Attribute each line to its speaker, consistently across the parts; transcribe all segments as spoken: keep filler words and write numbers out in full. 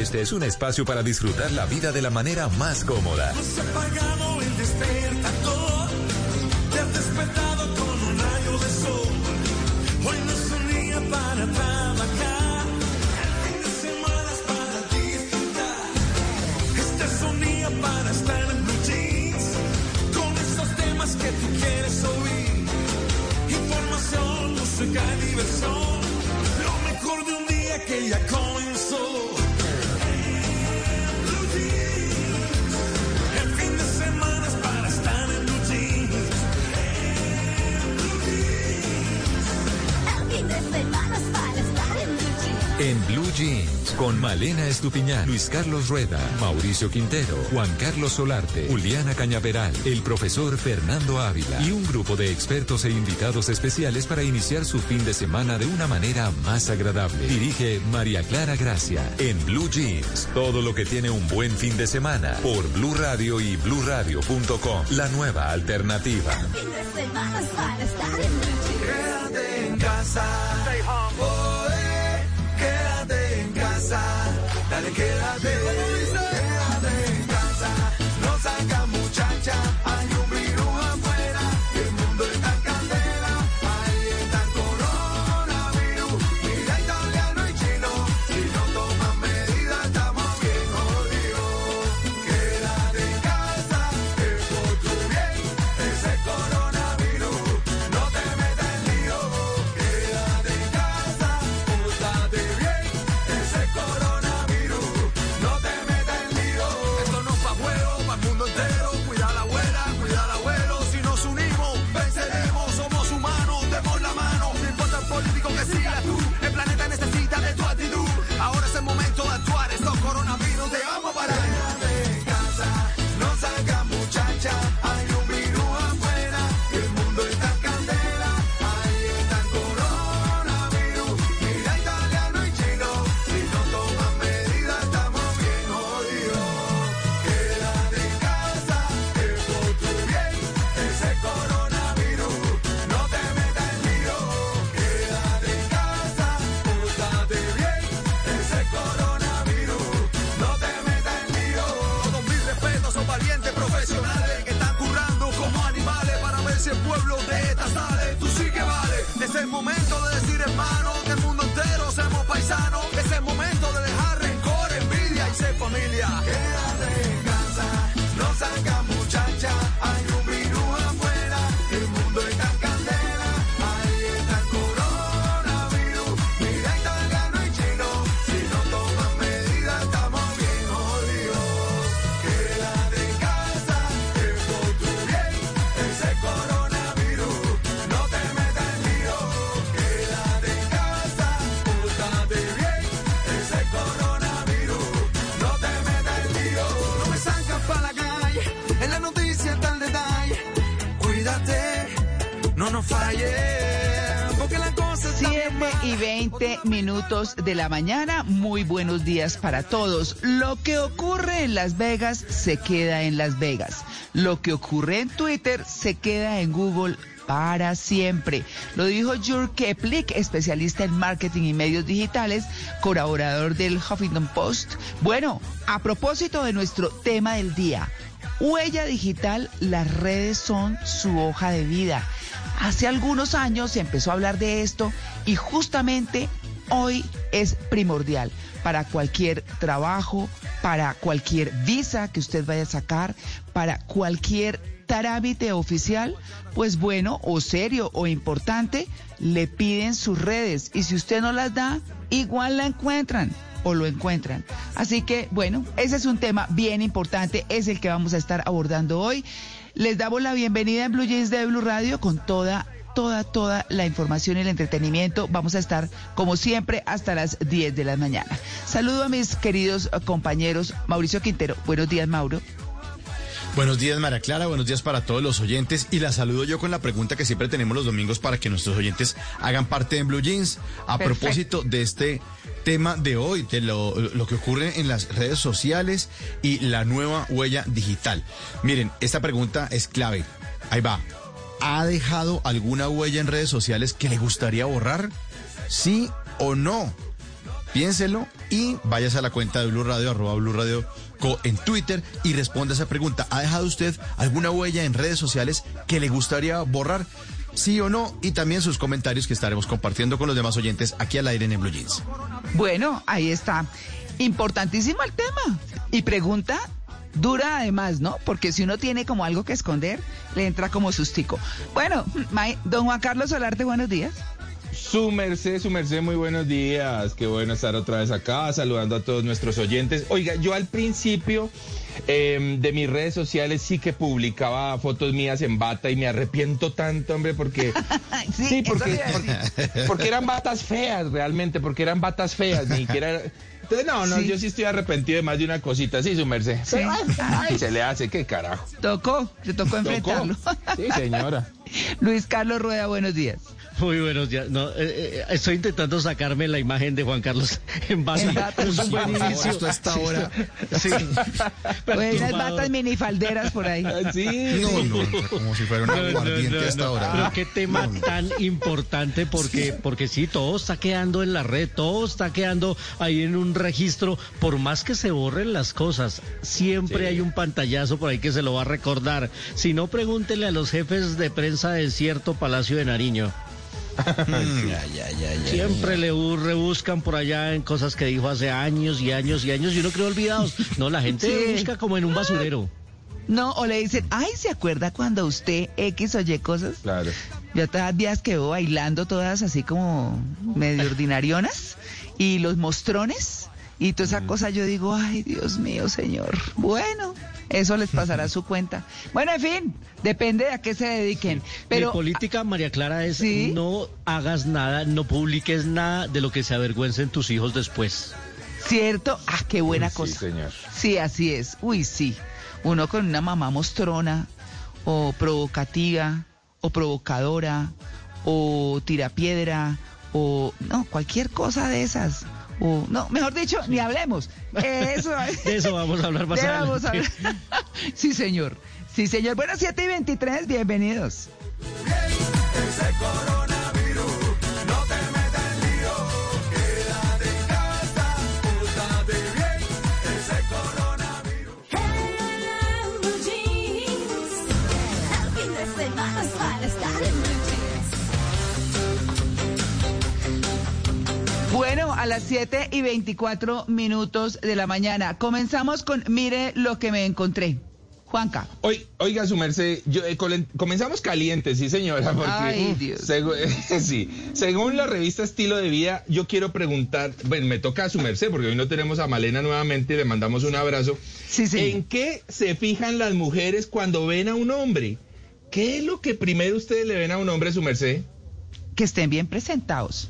Speaker 1: Este es un espacio para disfrutar la vida de la manera más cómoda.
Speaker 2: Nos ha apagado el despertador, te has despertado con un rayo de sol. Hoy no es un día para trabajar, el fin de semana es para disfrutar. Este es un día para estar en Blue Jeans, con esos temas que tú quieres oír. Información, música y diversión, lo mejor de un día que ya comenzó.
Speaker 1: En Blue Jeans, con Malena Estupiñán, Luis Carlos Rueda, Mauricio Quintero, Juan Carlos Solarte, Juliana Cañaveral, el profesor Fernando Ávila y un grupo de expertos e invitados especiales para iniciar su fin de semana de una manera más agradable. Dirige María Clara Gracia. En Blue Jeans, todo lo que tiene un buen fin de semana, por Blue Radio y blue radio punto com, la nueva alternativa.
Speaker 2: El fin de semana es para estar en Blue Jeans. Quédate en casa. Stay home. Oh, eh, quédate en casa. Dale, quédate. Quédate en casa. No salga, muchacha. Hay un virus afuera. Y el mundo está en candela. Ahí está el coronavirus. Mira, italiano y chino. Si no toman medidas, estamos bien jodidos. Quédate en casa. Es por tu bien. Ese coronavirus no te metas en lío. Quédate en casa. Pórtate bien. Ese coronavirus no te metas en lío. Esto no es pa' juego, pa' el mundo entero. Cuida a la abuela, cuida al abuelo. Si nos unimos, venceremos. Somos humanos, demos la mano. No importa el político que sigas tú. El planeta necesita de tu actitud. Ahora es el momento de actuar. Estos coronavirus te vamos a parar. Quédate en casa, no salgas, muchacha. Hay un virus afuera. Y el mundo está en candela. Ahí está el coronavirus. Mira, italiano y chino. Si no toman medidas, estamos bien jodidos. Quédate en casa, es por tu bien. Ese coronavirus no te metas en lío. Quédate en casa, pórtate bien. Ese coronavirus no te metas en lío. Todos mis respetos, son valientes profesionales que están currando como animales para ver si el pueblo de esta sale. Tú sí que vale. Es el momento de decir, hermano, que el mundo entero seamos paisanos. Es el momento de dejar rencor, envidia y ser familia. Quédate en casa, no salgas, muchacha. Hay un virus afuera, el mundo está en candela. Ahí está el coronavirus. Mira, italiano y chino. Si no toman medidas, estamos bien jodidos. Quédate en casa, es por tu bien. Ese coronavirus no te metas en lío. Quédate en casa, pórtate bien. Ese coronavirus no te metas en lío. No me sacas pa' la calle, en la noticia está el detalle. Cuídate, no nos falles, porque la cosa está bien
Speaker 3: siete y veinte minutos de la mañana. Muy buenos días para todos. Lo que ocurre en Las Vegas se queda en Las Vegas. Lo que ocurre en Twitter se queda en Google para siempre. Lo dijo Jürgen Keplik, especialista en marketing y medios digitales, colaborador del Huffington Post. Bueno, a propósito de nuestro tema del día, huella digital, las redes son su hoja de vida. Hace algunos años se empezó a hablar de esto y justamente hoy es primordial para cualquier trabajo, para cualquier visa que usted vaya a sacar, para cualquier trámite oficial, pues bueno, o serio o importante, le piden sus redes y si usted no las da, igual la encuentran o lo encuentran. Así que, bueno, ese es un tema bien importante, es el que vamos a estar abordando hoy. Les damos la bienvenida en Blue Jeans de Blue Radio con toda, toda, toda la información y el entretenimiento. Vamos a estar, como siempre, hasta las diez de la mañana. Saludo a mis queridos compañeros. Mauricio Quintero. Buenos días, Mauro.
Speaker 4: Buenos días, María Clara, buenos días para todos los oyentes y la saludo yo con la pregunta que siempre tenemos los domingos para que nuestros oyentes hagan parte de Blue Jeans. A
Speaker 3: Perfecto.
Speaker 4: propósito de este tema de hoy, de lo, lo que ocurre en las redes sociales y la nueva huella digital. Miren, esta pregunta es clave. Ahí va. ¿Ha dejado alguna huella en redes sociales que le gustaría borrar? ¿Sí o no? Piénselo y váyase a la cuenta de Blue Radio, arroba Blue Radio Co en Twitter y responda esa pregunta. ¿Ha dejado usted alguna huella en redes sociales que le gustaría borrar? Sí o no, y también sus comentarios que estaremos compartiendo con los demás oyentes aquí al aire en Blue Jeans.
Speaker 3: Bueno, ahí está. Importantísimo el tema. Y pregunta dura además, ¿no? Porque si uno tiene como algo que esconder, le entra como sustico. Bueno, don Juan Carlos Solarte, buenos días.
Speaker 5: Su merced, su merced, muy buenos días. Qué bueno estar otra vez acá, saludando a todos nuestros oyentes. Oiga, yo al principio eh, de mis redes sociales sí que publicaba fotos mías en bata y me arrepiento tanto, hombre, porque...
Speaker 3: sí,
Speaker 5: sí, porque,
Speaker 3: porque,
Speaker 5: porque eran batas feas, realmente, porque eran batas feas, ni siquiera... Entonces, no, no, sí. Yo sí estoy arrepentido de más de una cosita, sí, su merced.
Speaker 3: Sí.
Speaker 5: Pero, ay, se le hace, qué carajo.
Speaker 3: Tocó, se tocó enfrentarlo.
Speaker 5: ¿Tocó? Sí, señora.
Speaker 3: Luis Carlos Rueda, buenos días.
Speaker 6: Muy buenos días. No, eh, eh, estoy intentando sacarme la imagen de Juan Carlos en bata. Es un buen inicio.
Speaker 4: Esto hasta ahora.
Speaker 6: Sí.
Speaker 3: Pues unas batas minifalderas por ahí.
Speaker 5: Sí.
Speaker 4: No, no, como si fuera un aguardiente no, no, no, hasta
Speaker 6: no.
Speaker 4: ahora.
Speaker 6: Pero qué tema no, no. tan importante porque, porque sí, todo está quedando en la red, todo está quedando ahí en un registro. Por más que se borren las cosas, siempre sí. hay un pantallazo por ahí que se lo va a recordar. Si no, pregúntele a los jefes de prensa de cierto Palacio de Nariño.
Speaker 4: ya, ya, ya, ya,
Speaker 6: Siempre
Speaker 4: ya.
Speaker 6: le rebuscan por allá en cosas que dijo hace años y años y años y uno cree olvidados. No, la gente sí. busca como en un basurero.
Speaker 3: No, o le dicen, ay, ¿se acuerda cuando usted X o Y cosas?
Speaker 5: Claro.
Speaker 3: Yo todas días quedo bailando todas así como medio ordinarionas y los mostrones y toda esa mm. cosa, yo digo, ay, Dios mío, señor. Bueno, eso les pasará a su cuenta. Bueno, en fin, depende de a qué se dediquen. Pero
Speaker 6: mi política, María Clara, es
Speaker 3: ¿sí?
Speaker 6: no hagas nada, no publiques nada de lo que se avergüencen tus hijos después.
Speaker 3: ¿Cierto? Ah, qué buena
Speaker 5: Uy,
Speaker 3: cosa.
Speaker 5: Sí, señor.
Speaker 3: Sí, así es. Uy, sí. Uno con una mamá mostrona, o provocativa, o provocadora, o tirapiedra, o no, cualquier cosa de esas. O, no, mejor dicho, ni hablemos. Eso,
Speaker 6: de eso vamos a hablar más
Speaker 3: de
Speaker 6: adelante.
Speaker 3: Vamos a hablar. Sí, señor. Sí, señor. Bueno, siete y veintitrés, bienvenidos.
Speaker 2: Ese coronavirus, no te metas en lío. Quédate en casa, pórtate bien. Ese coronavirus.
Speaker 7: Hello, Blue Jeans. El fin de semana es para estar en Blue Jeans.
Speaker 3: Bueno, a las siete y veinticuatro minutos de la mañana. Comenzamos con Mire lo que me encontré. Juanca.
Speaker 5: Oiga, oiga su merced, yo, eh, comenzamos calientes, sí señora, porque
Speaker 3: Ay, Dios.
Speaker 5: Segu eh, sí, según la revista Estilo de Vida, yo quiero preguntar, bueno, me toca a su merced, porque hoy no tenemos a Malena nuevamente, le mandamos un abrazo.
Speaker 3: Sí, sí.
Speaker 5: ¿En qué se fijan las mujeres cuando ven a un hombre? ¿Qué es lo que primero ustedes le ven a un hombre, su merced?
Speaker 3: Que estén bien presentados.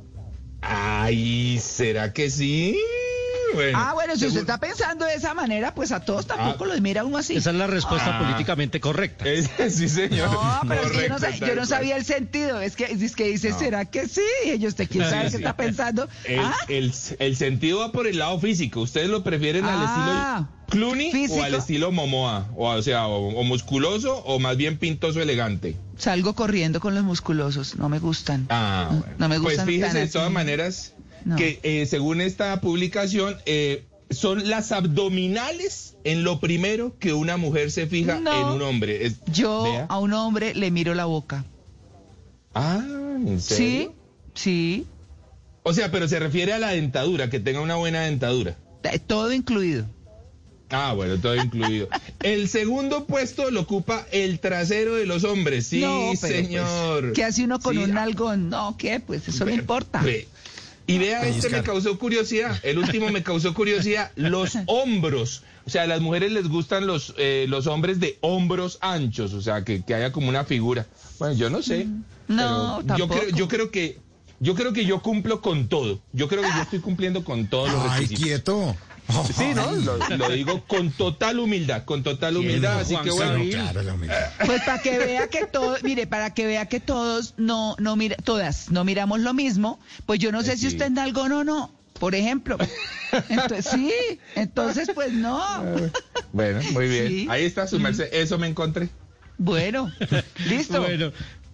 Speaker 5: Ay, ¿será que sí? Bueno,
Speaker 3: ah, bueno, si
Speaker 5: según...
Speaker 3: usted está pensando de esa manera, pues a todos tampoco ah, los mira uno así.
Speaker 6: Esa es la respuesta ah. políticamente correcta.
Speaker 5: Es, sí, señor.
Speaker 3: No, pero
Speaker 5: Correcto,
Speaker 3: es que yo, no, sab, yo no sabía el sentido. Es que, es que dice, no. ¿será que sí? Y ellos, ¿usted quién sabe sí, qué sí. está pensando?
Speaker 5: El,
Speaker 3: ¿Ah?
Speaker 5: el, el sentido va por el lado físico. ¿Ustedes lo prefieren ah, al estilo Clooney físico. O al estilo Momoa? O, o sea, o, o musculoso o más bien pintoso elegante.
Speaker 3: Salgo corriendo con los musculosos, no me gustan.
Speaker 5: Ah, bueno.
Speaker 3: No me gustan.
Speaker 5: Pues fíjese de todas
Speaker 3: así.
Speaker 5: maneras
Speaker 3: no.
Speaker 5: que eh, según esta publicación, eh, son las abdominales en lo primero que una mujer se fija
Speaker 3: no.
Speaker 5: en un hombre. Es,
Speaker 3: Yo
Speaker 5: ¿vea?
Speaker 3: a un hombre le miro la boca.
Speaker 5: Ah, ¿en serio?
Speaker 3: Sí, sí.
Speaker 5: O sea, pero se refiere a la dentadura, que tenga una buena dentadura.
Speaker 3: Todo incluido.
Speaker 5: Ah, bueno, todo incluido. El segundo puesto lo ocupa el trasero de los hombres. Sí,
Speaker 3: no,
Speaker 5: señor.
Speaker 3: Pues, ¿qué hace uno con
Speaker 5: sí.
Speaker 3: un nalgón? No, ¿qué? Pues eso
Speaker 5: Ve,
Speaker 3: no importa.
Speaker 5: Ve. Y vea, este me causó curiosidad. El último me causó curiosidad. Los hombros. O sea, a las mujeres les gustan los eh, los hombres de hombros anchos. O sea, que, que haya como una figura. Bueno, yo no sé.
Speaker 3: No,
Speaker 5: pero yo
Speaker 3: tampoco.
Speaker 5: creo, yo creo que yo creo que yo cumplo con todo. Yo creo que yo estoy cumpliendo con todos los requisitos.
Speaker 4: Ay, quieto.
Speaker 5: Sí, ¿no? Lo, lo digo con total humildad, con total humildad, así que bueno.
Speaker 4: Claro, la humildad.
Speaker 3: Pues para que vea que todo, mire, para que vea que todos no, no mira, todas no miramos lo mismo, pues yo no sé
Speaker 5: sí.
Speaker 3: si usted es nalgón o no, por ejemplo. Entonces, sí, entonces pues no.
Speaker 5: Bueno, muy bien.
Speaker 3: Sí.
Speaker 5: Ahí está su merced, eso me encontré.
Speaker 3: Bueno, listo.
Speaker 6: Bueno.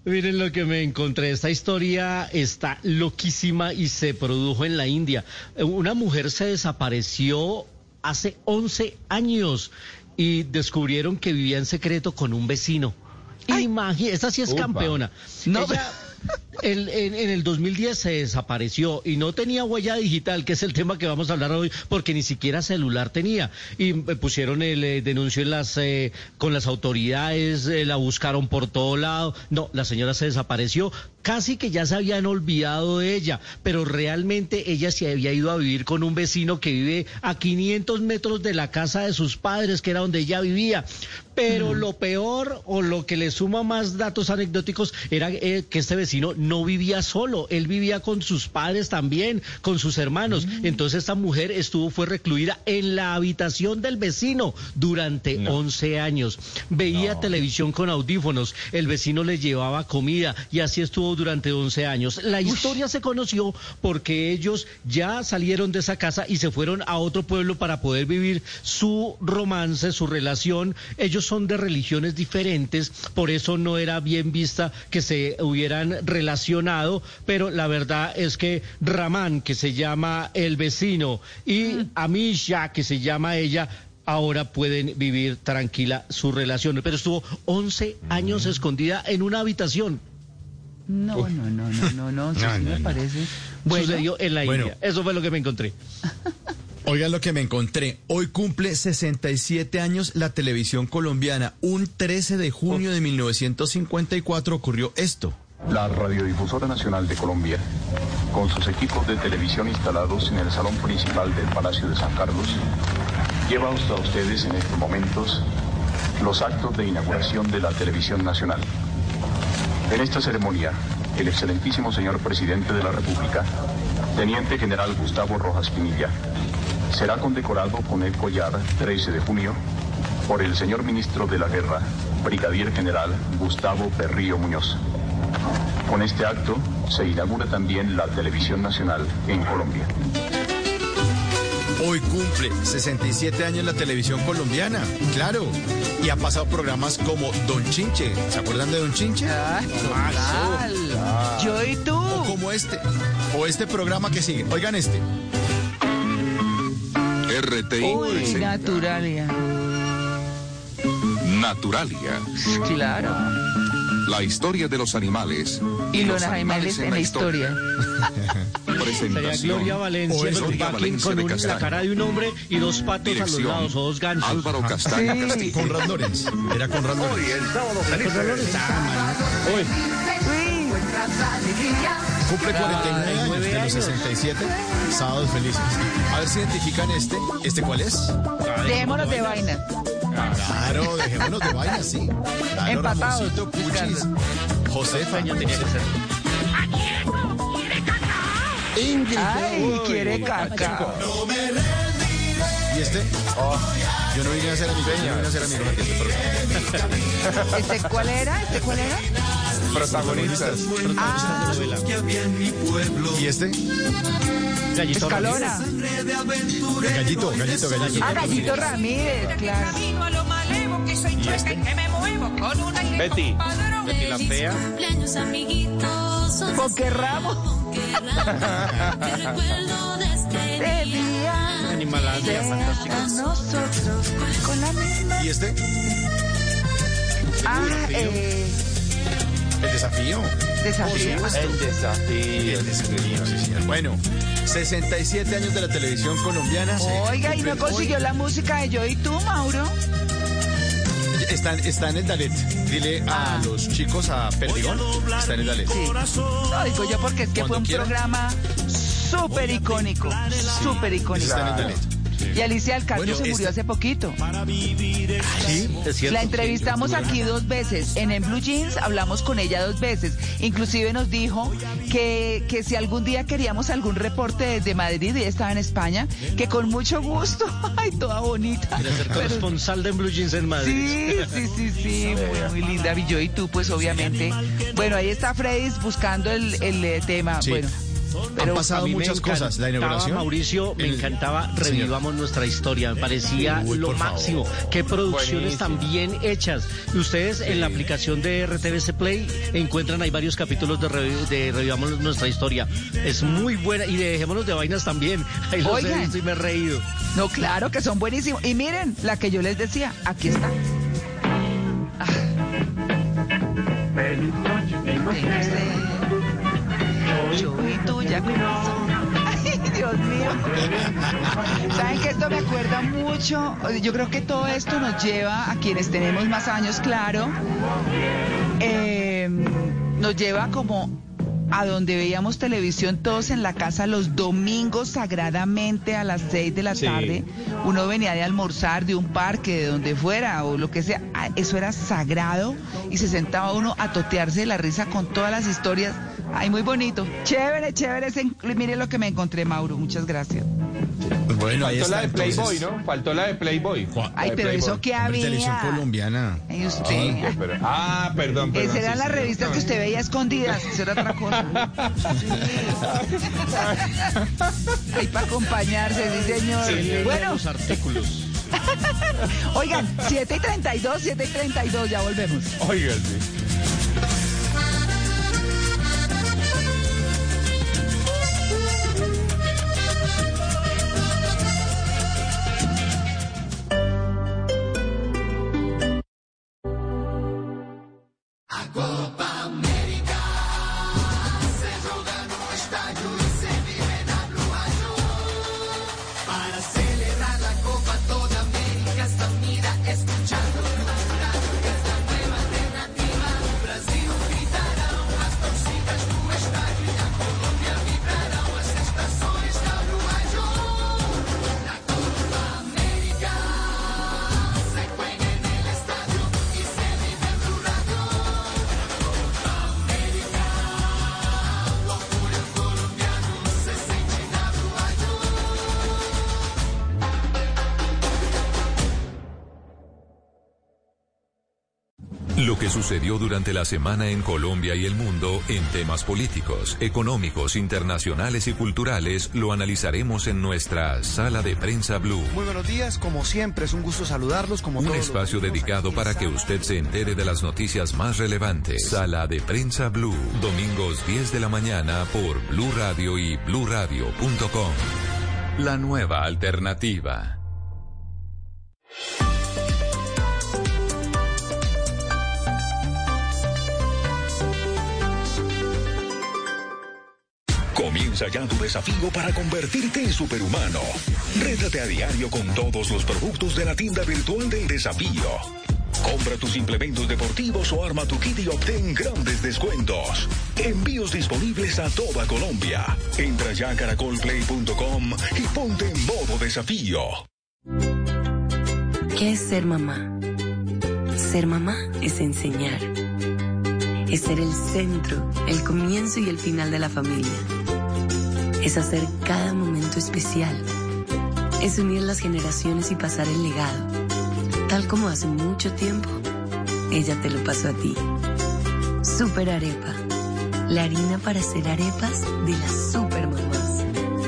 Speaker 6: Miren lo que me encontré. Esta historia está loquísima y se produjo en la India. Una mujer se desapareció hace once años y descubrieron que vivía en secreto con un vecino. Imagínate, esta sí es
Speaker 5: Upa.
Speaker 6: campeona.
Speaker 3: No,
Speaker 6: Ella, el- en, en el dos mil diez se desapareció y no tenía huella digital, que es el tema que vamos a hablar hoy, porque ni siquiera celular tenía. Y eh, pusieron el eh, denuncio en las, eh, con las autoridades, eh, la buscaron por todo lado. No, la señora se desapareció. Casi que ya se habían olvidado de ella, pero realmente ella se había ido a vivir con un vecino que vive a quinientos metros de la casa de sus padres, que era donde ella vivía. Pero lo peor, o lo que le suma más datos anecdóticos, era eh, que este vecino no vivía solo, él vivía con sus padres también, con sus hermanos. Entonces esta mujer estuvo, fue recluida en la habitación del vecino durante
Speaker 5: No.
Speaker 6: once años. Veía
Speaker 5: No.
Speaker 6: televisión con audífonos, el vecino le llevaba comida y así estuvo durante once años. La historia se conoció porque ellos ya salieron de esa casa y se fueron a otro pueblo para poder vivir su romance, su relación. Ellos son de religiones diferentes, por eso no era bien vista que se hubieran relacionado, pero la verdad es que Ramán, que se llama el vecino, y Amisha, que se llama ella, ahora pueden vivir tranquila su relación. Pero estuvo once años escondida en una habitación.
Speaker 3: no, no, no, no, no, no, eso
Speaker 4: No,
Speaker 3: sí
Speaker 4: no,
Speaker 3: me
Speaker 4: no.
Speaker 3: parece. Bueno,
Speaker 6: Sucedió en la
Speaker 4: Bueno.
Speaker 6: India. Eso fue lo que me encontré.
Speaker 4: Oigan lo que me encontré. Hoy cumple sesenta y siete años la televisión colombiana. Un trece de junio de mil novecientos cincuenta y cuatro ocurrió esto.
Speaker 8: La Radiodifusora Nacional de Colombia, con sus equipos de televisión instalados en el salón principal del Palacio de San Carlos, lleva hasta ustedes en estos momentos los actos de inauguración de la televisión nacional. En esta ceremonia, el excelentísimo señor presidente de la República, Teniente General Gustavo Rojas Pinilla, será condecorado con el collar trece de junio por el señor ministro de la Guerra, Brigadier General Gustavo Perrillo Muñoz. Con este acto se inaugura también la televisión nacional en Colombia.
Speaker 4: Hoy cumple sesenta y siete años la televisión colombiana, claro. Y ha pasado programas como Don Chinche. ¿Se acuerdan de Don Chinche?
Speaker 3: ay, total. Yo y tú.
Speaker 4: O como este. O este programa que sigue. Oigan este.
Speaker 9: R T I
Speaker 3: Uy,
Speaker 9: presenta
Speaker 3: Naturalia.
Speaker 9: Naturalia,
Speaker 3: Claro.
Speaker 9: la historia de los animales
Speaker 3: Y los animales en la historia.
Speaker 6: Sería
Speaker 9: Presentación.
Speaker 6: Gloria Valencia,
Speaker 4: O eso.
Speaker 6: pero
Speaker 9: Gloria
Speaker 6: Backlin
Speaker 9: Valencia
Speaker 6: con
Speaker 9: de
Speaker 6: un- la
Speaker 9: Castaño.
Speaker 6: cara de un hombre y dos patos a los
Speaker 9: Dirección.
Speaker 6: lados, o dos gansos.
Speaker 9: Álvaro Castaño
Speaker 3: Sí.
Speaker 9: Castillo.
Speaker 4: Conrad Lorenz. Era Conrad Lorenz.
Speaker 3: Uy,
Speaker 4: Cumple cuarenta y nueve
Speaker 6: Ay,
Speaker 4: años
Speaker 6: nueve
Speaker 4: de los
Speaker 6: años.
Speaker 4: sesenta y siete. Sábados felices. A ver si identifican este. ¿Este cuál es?
Speaker 3: dejémonos de vainas.
Speaker 4: Claro, dejémonos de vaina, sí. Claro,
Speaker 3: Empatados,
Speaker 4: Ramoncito, Puchis,
Speaker 3: Ricardo.
Speaker 4: Josefa.
Speaker 6: Año tenía que ser.
Speaker 3: Ay, quiere caca.
Speaker 4: ¿Y este? Yo no vine a ser amigo, yo no vine a ser amigo de este programa.
Speaker 3: ¿Este cuál era? ¿Este cuál era?
Speaker 5: Protagonistas.
Speaker 3: Ah,
Speaker 4: ¿Y este?
Speaker 6: Gallito
Speaker 3: Escalona.
Speaker 4: Gallito, gallito, gallito.
Speaker 3: Ah, Gallito Ramírez, claro.
Speaker 10: Camino a lo malevo que soy chueca y que me muevo con un aire
Speaker 5: Betty.
Speaker 10: compadre.
Speaker 5: Betty la fea.
Speaker 7: Cumpleaños, amiguitos.
Speaker 3: ¿Con qué ramo?
Speaker 7: Con qué ramo. Te recuerdo de este
Speaker 3: De
Speaker 7: día.
Speaker 3: día.
Speaker 6: Animalandia, fantástico.
Speaker 3: A nosotros con la misma.
Speaker 4: ¿Y este?
Speaker 3: Ah, eh,
Speaker 4: El desafío.
Speaker 3: desafío.
Speaker 5: El desafío.
Speaker 4: El desafío, sí, sí. Bueno, sesenta y siete años de la televisión colombiana. se
Speaker 3: Oiga, ¿y no
Speaker 4: cumplen
Speaker 3: consiguió
Speaker 4: hoy.
Speaker 3: la música de Yo y tú, Mauro?
Speaker 4: Está, está en el Dalet. Dile a
Speaker 3: Ah.
Speaker 4: los chicos, a Perdigón, está en el Dalet.
Speaker 3: Sí. No, digo yo porque es que
Speaker 4: Cuando
Speaker 3: fue un
Speaker 4: quieran.
Speaker 3: programa súper icónico, súper icónico.
Speaker 4: Está en el Dalet.
Speaker 3: Y Alicia Alcalde
Speaker 4: Bueno,
Speaker 3: se murió
Speaker 4: este-
Speaker 3: hace poquito.
Speaker 6: Sí, es cierto.
Speaker 3: La entrevistamos aquí dos veces. En En Blue Jeans hablamos con ella dos veces. Inclusive nos dijo que, que si algún día queríamos algún reporte desde Madrid y estaba en España, que con mucho gusto. Ay, toda bonita.
Speaker 6: Quiere ser
Speaker 3: Pero-
Speaker 6: corresponsal de Blue Jeans en Madrid.
Speaker 3: Sí, sí, sí, sí, muy, muy linda. Y yo y tú, pues obviamente. Bueno, ahí está Freddy buscando el, el eh, tema.
Speaker 4: Sí.
Speaker 3: Bueno,
Speaker 6: Pero
Speaker 4: Han pasado
Speaker 6: a mí me
Speaker 4: muchas cosas. La
Speaker 6: encantaba,
Speaker 4: inauguración.
Speaker 6: Mauricio, me
Speaker 4: El-
Speaker 6: encantaba Revivamos nuestra historia. Me parecía
Speaker 4: Uy,
Speaker 6: lo
Speaker 4: por
Speaker 6: máximo.
Speaker 4: favor.
Speaker 6: Qué producciones tan bien hechas. Y ustedes en la aplicación de R T V C Play encuentran ahí varios capítulos de, Revi- de Revivamos nuestra historia. Es muy buena. Y de Dejémonos de Vainas también. Ahí los he
Speaker 3: Oigan.
Speaker 6: visto y me he reído.
Speaker 3: No, claro que son buenísimos. Y miren, la que yo les decía, aquí está. Ah. Tengo sed. Yo y tú ya comenzó. Ay, Dios mío. ¿Saben que esto me acuerda mucho? Yo creo que todo esto nos lleva a quienes tenemos más años, claro. eh, nos lleva como a donde veíamos televisión todos en la casa los domingos sagradamente a las seis de la
Speaker 5: Sí.
Speaker 3: tarde. Uno venía de almorzar de un parque, de donde fuera o lo que sea. Ah, eso era sagrado y se sentaba uno a totearse de la risa con todas las historias. Ay, muy bonito. Chévere, chévere. ese- Mire lo que me encontré, Mauro. Muchas gracias.
Speaker 4: Bueno, ahí
Speaker 5: Faltó
Speaker 4: está.
Speaker 5: la de Playboy,
Speaker 4: entonces.
Speaker 5: ¿no? Faltó la de Playboy. La
Speaker 3: Ay,
Speaker 5: de
Speaker 3: pero
Speaker 5: Playboy.
Speaker 3: eso que
Speaker 4: Hombre,
Speaker 3: había.
Speaker 4: televisión colombiana.
Speaker 3: Ay, usted.
Speaker 5: Sí, pero- ah, perdón, perdón.
Speaker 3: Esas eran
Speaker 5: sí,
Speaker 3: las
Speaker 5: sí,
Speaker 3: revistas
Speaker 5: no.
Speaker 3: que usted veía escondidas, eso era otra cosa. Ahí para acompañarse, sí señor.
Speaker 6: Se leían
Speaker 3: Bueno,
Speaker 6: los artículos.
Speaker 3: oigan, siete y treinta y dos, siete y treinta y dos, ya volvemos.
Speaker 5: Oiga, sí.
Speaker 1: Lo que sucedió durante la semana en Colombia y el mundo en temas políticos, económicos, internacionales y culturales lo analizaremos en nuestra Sala de Prensa Blue.
Speaker 11: Muy buenos días, como siempre es un gusto saludarlos. Como
Speaker 1: Un
Speaker 11: todos los
Speaker 1: espacio
Speaker 11: domingos
Speaker 1: dedicado
Speaker 11: aquí en
Speaker 1: para que
Speaker 11: Sala.
Speaker 1: usted se entere de las noticias más relevantes. Sala de Prensa Blue, domingos diez de la mañana por Blue Radio y blue radio punto com. La nueva alternativa.
Speaker 12: Comienza ya tu desafío para convertirte en superhumano. Rétate a diario con todos los productos de la tienda virtual del desafío. Compra tus implementos deportivos o arma tu kit y obtén grandes descuentos. Envíos disponibles a toda Colombia. Entra ya a caracol play punto com y ponte en modo desafío.
Speaker 13: ¿Qué es ser mamá? Ser mamá es enseñar. Es ser el centro, el comienzo y el final de la familia. Es hacer cada momento especial. Es unir las generaciones y pasar el legado. Tal como hace mucho tiempo, ella te lo pasó a ti. Super Arepa. La harina para hacer arepas de las super mamás.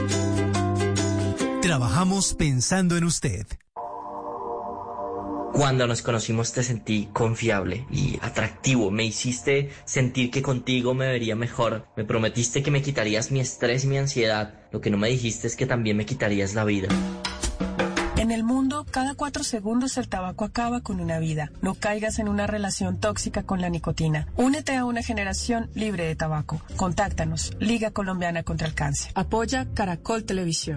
Speaker 14: Trabajamos pensando en usted.
Speaker 15: Cuando nos conocimos te sentí confiable y atractivo. Me hiciste sentir que contigo me vería mejor. Me prometiste que me quitarías mi estrés y mi ansiedad. Lo que no me dijiste es que también me quitarías la vida.
Speaker 16: En el mundo, cada cuatro segundos el tabaco acaba con una vida. No caigas en una relación tóxica con la nicotina. Únete a una generación libre de tabaco. Contáctanos. Liga Colombiana contra el Cáncer. Apoya Caracol Televisión.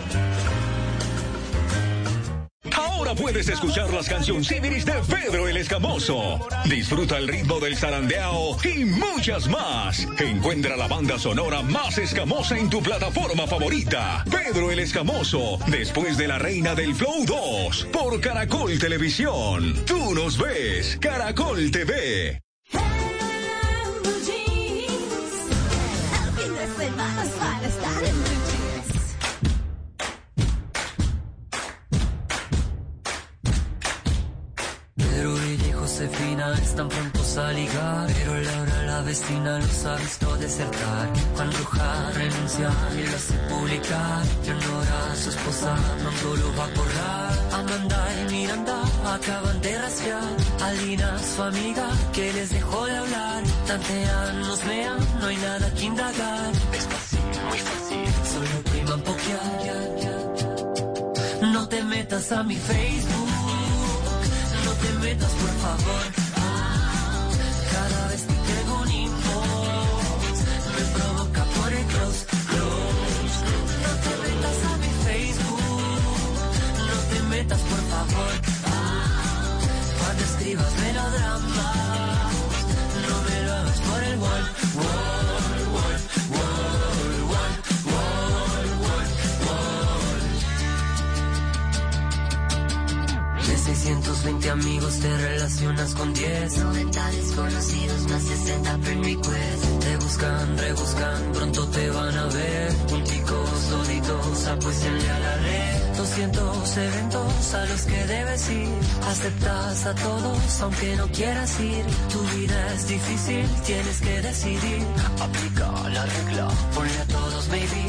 Speaker 12: Ahora puedes escuchar las cancioncibiris de Pedro el Escamoso. Disfruta el ritmo del zarandeao y muchas más. Encuentra la banda sonora más escamosa en tu plataforma favorita. Pedro el Escamoso, después de La Reina del Flow dos, por Caracol Televisión. Tú nos ves, Caracol T V.
Speaker 2: Pedro Villejos
Speaker 17: Josefina están prontos a ligar, pero Laura la vecina los ha visto desertar. Juan Roja renuncia y lo hace publicar. Leonora, su esposa, pronto lo va a correr. Amanda y Miranda acaban de rastrear. Alina, su amiga, que les dejó de hablar. Tantean, nos vean, no hay nada que indagar. Es fácil, muy fácil, solo priman pokear. No te metas a mi Facebook, no te metas por favor. Cada vez que tengo un inbox me provoca por el close, close. No te metas a mi Facebook, no te metas por favor. Cuando escribas melodramas, no me lo hagas por el wall, wall, wall, wall, wall, wall, wall, wall. De seiscientos veinte amigos te relacionas con diez. noventa desconocidos más sesenta friend requests. Te buscan, rebuscan, pronto te van a ver. Punticos, doditos, apuéstenle a la red. doscientos eventos a los que debes ir. Aceptas a todos aunque no quieras ir. Tu vida es difícil, tienes que decidir. Aplica la regla, ponle a todos maybe.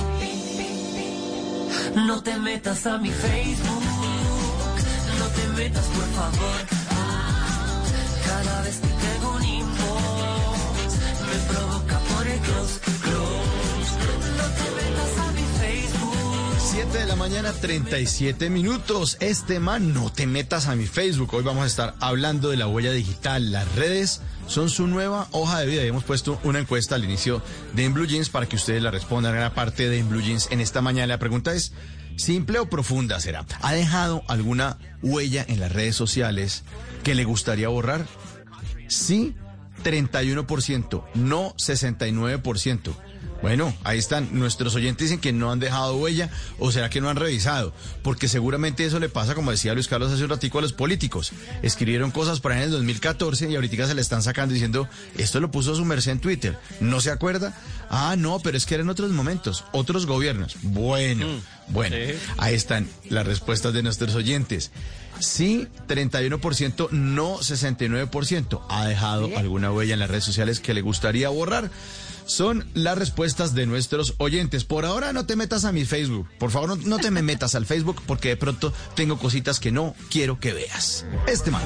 Speaker 17: No te metas a mi Facebook, no te metas por favor. Cada vez que tengo un inbox me provoca por el close, close. No te metas a mi Facebook.
Speaker 4: siete de la mañana, treinta y siete minutos. Este man, no te metas a mi Facebook. Hoy vamos a estar hablando de la huella digital. Las redes son su nueva hoja de vida. Y hemos puesto una encuesta al inicio de En Blue Jeans para que ustedes la respondan. Gran parte de En Blue Jeans en esta mañana. La pregunta es, ¿simple o profunda será? ¿Ha dejado alguna huella en las redes sociales que le gustaría borrar? Sí, treinta y uno por ciento. No, sesenta y nueve por ciento. Bueno, ahí están. Nuestros oyentes dicen que no han dejado huella, o será que no han revisado, porque seguramente eso le pasa, como decía Luis Carlos hace un ratico, a los políticos. Escribieron cosas por ahí en el dos mil catorce y ahorita se le están sacando diciendo, esto lo puso su merced en Twitter. ¿No se acuerda? Ah, no, pero es que eran otros momentos, otros gobiernos. Bueno, mm, bueno, sí. Ahí están las respuestas de nuestros oyentes. Sí, treinta y uno por ciento, no, sesenta y nueve por ciento. ¿Ha dejado ¿Sí? alguna huella en las redes sociales que le gustaría borrar? Son las respuestas de nuestros oyentes. Por ahora no te metas a mi Facebook. Por favor, no, no te me metas al Facebook porque de pronto tengo cositas que no quiero que veas. Este man.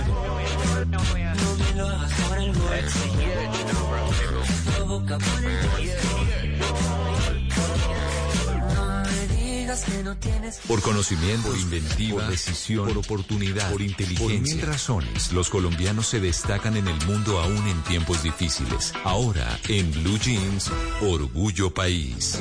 Speaker 1: Por conocimiento, por inventiva, por decisión, por oportunidad, por inteligencia, por mil razones, los colombianos se destacan en el mundo aún en tiempos difíciles. Ahora, en Blue Jeans, Orgullo País.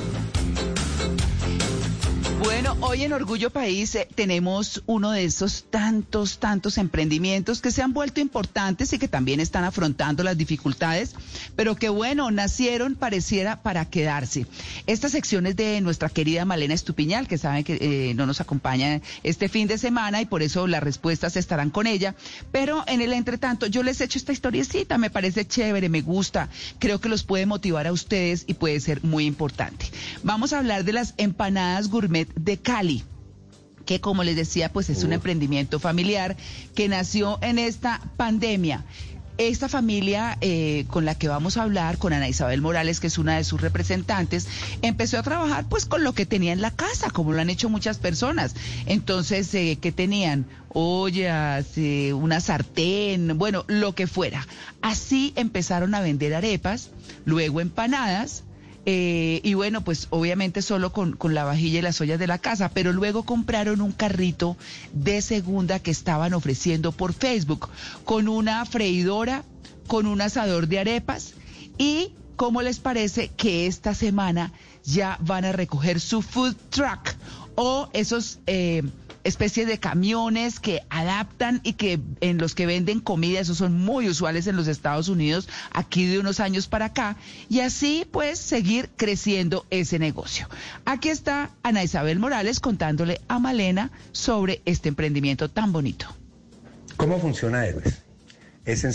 Speaker 3: Bueno, hoy en Orgullo País eh, tenemos uno de esos tantos, tantos emprendimientos que se han vuelto importantes y que también están afrontando las dificultades, pero que bueno, nacieron, pareciera, para quedarse. Esta sección es de nuestra querida Malena Estupiñán, que saben que eh, no nos acompaña este fin de semana y por eso las respuestas estarán con ella, pero en el entretanto yo les he hecho esta historiecita, me parece chévere, me gusta, creo que los puede motivar a ustedes y puede ser muy importante. Vamos a hablar de las empanadas gourmet de Cali, que como les decía, pues es un emprendimiento familiar que nació en esta pandemia. Esta familia eh, con la que vamos a hablar, con Ana Isabel Morales, que es una de sus representantes, empezó a trabajar pues con lo que tenía en la casa, como lo han hecho muchas personas. Entonces, eh, ¿qué tenían? Ollas, eh, una sartén, bueno, lo que fuera. Así empezaron a vender arepas, luego empanadas, Eh, y bueno, pues obviamente solo con, con la vajilla y las ollas de la casa, pero luego compraron un carrito de segunda que estaban ofreciendo por Facebook, con una freidora, con un asador de arepas, y ¿cómo les parece que esta semana ya van a recoger su food truck o esos eh, especies de camiones que adaptan y que en los que venden comida? Esos son muy usuales en los Estados Unidos, aquí de unos años para acá, y así pues seguir creciendo ese negocio. Aquí está Ana Isabel Morales contándole a Malena sobre este emprendimiento tan bonito.
Speaker 18: ¿Cómo funciona Héroes? Es sencillo.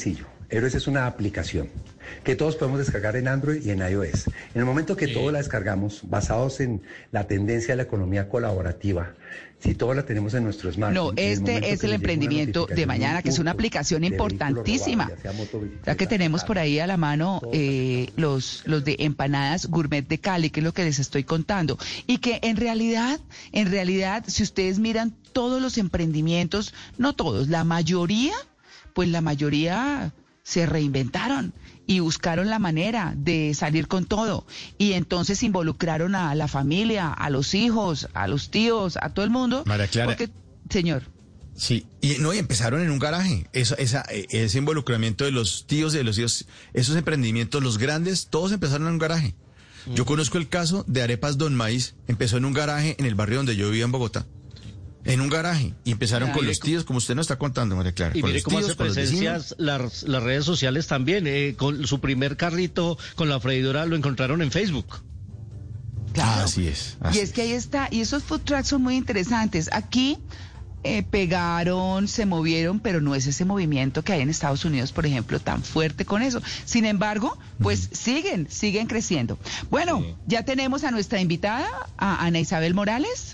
Speaker 18: Héroes es una aplicación que todos podemos descargar en Android y en iOS. En el momento que sí. todos la descargamos, basados en la tendencia de la economía colaborativa, si todos la tenemos en nuestro smartphone...
Speaker 3: No, este el es el emprendimiento de mañana, que es una aplicación importantísima. Robado, ya que tenemos por ahí a la mano eh, los, los de Empanadas Gourmet de Cali, que es lo que les estoy contando. Y que en realidad, en realidad, si ustedes miran todos los emprendimientos, no todos, la mayoría, pues la mayoría se reinventaron y buscaron la manera de salir con todo. Y entonces involucraron a la familia, a los hijos, a los tíos, a todo el mundo.
Speaker 4: María Clara.
Speaker 3: Porque, señor.
Speaker 4: Sí, y no, y empezaron en un garaje. Eso, esa, ese involucramiento de los tíos, de los hijos, esos emprendimientos, los grandes, todos empezaron en un garaje. Mm. Yo conozco el caso de Arepas Don Maíz, empezó en un garaje en el barrio donde yo vivía en Bogotá. En un garaje, y empezaron ah, con los tíos, como usted nos está contando, María Clara.
Speaker 6: Y
Speaker 4: con
Speaker 6: mire
Speaker 4: los
Speaker 6: cómo
Speaker 4: tíos,
Speaker 6: hace presencias las, las redes sociales también. Eh, con su primer carrito con la freidora lo encontraron en Facebook.
Speaker 3: Claro.
Speaker 4: Así es. Así
Speaker 3: y es que ahí está, y esos food trucks son muy interesantes. Aquí eh, pegaron, se movieron, pero no es ese movimiento que hay en Estados Unidos, por ejemplo, tan fuerte con eso. Sin embargo, pues uh-huh. siguen, siguen creciendo. Bueno, sí. ya tenemos a nuestra invitada, a Ana Isabel Morales.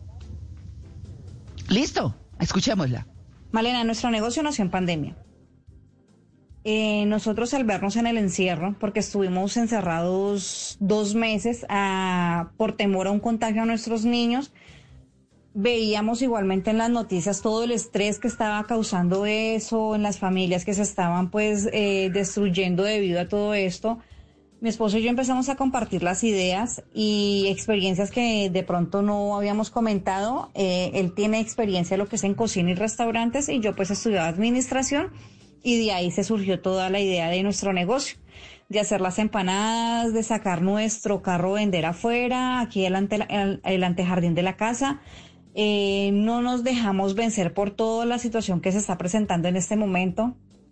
Speaker 3: Listo, escuchémosla.
Speaker 19: Malena, nuestro negocio nació en pandemia. Eh, nosotros al vernos en el encierro, porque estuvimos encerrados dos meses a, por temor a un contagio a nuestros niños, veíamos igualmente en las noticias todo el estrés que estaba causando eso, en las familias que se estaban pues eh, destruyendo debido a todo esto. Mi esposo y yo empezamos a compartir las ideas y experiencias que de pronto no habíamos comentado. Eh, él tiene experiencia en lo que es en cocina y restaurantes y yo pues estudiaba administración y de ahí se surgió toda la idea de nuestro negocio, de hacer las empanadas, de sacar nuestro carro, vender afuera, aquí el, ante, el, el antejardín de la casa. Eh, no nos dejamos vencer por toda la situación que se está presentando en este momento.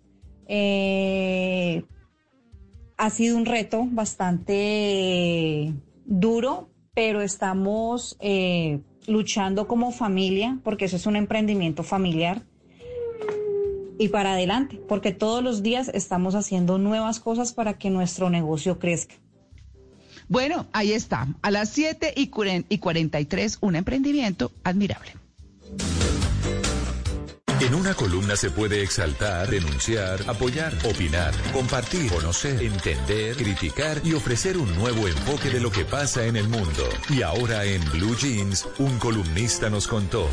Speaker 19: Eh... Ha sido un reto bastante duro, pero estamos eh, luchando como familia, porque eso es un emprendimiento familiar, y para adelante, porque todos los días estamos haciendo nuevas cosas para que nuestro negocio crezca.
Speaker 3: Bueno, ahí está, a las siete y cuarenta y tres, un emprendimiento admirable.
Speaker 1: En una columna se puede exaltar, denunciar, apoyar, opinar, compartir, conocer, entender, criticar y ofrecer un nuevo enfoque de lo que pasa en el mundo. Y ahora en Blue Jeans, un columnista nos contó.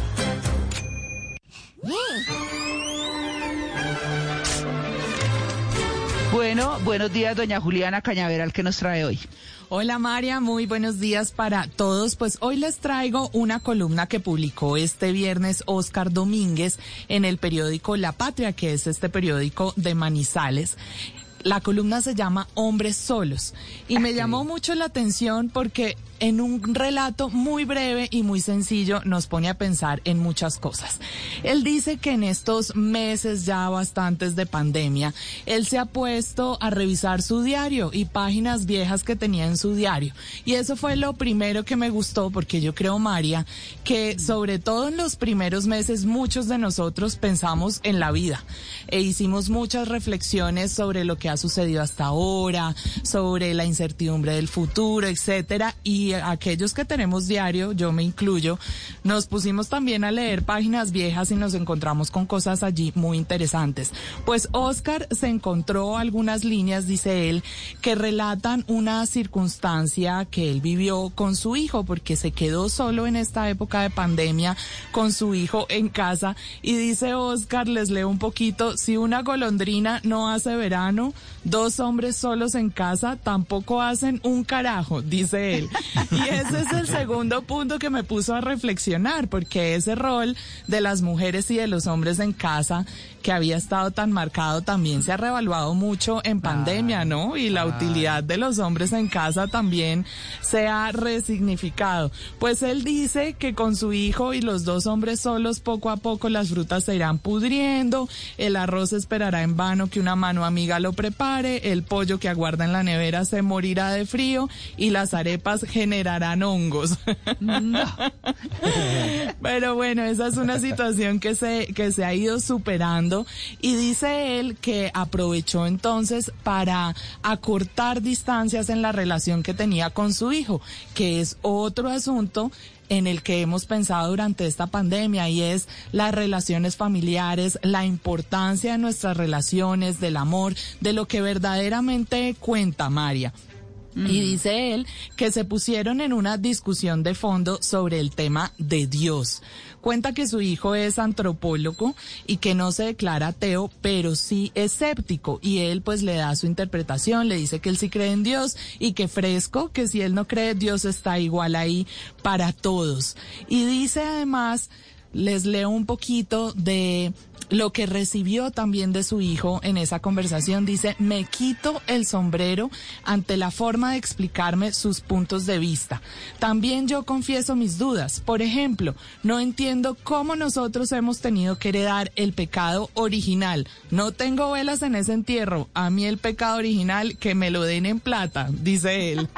Speaker 3: Bueno, buenos días, doña Juliana Cañaveral, ¿qué nos trae hoy?
Speaker 20: Hola María, muy buenos días para todos. Pues hoy les traigo una columna que publicó este viernes Óscar Domínguez en el periódico La Patria, que es este periódico de Manizales. La columna se llama Hombres Solos y me llamó mucho la atención porque en un relato muy breve y muy sencillo nos pone a pensar en muchas cosas. Él dice que en estos meses ya bastantes de pandemia, él se ha puesto a revisar su diario y páginas viejas que tenía en su diario. Y eso fue lo primero que me gustó porque yo creo, María, que sobre todo en los primeros meses muchos de nosotros pensamos en la vida e hicimos muchas reflexiones sobre lo que ha sucedido hasta ahora, sobre la incertidumbre del futuro, etcétera, y aquellos que tenemos diario, yo me incluyo, nos pusimos también a leer páginas viejas y nos encontramos con cosas allí muy interesantes. Pues Óscar se encontró algunas líneas, dice él, que relatan una circunstancia que él vivió con su hijo, porque se quedó solo en esta época de pandemia con su hijo en casa, y dice Óscar, les leo un poquito, si una golondrina no hace verano, dos hombres solos en casa tampoco hacen un carajo, dice él. Y ese es el segundo punto que me puso a reflexionar, porque ese rol de las mujeres y de los hombres en casa, que había estado tan marcado, también se ha revaluado mucho en pandemia, ¿no? Y la utilidad de los hombres en casa también se ha resignificado. Pues él dice que con su hijo y los dos hombres solos, poco a poco las frutas se irán pudriendo, el arroz esperará en vano que una mano amiga lo prepare, el pollo que aguarda en la nevera se morirá de frío y las arepas generalmente generarán hongos.
Speaker 3: No.
Speaker 20: Pero bueno, esa es una situación que se, que se ha ido superando y dice él que aprovechó entonces para acortar distancias en la relación que tenía con su hijo, que es otro asunto en el que hemos pensado durante esta pandemia, y es las relaciones familiares, la importancia de nuestras relaciones, del amor, de lo que verdaderamente cuenta, María. Mm. Y dice él que se pusieron en una discusión de fondo sobre el tema de Dios. Cuenta que su hijo es antropólogo y que no se declara ateo, pero sí escéptico, y él pues le da su interpretación, le dice que él sí cree en Dios y que fresco, que si él no cree, Dios está igual ahí para todos. Y dice además, les leo un poquito de lo que recibió también de su hijo en esa conversación. Dice: me quito el sombrero ante la forma de explicarme sus puntos de vista. También yo confieso mis dudas. Por ejemplo, no entiendo cómo nosotros hemos tenido que heredar el pecado original. No tengo velas en ese entierro. A mí el pecado original que me lo den en plata, dice él.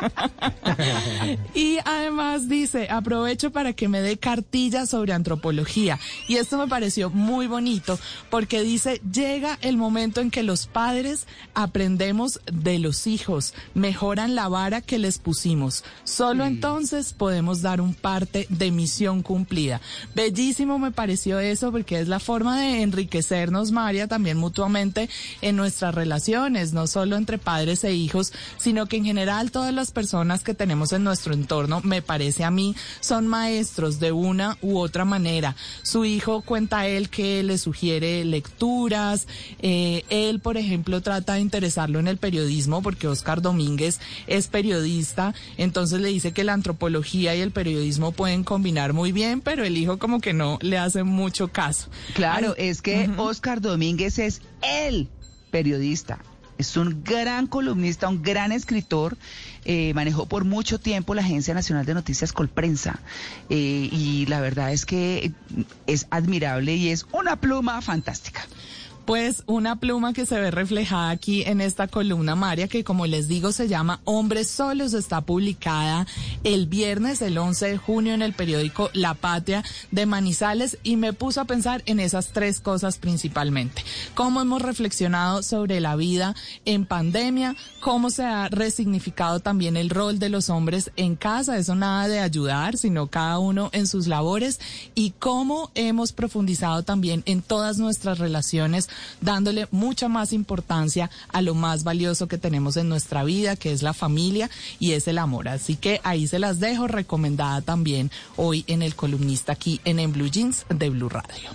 Speaker 20: Y además dice: aprovecho para que me dé cartillas sobre antropología. Y esto me pareció muy bonito, porque dice: llega el momento en que los padres aprendemos de los hijos, mejoran la vara que les pusimos. Solo sí. Entonces podemos dar un parte de misión cumplida. Bellísimo me pareció eso, porque es la forma de enriquecernos, María, también mutuamente en nuestras relaciones, no solo entre padres e hijos, sino que en general todas las personas que tenemos en nuestro entorno, me parece a mí, son maestros de una u otra manera. Su hijo, cuenta él, que le sugiere lecturas, eh, él por ejemplo trata de interesarlo en el periodismo, porque Óscar Domínguez es periodista, entonces le dice que la antropología y el periodismo pueden combinar muy bien, pero el hijo como que no le hace mucho caso.
Speaker 3: Claro,
Speaker 20: Ay,
Speaker 3: es que
Speaker 20: uh-huh.
Speaker 3: Óscar Domínguez es el periodista. Es un gran columnista, un gran escritor, eh, manejó por mucho tiempo la Agencia Nacional de Noticias Colprensa, eh, y la verdad es que es admirable y es una pluma fantástica.
Speaker 20: Pues una pluma que se ve reflejada aquí en esta columna, María, que como les digo se llama Hombres Solos, está publicada el viernes, el once de junio, en el periódico La Patria de Manizales, y me puso a pensar en esas tres cosas principalmente. Cómo hemos reflexionado sobre la vida en pandemia, cómo se ha resignificado también el rol de los hombres en casa, eso nada de ayudar, sino cada uno en sus labores, y cómo hemos profundizado también en todas nuestras relaciones, dándole mucha más importancia a lo más valioso que tenemos en nuestra vida, que es la familia y es el amor. Así que ahí se las dejo, recomendada también hoy en el columnista aquí en En Blue Jeans de Blue Radio.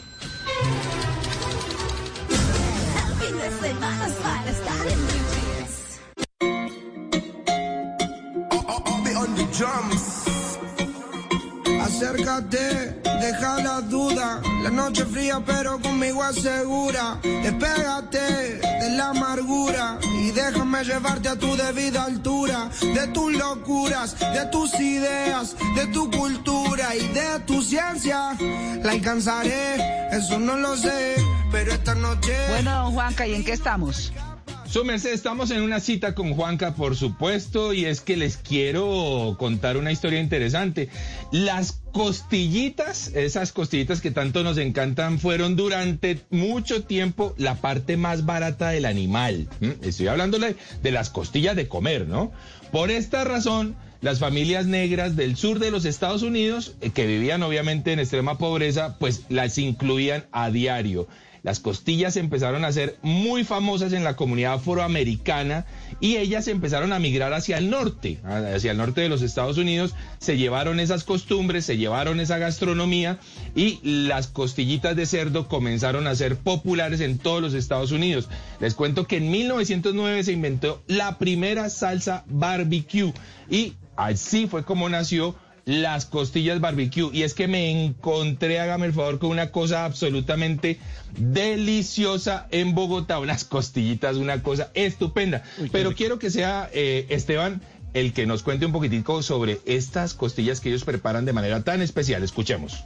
Speaker 2: Acércate, deja la duda, la noche fría pero conmigo asegura. Despégate de la amargura y déjame llevarte a tu debida altura. De tus locuras, de tus ideas, de tu cultura y de tu ciencia. La alcanzaré, eso no lo sé, pero esta noche...
Speaker 3: Bueno, don Juanca, ¿y en qué estamos?
Speaker 5: Su merced, estamos en una cita con Juanca, por supuesto, y es que les quiero contar una historia interesante. Las costillitas, esas costillitas que tanto nos encantan, fueron durante mucho tiempo la parte más barata del animal. ¿Mm? Estoy hablando de, de las costillas de comer, ¿no? Por esta razón, las familias negras del sur de los Estados Unidos, eh, que vivían obviamente en extrema pobreza, pues las incluían a diario. Las costillas empezaron a ser muy famosas en la comunidad afroamericana y ellas empezaron a migrar hacia el norte, hacia el norte de los Estados Unidos. Se llevaron esas costumbres, se llevaron esa gastronomía y las costillitas de cerdo comenzaron a ser populares en todos los Estados Unidos. Les cuento que en mil novecientos nueve se inventó la primera salsa barbecue y así fue como nació las costillas barbecue. Y es que me encontré, hágame el favor, con una cosa absolutamente deliciosa en Bogotá, unas costillitas, una cosa estupenda. Uy, pero rico. Quiero que sea eh, Esteban el que nos cuente un poquitico sobre estas costillas que ellos preparan de manera tan especial. Escuchemos.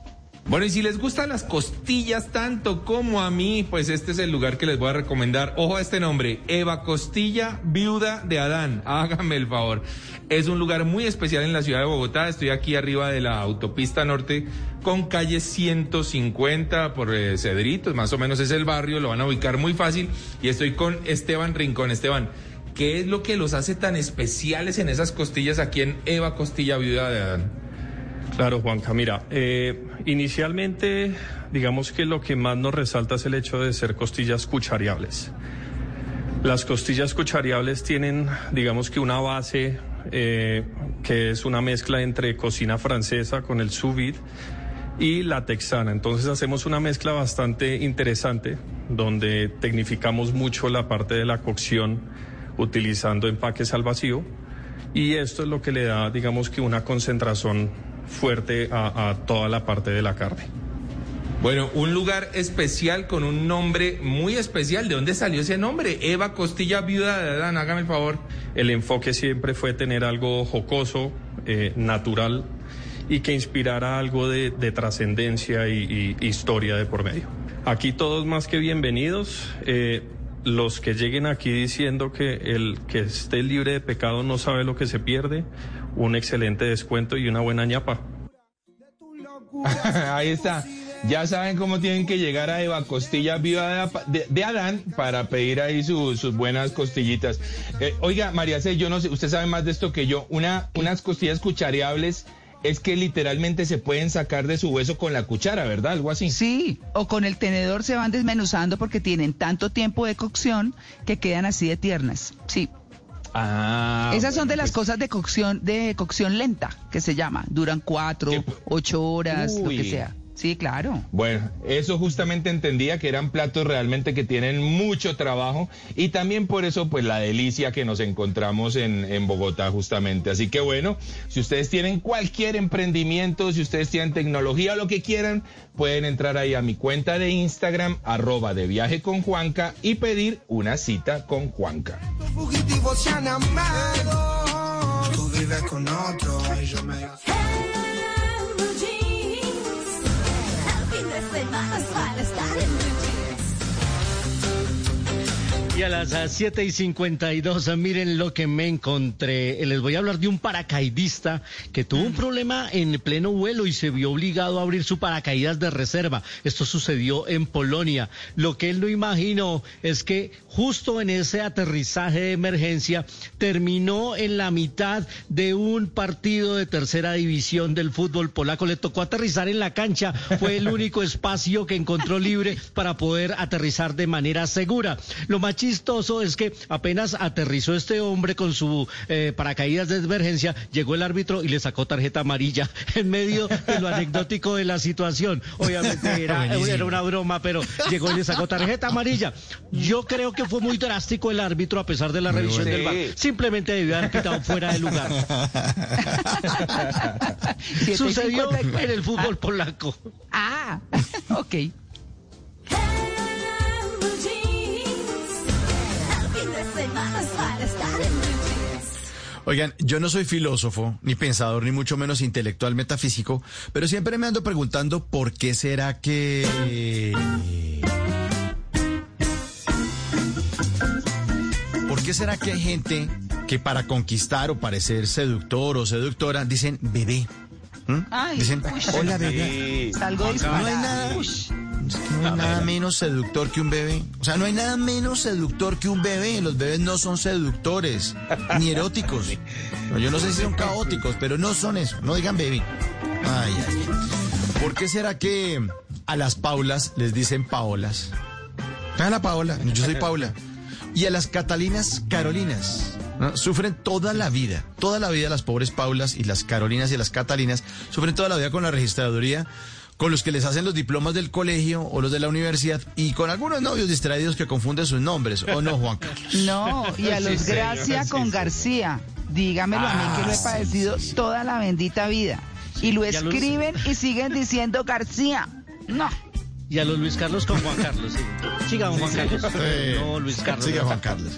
Speaker 5: Bueno, y si les gustan las costillas tanto como a mí, pues este es el lugar que les voy a recomendar. Ojo a este nombre, Eva Costilla, viuda de Adán. Háganme el favor. Es un lugar muy especial en la ciudad de Bogotá. Estoy aquí arriba de la autopista norte con calle ciento cincuenta por eh, Cedritos, más o menos es el barrio, lo van a ubicar muy fácil. Y estoy con Esteban Rincón. Esteban, ¿qué es lo que los hace tan especiales en esas costillas aquí en Eva Costilla, viuda de Adán?
Speaker 21: Claro, Juanca, mira, eh, inicialmente digamos que lo que más nos resalta es el hecho de ser costillas cuchareables. Las costillas cuchareables tienen, digamos que una base eh, que es una mezcla entre cocina francesa con el sous vide y la texana. Entonces hacemos una mezcla bastante interesante donde tecnificamos mucho la parte de la cocción utilizando empaques al vacío, y esto es lo que le da, digamos que una concentración fuerte a, a toda la parte de la carne.
Speaker 5: Bueno, un lugar especial con un nombre muy especial. ¿De dónde salió ese nombre? Eva Costilla, viuda de Adán, hágame el favor.
Speaker 21: El enfoque siempre fue tener algo jocoso, eh, natural, y que inspirara algo de, de trascendencia y, y historia de por medio. Aquí todos más que bienvenidos. Eh, los que lleguen aquí diciendo que el que esté libre de pecado no sabe lo que se pierde, un excelente descuento y una buena ñapa.
Speaker 5: Ahí está. Ya saben cómo tienen que llegar a Eva Costilla, viuda de, de, de Adán, para pedir ahí su, sus buenas costillitas. Eh, oiga, María C., yo no sé, usted sabe más de esto que yo. Una, unas costillas cuchareables es que literalmente se pueden sacar de su hueso con la cuchara, ¿verdad? Algo así.
Speaker 3: Sí, o con el tenedor se van desmenuzando porque tienen tanto tiempo de cocción que quedan así de tiernas. Sí.
Speaker 5: Ah,
Speaker 3: Esas son
Speaker 5: bueno,
Speaker 3: de las
Speaker 5: pues...
Speaker 3: cosas de cocción, de cocción lenta, que se llama. Duran cuatro, ocho horas,
Speaker 5: Uy.
Speaker 3: lo que sea. Sí, claro.
Speaker 5: Bueno, eso justamente entendía que eran platos realmente que tienen mucho trabajo, y también por eso pues la delicia que nos encontramos en, en Bogotá justamente. Así que bueno, si ustedes tienen cualquier emprendimiento, si ustedes tienen tecnología o lo que quieran, pueden entrar ahí a mi cuenta de Instagram, arroba de viaje con Juanca, y pedir una cita con Juanca.
Speaker 2: Fugitivos se han amado, tú vives con otro y yo me...
Speaker 6: Y a las siete y cincuenta y dos, miren lo que me encontré. Les voy a hablar de un paracaidista que tuvo un problema en pleno vuelo y se vio obligado a abrir su paracaídas de reserva. Esto sucedió en Polonia. Lo que él no imaginó es que justo en ese aterrizaje de emergencia terminó en la mitad de un partido de tercera división del fútbol polaco. Le tocó aterrizar en la cancha. Fue el único espacio que encontró libre para poder aterrizar de manera segura. Lo más chistoso es que apenas aterrizó este hombre con su eh, paracaídas de emergencia, llegó el árbitro y le sacó tarjeta amarilla en medio de lo anecdótico de la situación. Obviamente era, era una broma, pero llegó y le sacó tarjeta amarilla. Yo creo que fue muy drástico el árbitro a pesar de la muy revisión bueno. del V A R. Simplemente debió haber quitado fuera de lugar. Sucedió en el fútbol polaco.
Speaker 3: Ah, ok.
Speaker 4: Oigan, yo no soy filósofo, ni pensador, ni mucho menos intelectual metafísico, pero siempre me ando preguntando por qué será que... ¿Por qué será que hay gente que para conquistar o parecer seductor o seductora dicen bebé? ¿Mm?
Speaker 3: Ay,
Speaker 4: dicen,
Speaker 3: uy,
Speaker 4: hola bebé.
Speaker 3: Sí. Salgo disparada.
Speaker 4: No hay nada... Uy. Es que no hay nada menos seductor que un bebé. O sea, no hay nada menos seductor que un bebé. Los bebés no son seductores, ni eróticos. No, yo no sé si son caóticos, pero no son eso. No digan bebé. Ay, ay. ¿Por qué será que a las Paulas les dicen Paolas? A la Paola, yo soy Paula. Y a las Catalinas, Carolinas. ¿No? Sufren toda la vida, toda la vida las pobres Paulas y las Carolinas y las Catalinas, sufren toda la vida con la registraduría, con los que les hacen los diplomas del colegio o los de la universidad y con algunos novios distraídos que confunden sus nombres, ¿o no, Juan Carlos?
Speaker 3: No, y a los sí, Gracia sí, con sí, García. Dígamelo ah, a mí que lo he padecido sí, sí. toda la bendita vida. Y lo escriben los... y siguen diciendo García. No.
Speaker 6: Y a los Luis Carlos con Juan Carlos, sí. Siga Juan sí, Carlos. Sí.
Speaker 4: No, Luis Carlos. Siga Juan Carlos.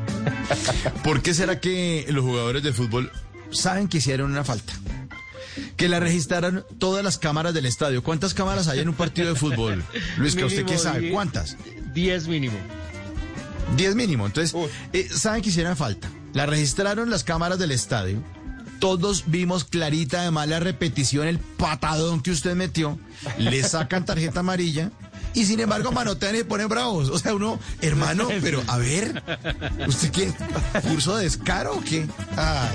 Speaker 4: ¿Por qué será que los jugadores de fútbol saben que hicieron una falta? Que la registraran todas las cámaras del estadio. ¿Cuántas cámaras hay en un partido de fútbol? Luis, que ¿usted qué sabe? ¿Cuántas?
Speaker 6: Diez mínimo.
Speaker 4: Diez mínimo. Entonces, eh, ¿saben que hicieron falta? La registraron las cámaras del estadio. Todos vimos clarita, además la repetición, el patadón que usted metió. Le sacan tarjeta amarilla. Y sin embargo manotean y se ponen bravos. O sea, uno, hermano, pero a ver, ¿usted qué? ¿Curso de descaro o qué? Ay.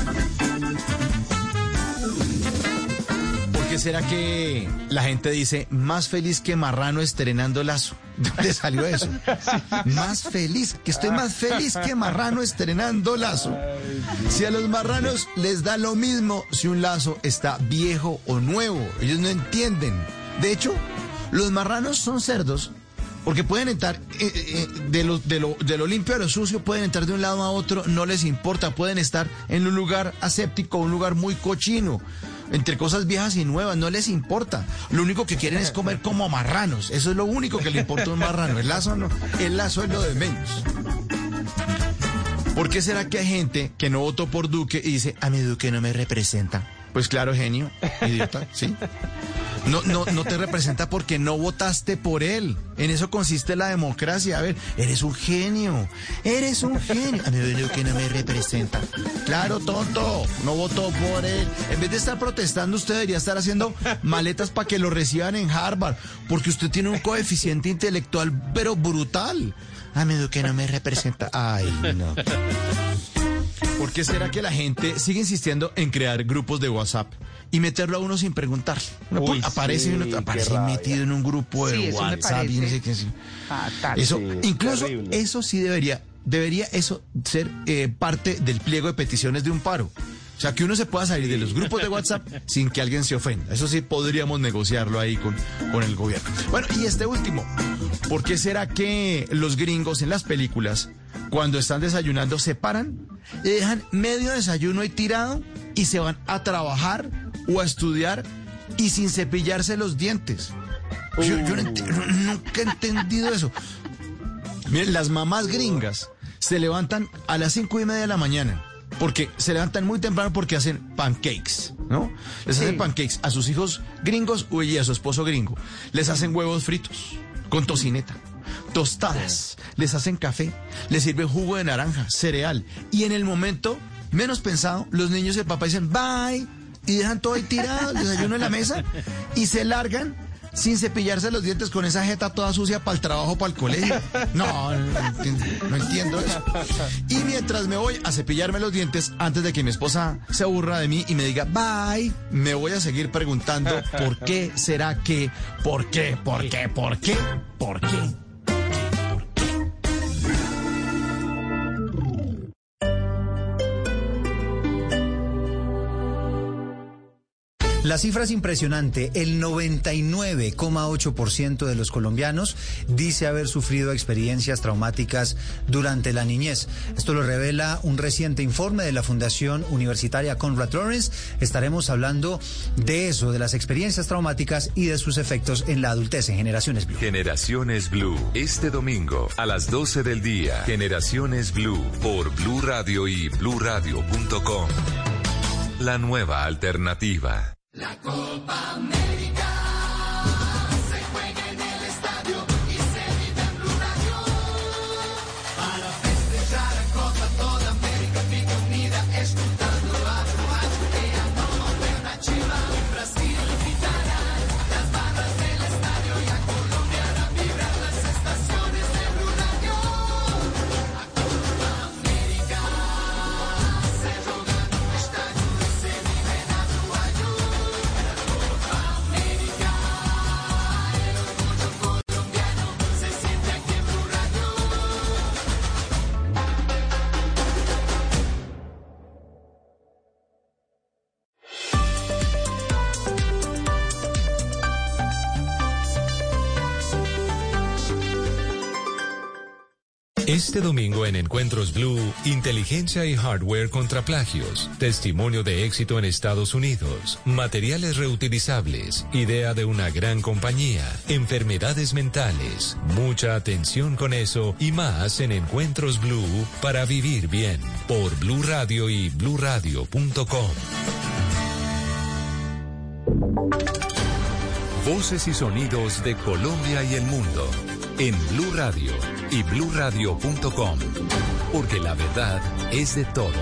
Speaker 4: ¿Por qué será que la gente dice más feliz que marrano estrenando lazo? ¿De dónde salió eso? Más feliz, que estoy más feliz que marrano estrenando lazo. Si a los marranos les da lo mismo si un lazo está viejo o nuevo, ellos no entienden. De hecho, los marranos son cerdos porque pueden entrar eh, eh, de, lo, de, lo, de lo limpio a lo sucio, pueden entrar de un lado a otro, no les importa, pueden estar en un lugar aséptico, un lugar muy cochino, entre cosas viejas y nuevas, no les importa. Lo único que quieren es comer como marranos, eso es lo único que le importa a un marrano, el lazo no, el lazo es lo de menos. ¿Por qué será que hay gente que no votó por Duque y dice, a mi Duque no me representa? Pues claro, genio, idiota, ¿sí? No, no, no te representa porque no votaste por él. En eso consiste la democracia. A ver, eres un genio. Eres un genio. A mí me que no me representa. Claro, tonto. No votó por él. En vez de estar protestando, usted debería estar haciendo maletas para que lo reciban en Harvard. Porque usted tiene un coeficiente intelectual, pero brutal. A mí que no me representa. Ay, no. ¿Por qué será que la gente sigue insistiendo en crear grupos de WhatsApp y meterlo a uno sin preguntarle? Uno Uy, aparece sí, uno aparece metido en un grupo de sí, WhatsApp y no sé qué. Sí. Fatal, eso, sí, incluso terrible. Eso sí debería, debería eso ser eh, parte del pliego de peticiones de un paro. O sea, que uno se pueda salir de los grupos de WhatsApp sin que alguien se ofenda. Eso sí podríamos negociarlo ahí con, con el gobierno. Bueno, y este último. ¿Por qué será que los gringos en las películas, cuando están desayunando, se paran y dejan medio desayuno ahí tirado y se van a trabajar o a estudiar y sin cepillarse los dientes? Yo, yo no ent- nunca he entendido eso. Miren, las mamás gringas se levantan a las cinco y media de la mañana. Porque se levantan muy temprano porque hacen pancakes, ¿no? Les sí. hacen pancakes a sus hijos gringos y a su esposo gringo. Les hacen huevos fritos con tocineta, tostadas, les hacen café, les sirven jugo de naranja, cereal. Y en el momento menos pensado, los niños y el papá dicen bye y dejan todo ahí tirado, el desayuno en la mesa y se largan sin cepillarse los dientes con esa jeta toda sucia para el trabajo, para el colegio. No, no, no, entiendo, no entiendo eso. Y mientras me voy a cepillarme los dientes, antes de que mi esposa se aburra de mí y me diga bye, me voy a seguir preguntando ¿por qué será que? ¿Por qué? ¿Por qué? ¿Por qué? ¿Por qué?
Speaker 8: La cifra es impresionante. El noventa y nueve coma ocho por ciento de los colombianos dice haber sufrido experiencias traumáticas durante la niñez. Esto lo revela un reciente informe de la Fundación Universitaria Konrad Lorenz. Estaremos hablando de eso, de las experiencias traumáticas y de sus efectos en la adultez en Generaciones Blue.
Speaker 1: Generaciones Blue, este domingo a las doce del día. Generaciones Blue por Blue Radio y blue radio punto com. La nueva alternativa.
Speaker 2: La Copa América se juega en el estadio y se vive en Blue Radio. Para festejar a Copa toda América fica unida, escutando a Uruguay que ganó de una chiva. Brasil gritará las barras del estadio y a Colombia hará vibrar las estaciones de Blue Radio. La Copa América se juega en un estadio y se vive en Uruguay.
Speaker 1: Este domingo en Encuentros Blue, inteligencia y hardware contra plagios, testimonio de éxito en Estados Unidos, materiales reutilizables, idea de una gran compañía, enfermedades mentales, mucha atención con eso y más en Encuentros Blue para vivir bien, por Blue Radio y blue radio punto com. Voces y sonidos de Colombia y el mundo en Blue Radio y blue radio punto com, porque la verdad es de todos.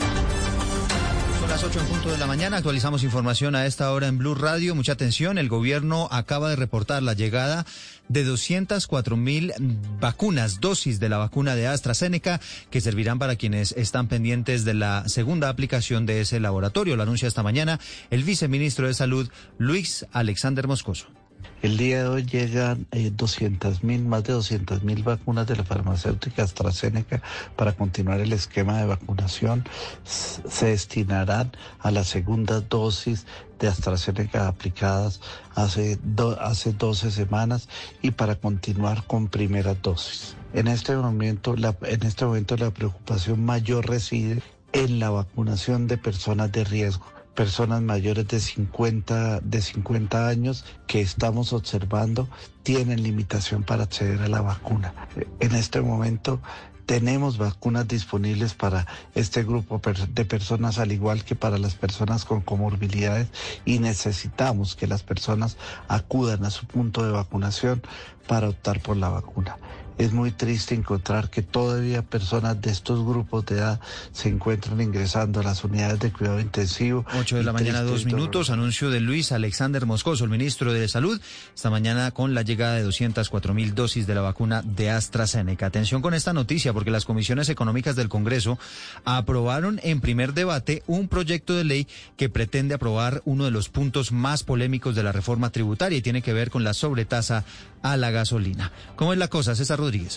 Speaker 8: Son las ocho en punto de la mañana, actualizamos información a esta hora en Blue Radio. Mucha atención, el gobierno acaba de reportar la llegada de doscientas cuatro mil vacunas, dosis de la vacuna de AstraZeneca, que servirán para quienes están pendientes de la segunda aplicación de ese laboratorio. Lo anuncia esta mañana el viceministro de Salud, Luis Alexander Moscoso.
Speaker 9: El día de hoy llegan eh, doscientas mil, más de doscientas mil vacunas de la farmacéutica AstraZeneca para continuar el esquema de vacunación. Se destinarán a la segunda dosis de AstraZeneca aplicadas hace, do, hace doce semanas y para continuar con primera dosis. En este momento, la, en este momento la preocupación mayor reside en la vacunación de personas de riesgo. Personas mayores de cincuenta, de cincuenta años que estamos observando tienen limitación para acceder a la vacuna. En este momento tenemos vacunas disponibles para este grupo de personas, al igual que para las personas con comorbilidades, y necesitamos que las personas acudan a su punto de vacunación para optar por la vacuna. Es muy triste encontrar que todavía personas de estos grupos de edad se encuentran ingresando a las unidades de cuidado intensivo.
Speaker 8: Ocho de la mañana, dos minutos. Anuncio de Luis Alexander Moscoso, el ministro de Salud, esta mañana con la llegada de doscientas cuatro mil dosis de la vacuna de AstraZeneca. Atención con esta noticia, porque las comisiones económicas del Congreso aprobaron en primer debate un proyecto de ley que pretende aprobar uno de los puntos más polémicos de la reforma tributaria y tiene que ver con la sobretasa a la gasolina. ¿Cómo es la cosa, César Rodríguez?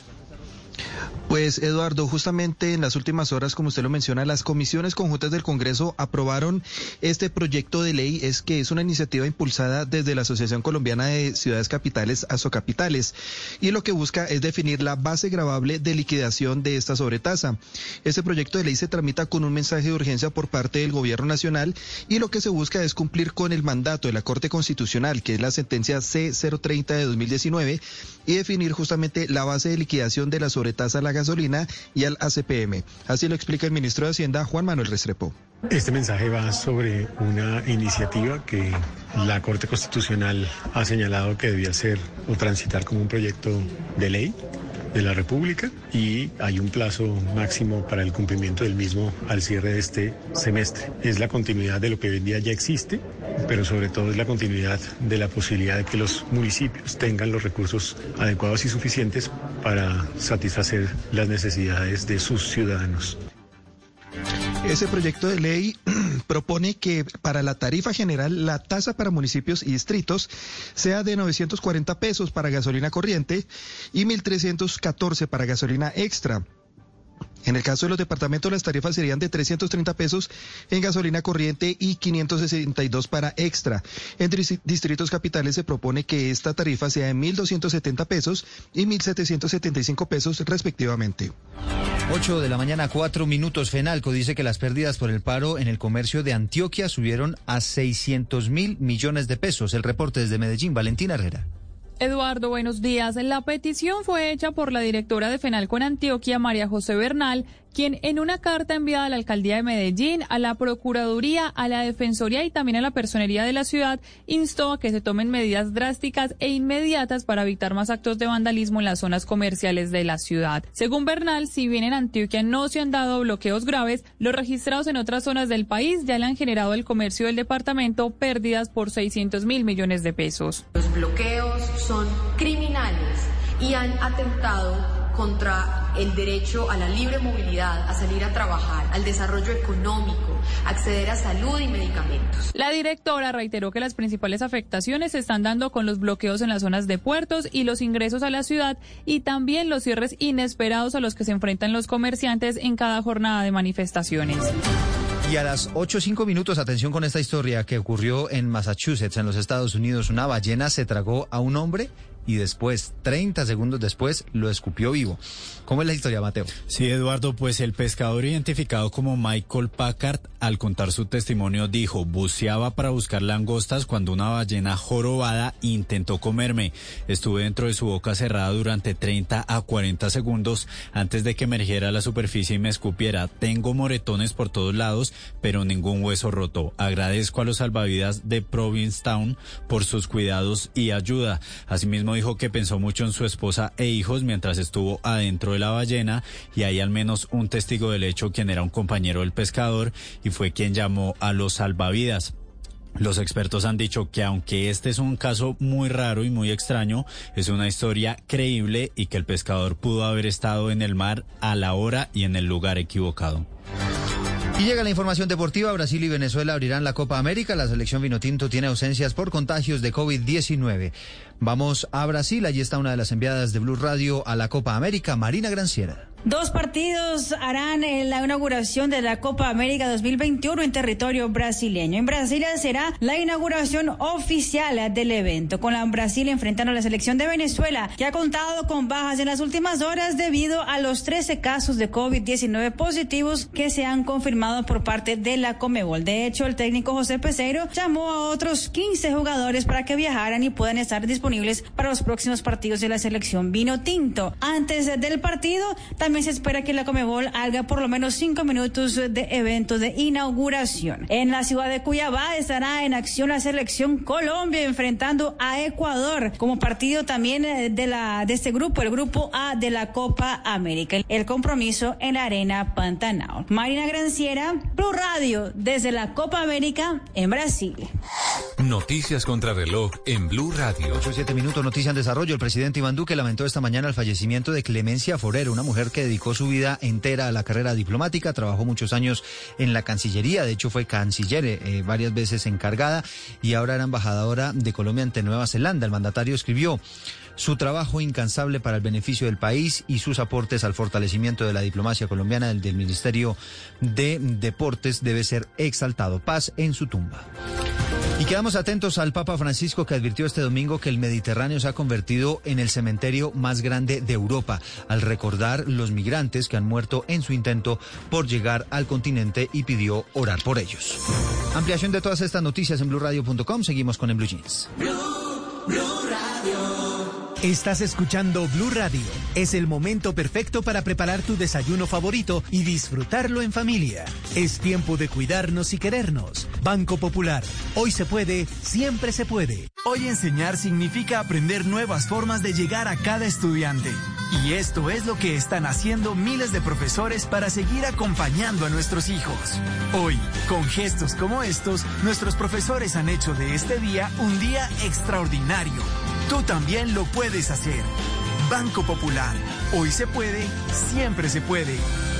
Speaker 22: Pues Eduardo, justamente en las últimas horas, como usted lo menciona, las comisiones conjuntas del Congreso aprobaron este proyecto de ley, es que es una iniciativa impulsada desde la Asociación Colombiana de Ciudades Capitales, Asocapitales, y lo que busca es definir la base gravable de liquidación de esta sobretasa. Este proyecto de ley se tramita con un mensaje de urgencia por parte del Gobierno Nacional y lo que se busca es cumplir con el mandato de la Corte Constitucional, que es la sentencia C cero treinta de dos mil diecinueve, y definir justamente la base de liquidación de la sobretasa a la gasolina y al A C P M. Así lo explica el ministro de Hacienda, Juan Manuel Restrepo.
Speaker 23: Este mensaje va sobre una iniciativa que la Corte Constitucional ha señalado que debía ser o transitar como un proyecto de ley de la República, y hay un plazo máximo para el cumplimiento del mismo al cierre de este semestre. Es la continuidad de lo que hoy en día ya existe, pero sobre todo es la continuidad de la posibilidad de que los municipios tengan los recursos adecuados y suficientes para satisfacer las necesidades de sus ciudadanos.
Speaker 22: Ese proyecto de ley propone que para la tarifa general la tasa para municipios y distritos sea de novecientos cuarenta pesos para gasolina corriente y mil trescientos catorce para gasolina extra. En el caso de los departamentos, las tarifas serían de trescientos treinta pesos en gasolina corriente y quinientos sesenta y dos para extra. En distritos capitales se propone que esta tarifa sea de mil doscientos setenta pesos y mil setecientos setenta y cinco pesos respectivamente.
Speaker 8: Ocho de la mañana, cuatro minutos. Fenalco dice que las pérdidas por el paro en el comercio de Antioquia subieron a seiscientos mil millones de pesos. El reporte desde Medellín, Valentina Herrera.
Speaker 24: Eduardo, buenos días. La petición fue hecha por la directora de Fenalco en Antioquia, María José Bernal, quien en una carta enviada a la Alcaldía de Medellín, a la Procuraduría, a la Defensoría y también a la Personería de la ciudad, instó a que se tomen medidas drásticas e inmediatas para evitar más actos de vandalismo en las zonas comerciales de la ciudad. Según Bernal, si bien en Antioquia no se han dado bloqueos graves, los registrados en otras zonas del país ya le han generado al comercio del departamento pérdidas por seiscientos mil millones de pesos.
Speaker 25: Los bloqueos son criminales y han atentado contra el derecho a la libre movilidad, a salir a trabajar, al desarrollo económico, acceder a salud y medicamentos.
Speaker 24: La directora reiteró que las principales afectaciones se están dando con los bloqueos en las zonas de puertos y los ingresos a la ciudad, y también los cierres inesperados a los que se enfrentan los comerciantes en cada jornada de manifestaciones.
Speaker 8: Y a las ocho cinco minutos, atención con esta historia que ocurrió en Massachusetts, en los Estados Unidos. Una ballena se tragó a un hombre y después, treinta segundos después, lo escupió vivo. ¿Cómo es la historia, Mateo?
Speaker 7: Sí, Eduardo, pues el pescador identificado como Michael Packard, al contar su testimonio, dijo: buceaba para buscar langostas cuando una ballena jorobada intentó comerme. Estuve dentro de su boca cerrada durante treinta a cuarenta segundos antes de que emergiera a la superficie y me escupiera. Tengo moretones por todos lados, pero ningún hueso roto. Agradezco a los salvavidas de Provincetown por sus cuidados y ayuda. Asimismo dijo que pensó mucho en su esposa e hijos mientras estuvo adentro de la ballena, y hay al menos un testigo del hecho quien era un compañero del pescador y fue quien llamó a los salvavidas. Los expertos han dicho que aunque este es un caso muy raro y muy extraño, es una historia creíble y que el pescador pudo haber estado en el mar a la hora y en el lugar equivocado.
Speaker 8: Y llega la información deportiva. Brasil y Venezuela abrirán la Copa América. La selección vinotinto tiene ausencias por contagios de COVID diecinueve. Vamos a Brasil. Allí está una de las enviadas de Blue Radio a la Copa América, Marina Granciera.
Speaker 10: Dos partidos harán la inauguración de la Copa América dos mil veintiuno en territorio brasileño. En Brasilia será la inauguración oficial del evento, con la Brasil enfrentando a la selección de Venezuela, que ha contado con bajas en las últimas horas debido a los trece casos de COVID diecinueve positivos que se han confirmado por parte de la Conmebol. De hecho, el técnico José Peseiro llamó a otros quince jugadores para que viajaran y puedan estar disponibles para los próximos partidos de la selección vinotinto. Antes del partido, también se espera que la Conmebol haga por lo menos cinco minutos de evento de inauguración. En la ciudad de Cuiabá estará en acción la selección Colombia enfrentando a Ecuador como partido también de la de este grupo, el grupo A de la Copa América. El compromiso en la Arena Pantanal. Marina Granciera, Blue Radio, desde la Copa América en Brasil.
Speaker 1: Noticias contra reloj en Blue Radio.
Speaker 8: ocho, siete minutos, noticia en desarrollo. El presidente Iván Duque lamentó esta mañana el fallecimiento de Clemencia Forero, una mujer que dedicó su vida entera a la carrera diplomática, trabajó muchos años en la Cancillería, de hecho fue canciller eh, varias veces encargada y ahora era embajadora de Colombia ante Nueva Zelanda. El mandatario escribió: su trabajo incansable para el beneficio del país y sus aportes al fortalecimiento de la diplomacia colombiana del, del Ministerio de Deportes debe ser exaltado. Paz en su tumba. Y quedamos atentos al Papa Francisco, que advirtió este domingo que el Mediterráneo se ha convertido en el cementerio más grande de Europa, al recordar los migrantes que han muerto en su intento por llegar al continente, y pidió orar por ellos. Ampliación de todas estas noticias en blue radio punto com. Seguimos con el Blue Jeans.
Speaker 2: Blue, Blue Radio.
Speaker 11: Estás escuchando Blue Radio. Es el momento perfecto para preparar tu desayuno favorito y disfrutarlo en familia. Es tiempo de cuidarnos y querernos. Banco Popular. Hoy se puede, siempre se puede.
Speaker 13: Hoy enseñar significa aprender nuevas formas de llegar a cada estudiante. Y esto es lo que están haciendo miles de profesores para seguir acompañando a nuestros hijos. Hoy, con gestos como estos, nuestros profesores han hecho de este día un día extraordinario. Tú también lo puedes hacer. Banco Popular. Hoy se puede, siempre se puede.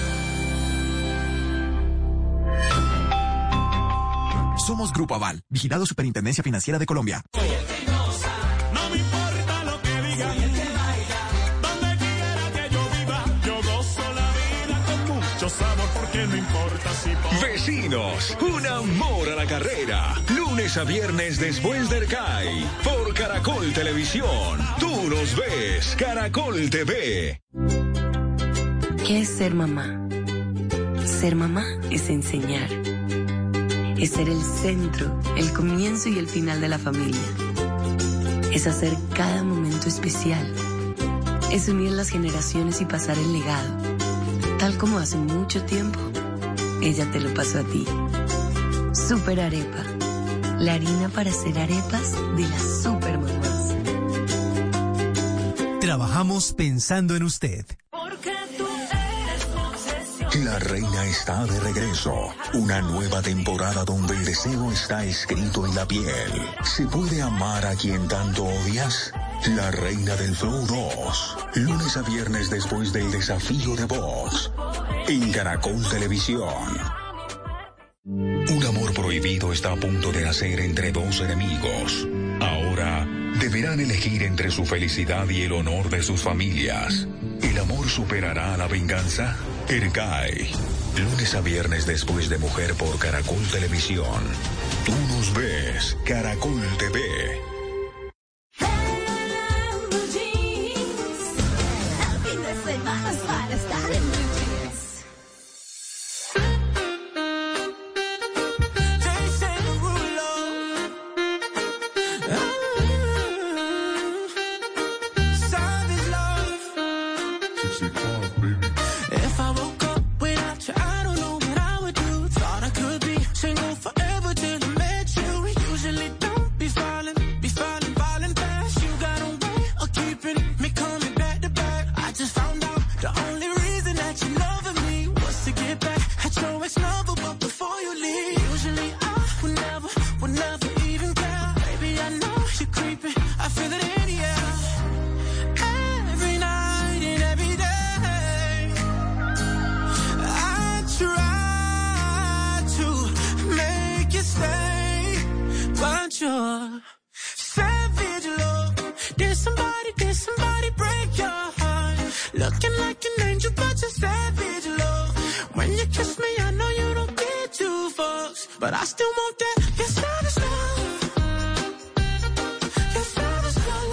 Speaker 14: Somos Grupo Aval, vigilado Superintendencia Financiera de Colombia.
Speaker 2: No me importa lo que digan, donde quiera que yo viva, yo gozo la vida con mucho sabor, porque no importa si...
Speaker 12: Vecinos, un amor a la carrera. Lunes a viernes después del C A I, por Caracol Televisión. Tú nos ves, Caracol T V.
Speaker 26: ¿Qué es ser mamá? Ser mamá es enseñar. Es ser el centro, el comienzo y el final de la familia. Es hacer cada momento especial. Es unir las generaciones y pasar el legado. Tal como hace mucho tiempo, ella te lo pasó a ti. Super Arepa. La harina para hacer arepas de las super mamás.
Speaker 11: Trabajamos pensando en usted.
Speaker 12: La reina está de regreso. Una nueva temporada donde el deseo está escrito en la piel. ¿Se puede amar a quien tanto odias? La reina del Flow dos. Lunes a viernes después del desafío de Vox. En Caracol Televisión. Un amor prohibido está a punto de nacer entre dos enemigos. Ahora deberán elegir entre su felicidad y el honor de sus familias. ¿El amor superará a la venganza? Ercai. Lunes a viernes después de Mujer por Caracol Televisión. Tú nos ves, Caracol T V.
Speaker 2: sexy talk, baby. If I woke up without you, I don't know what I would do. Thought I could be single forever till I met you. Usually don't be falling, be falling, falling fast. You got a way of keeping me coming back to back. I just found out the only reason that you loving me was to get back at your ex-lover, but before you leave, usually I would never, would never even care. Baby, I know you're creeping, I feel it in the air. Every night and every day, I try to make you stay, but you're savage love. Did somebody, did somebody break your heart? Looking like an angel, but you're savage love. When you kiss me, I know you don't get two fucks, but I still want that. You're savage love. You're savage love,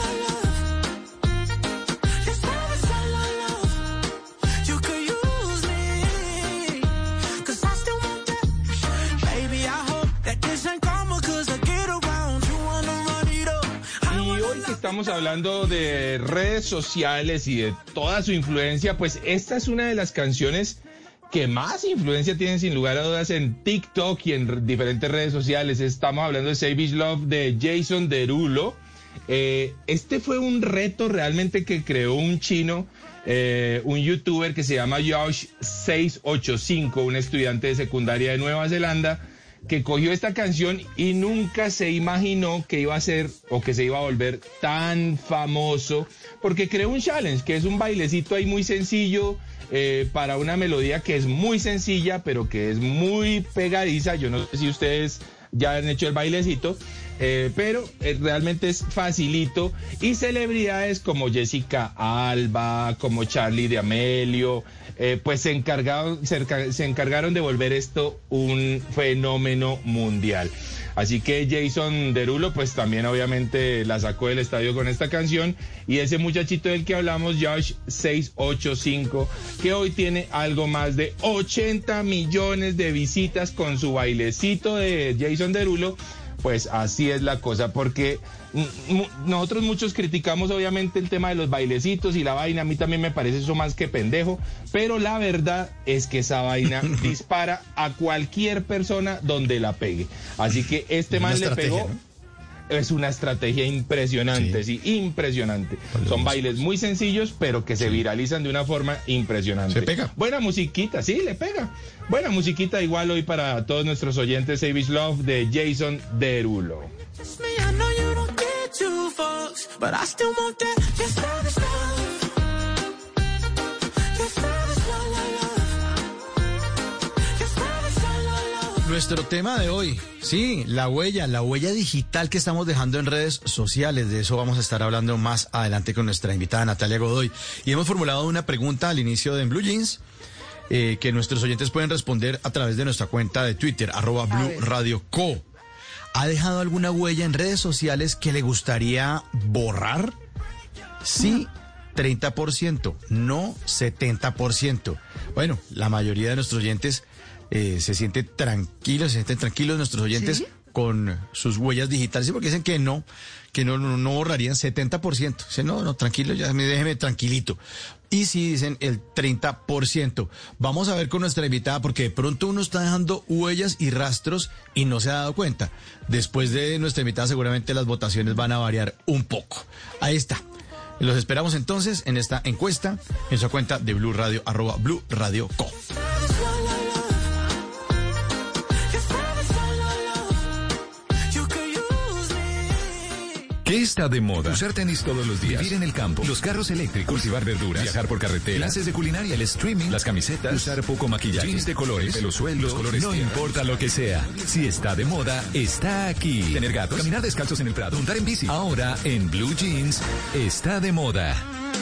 Speaker 2: love. You're savage love, love. You could use me, 'cause I still want that. Baby, I hope that this ain't karma, 'cause I get around. You wanna run it up.
Speaker 5: Y hoy que estamos hablando de redes sociales y de toda su influencia, pues esta es una de las canciones que más influencia tienen sin lugar a dudas en TikTok y en diferentes redes sociales. Estamos hablando de Savage Love de Jason Derulo. Eh, este fue un reto realmente que creó un chino, eh, un youtuber que se llama Josh seis ocho cinco, un estudiante de secundaria de Nueva Zelanda, que cogió esta canción y nunca se imaginó que iba a ser o que se iba a volver tan famoso, porque creó un challenge, que es un bailecito ahí muy sencillo, eh, para una melodía que es muy sencilla, pero que es muy pegadiza. Yo no sé si ustedes ya han hecho el bailecito, eh, pero eh, realmente es facilito, y celebridades como Jessica Alba, como Charlie D'Amelio, eh, pues se encargaron, se, se encargaron de volver esto un fenómeno mundial. Así que Jason Derulo pues también obviamente la sacó del estadio con esta canción, y ese muchachito del que hablamos, Josh seis ocho cinco, que hoy tiene algo más de ochenta millones de visitas con su bailecito de Jason Derulo. Pues así es la cosa, porque nosotros muchos criticamos obviamente el tema de los bailecitos y la vaina. A mí también me parece eso más que pendejo, pero la verdad es que esa vaina dispara a cualquier persona donde la pegue. Así que este man le pegó, ¿no? Es una estrategia impresionante, sí, sí impresionante. Son bailes muy sencillos, pero que se sí. viralizan de una forma impresionante.
Speaker 4: Se pega.
Speaker 5: Buena musiquita, sí, le pega. Buena musiquita igual hoy para todos nuestros oyentes. Savage Love de Jason Derulo.
Speaker 4: Nuestro tema de hoy, sí, la huella, la huella digital que estamos dejando en redes sociales. De eso vamos a estar hablando más adelante con nuestra invitada Natalia Godoy. Y hemos formulado una pregunta al inicio de En Blue Jeans, eh, que nuestros oyentes pueden responder a través de nuestra cuenta de Twitter, arroba Blue Radio Co. ¿Ha dejado alguna huella en redes sociales que le gustaría borrar? Sí, treinta por ciento, no setenta por ciento. Bueno, la mayoría de nuestros oyentes Eh, se sienten tranquilos, se sienten tranquilos nuestros oyentes, ¿sí?, con sus huellas digitales, ¿sí? Porque dicen que no, que no, no, no borrarían setenta por ciento. Dicen, no, no, tranquilo, ya déjeme tranquilito. Y sí dicen el treinta por ciento. Vamos a ver con nuestra invitada, porque de pronto uno está dejando huellas y rastros y no se ha dado cuenta. Después de nuestra invitada seguramente las votaciones van a variar un poco. Ahí está. Los esperamos entonces en esta encuesta en su cuenta de Blue Radio, arroba Blue Radio Co.
Speaker 1: ¿Qué está de moda? Usar tenis todos los días, vivir en el campo, los carros eléctricos, cultivar verduras, viajar por carretera, clases de culinaria, el streaming, las camisetas, usar poco maquillaje, jeans de colores, pelo suelto, los colores, no tierra. Importa lo que sea. Si está de moda, está aquí. Tener gatos, caminar descalzos en el prado, montar en bici. Ahora, en Blue Jeans, está de moda.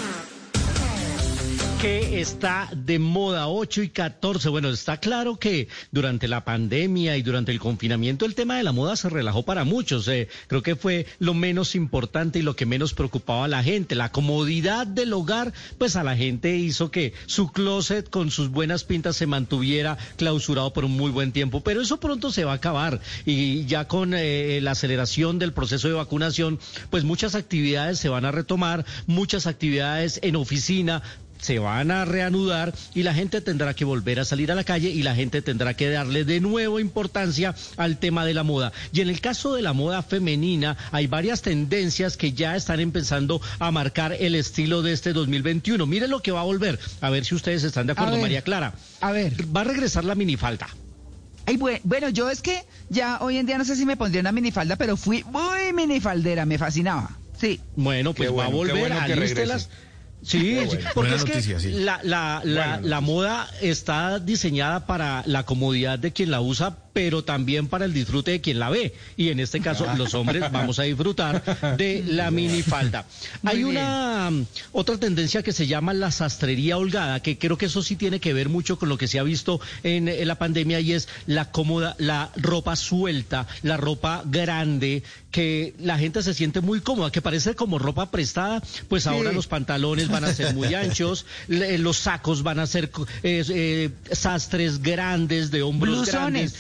Speaker 6: Que está de moda, ocho y catorce. Bueno, está claro que durante la pandemia y durante el confinamiento el tema de la moda se relajó para muchos. Eh, creo que fue lo menos importante y lo que menos preocupaba a la gente. La comodidad del hogar, pues a la gente hizo que su closet con sus buenas pintas se mantuviera clausurado por un muy buen tiempo. Pero eso pronto se va a acabar, y ya con eh, la aceleración del proceso de vacunación, pues muchas actividades se van a retomar, muchas actividades en oficina se van a reanudar y la gente tendrá que volver a salir a la calle y la gente tendrá que darle de nuevo importancia al tema de la moda. Y en el caso de la moda femenina, hay varias tendencias que ya están empezando a marcar el estilo de este dos mil veintiuno. Miren lo que va a volver, a ver si ustedes están de acuerdo, María Clara.
Speaker 3: A ver.
Speaker 6: Va a regresar la minifalda.
Speaker 3: Ay, bueno, yo es que ya hoy en día no sé si me pondría una minifalda, pero fui muy minifaldera, me fascinaba. Sí.
Speaker 6: Bueno, pues
Speaker 5: qué
Speaker 6: va
Speaker 5: bueno,
Speaker 6: a volver,
Speaker 5: bueno
Speaker 6: alístelas. Sí,
Speaker 5: bueno.
Speaker 6: porque
Speaker 4: Buena
Speaker 6: es
Speaker 4: noticia,
Speaker 6: que
Speaker 4: sí.
Speaker 6: la, la, la, la moda está diseñada para la comodidad de quien la usa, pero también para el disfrute de quien la ve. Y en este caso, los hombres vamos a disfrutar de la minifalda.
Speaker 3: Muy
Speaker 6: Hay
Speaker 3: bien.
Speaker 6: una um, otra tendencia que se llama la sastrería holgada, que creo que eso sí tiene que ver mucho con lo que se ha visto en, en la pandemia, y es la cómoda, la ropa suelta, la ropa grande, que la gente se siente muy cómoda, que parece como ropa prestada. Pues ahora
Speaker 3: Sí.
Speaker 6: los pantalones van a ser muy anchos, le- los sacos van a ser eh, eh, sastres grandes, de hombros
Speaker 3: Blusones.
Speaker 6: grandes.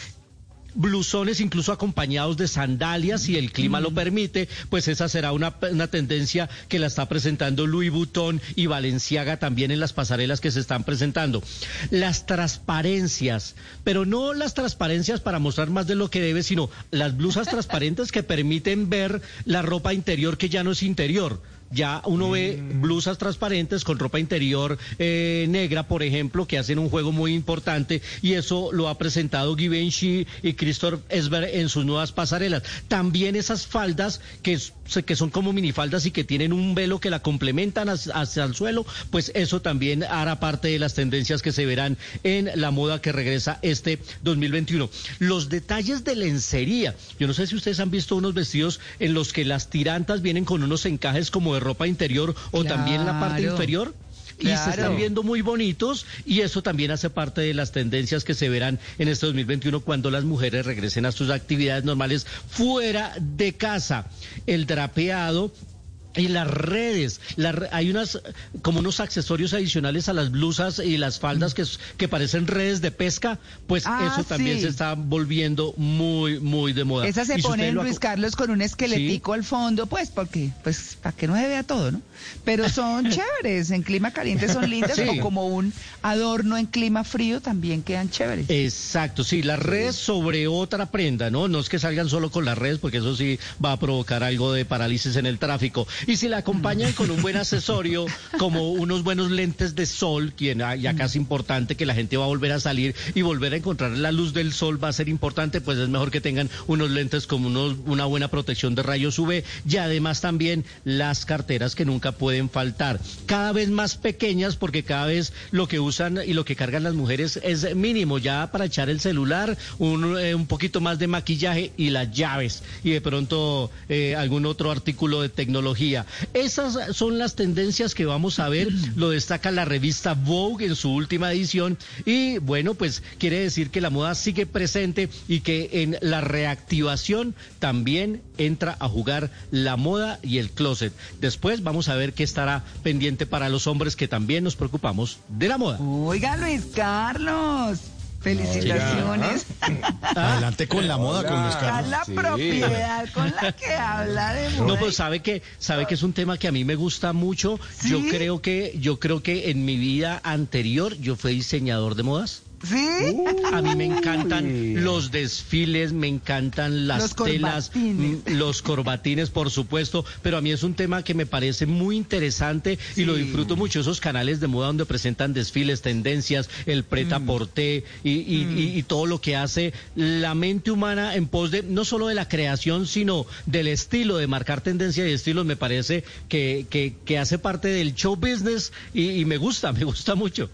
Speaker 6: Blusones incluso acompañados de sandalias, si el clima lo permite, pues esa será una, una tendencia que la está presentando Louis Vuitton y Balenciaga también en las pasarelas que se están presentando. Las transparencias, pero no las transparencias para mostrar más de lo que debe, sino las blusas transparentes que permiten ver la ropa interior que ya no es interior. Ya uno ve blusas transparentes con ropa interior eh, negra, por ejemplo, que hacen un juego muy importante, y eso lo ha presentado Givenchy y Christoph Esber en sus nuevas pasarelas. También esas faldas que, que son como minifaldas y que tienen un velo que la complementan hacia, hacia el suelo, pues eso también hará parte de las tendencias que se verán en la moda que regresa este dos mil veintiuno. Los detalles de lencería. Yo no sé si ustedes han visto unos vestidos en los que las tirantas vienen con unos encajes como de ropa interior o
Speaker 3: Claro.
Speaker 6: también la parte inferior. Y se
Speaker 3: Claro.
Speaker 6: están viendo muy bonitos, y eso también hace parte de las tendencias que se verán en este dos mil veintiuno cuando las mujeres regresen a sus actividades normales fuera de casa. El drapeado y las redes, la re- hay unas como unos accesorios adicionales a las blusas y las faldas que, s- que parecen redes de pesca, pues
Speaker 3: Ah,
Speaker 6: eso también
Speaker 3: sí.
Speaker 6: se está volviendo muy, muy de moda.
Speaker 3: Esas se
Speaker 6: Y si
Speaker 3: ponen,
Speaker 6: usted lo
Speaker 3: Luis
Speaker 6: aco-
Speaker 3: Carlos, con un esqueletico al fondo, pues, porque, pues, para que no se vea todo, ¿no? Pero son chéveres, en clima caliente son lindas,
Speaker 6: Sí.
Speaker 3: o como un adorno en clima frío también quedan chéveres.
Speaker 6: Exacto, sí, las redes sobre otra prenda, ¿no? No es que salgan solo con las redes, porque eso sí va a provocar algo de parálisis en el tráfico. Y si la acompañan con un buen accesorio, como unos buenos lentes de sol, que ya casi importante, que la gente va a volver a salir y volver a encontrar la luz del sol va a ser importante, pues es mejor que tengan unos lentes con unos, una buena protección de rayos U V, y además también las carteras que nunca pueden faltar. Cada vez más pequeñas, porque cada vez lo que usan y lo que cargan las mujeres es mínimo, ya para echar el celular, un, eh, un poquito más de maquillaje y las llaves, y de pronto eh, algún otro artículo de tecnología. Esas son las tendencias que vamos a ver, lo destaca la revista Vogue en su última edición, y bueno, pues quiere decir que la moda sigue presente y que en la reactivación también entra a jugar la moda y el closet. Después vamos a ver qué estará pendiente para los hombres, que también nos preocupamos de la moda.
Speaker 3: Oiga, Luis Carlos, felicitaciones.
Speaker 4: Adelante con la moda, con Luis
Speaker 3: Está
Speaker 4: Carlos.
Speaker 3: la
Speaker 4: Sí.
Speaker 3: propiedad con la que habla de moda.
Speaker 6: No, pues sabe que sabe que es un tema que a mí me gusta mucho.
Speaker 3: ¿Sí?
Speaker 6: Yo creo que yo creo que en mi vida anterior yo fui diseñador de modas.
Speaker 3: ¿Sí?
Speaker 6: A mí me encantan los desfiles, me encantan las
Speaker 3: Los
Speaker 6: telas,
Speaker 3: corbatines.
Speaker 6: mm, los corbatines, por supuesto, pero a mí es un tema que me parece muy interesante y lo disfruto mucho, esos canales de moda donde presentan desfiles, tendencias, el prêt-à-porter y, y,
Speaker 3: Mm.
Speaker 6: y, y todo lo que hace la mente humana en pos de, no solo de la creación, sino del estilo, de marcar tendencia y estilos. Me parece que, que, que hace parte del show business y, y me gusta, me gusta mucho.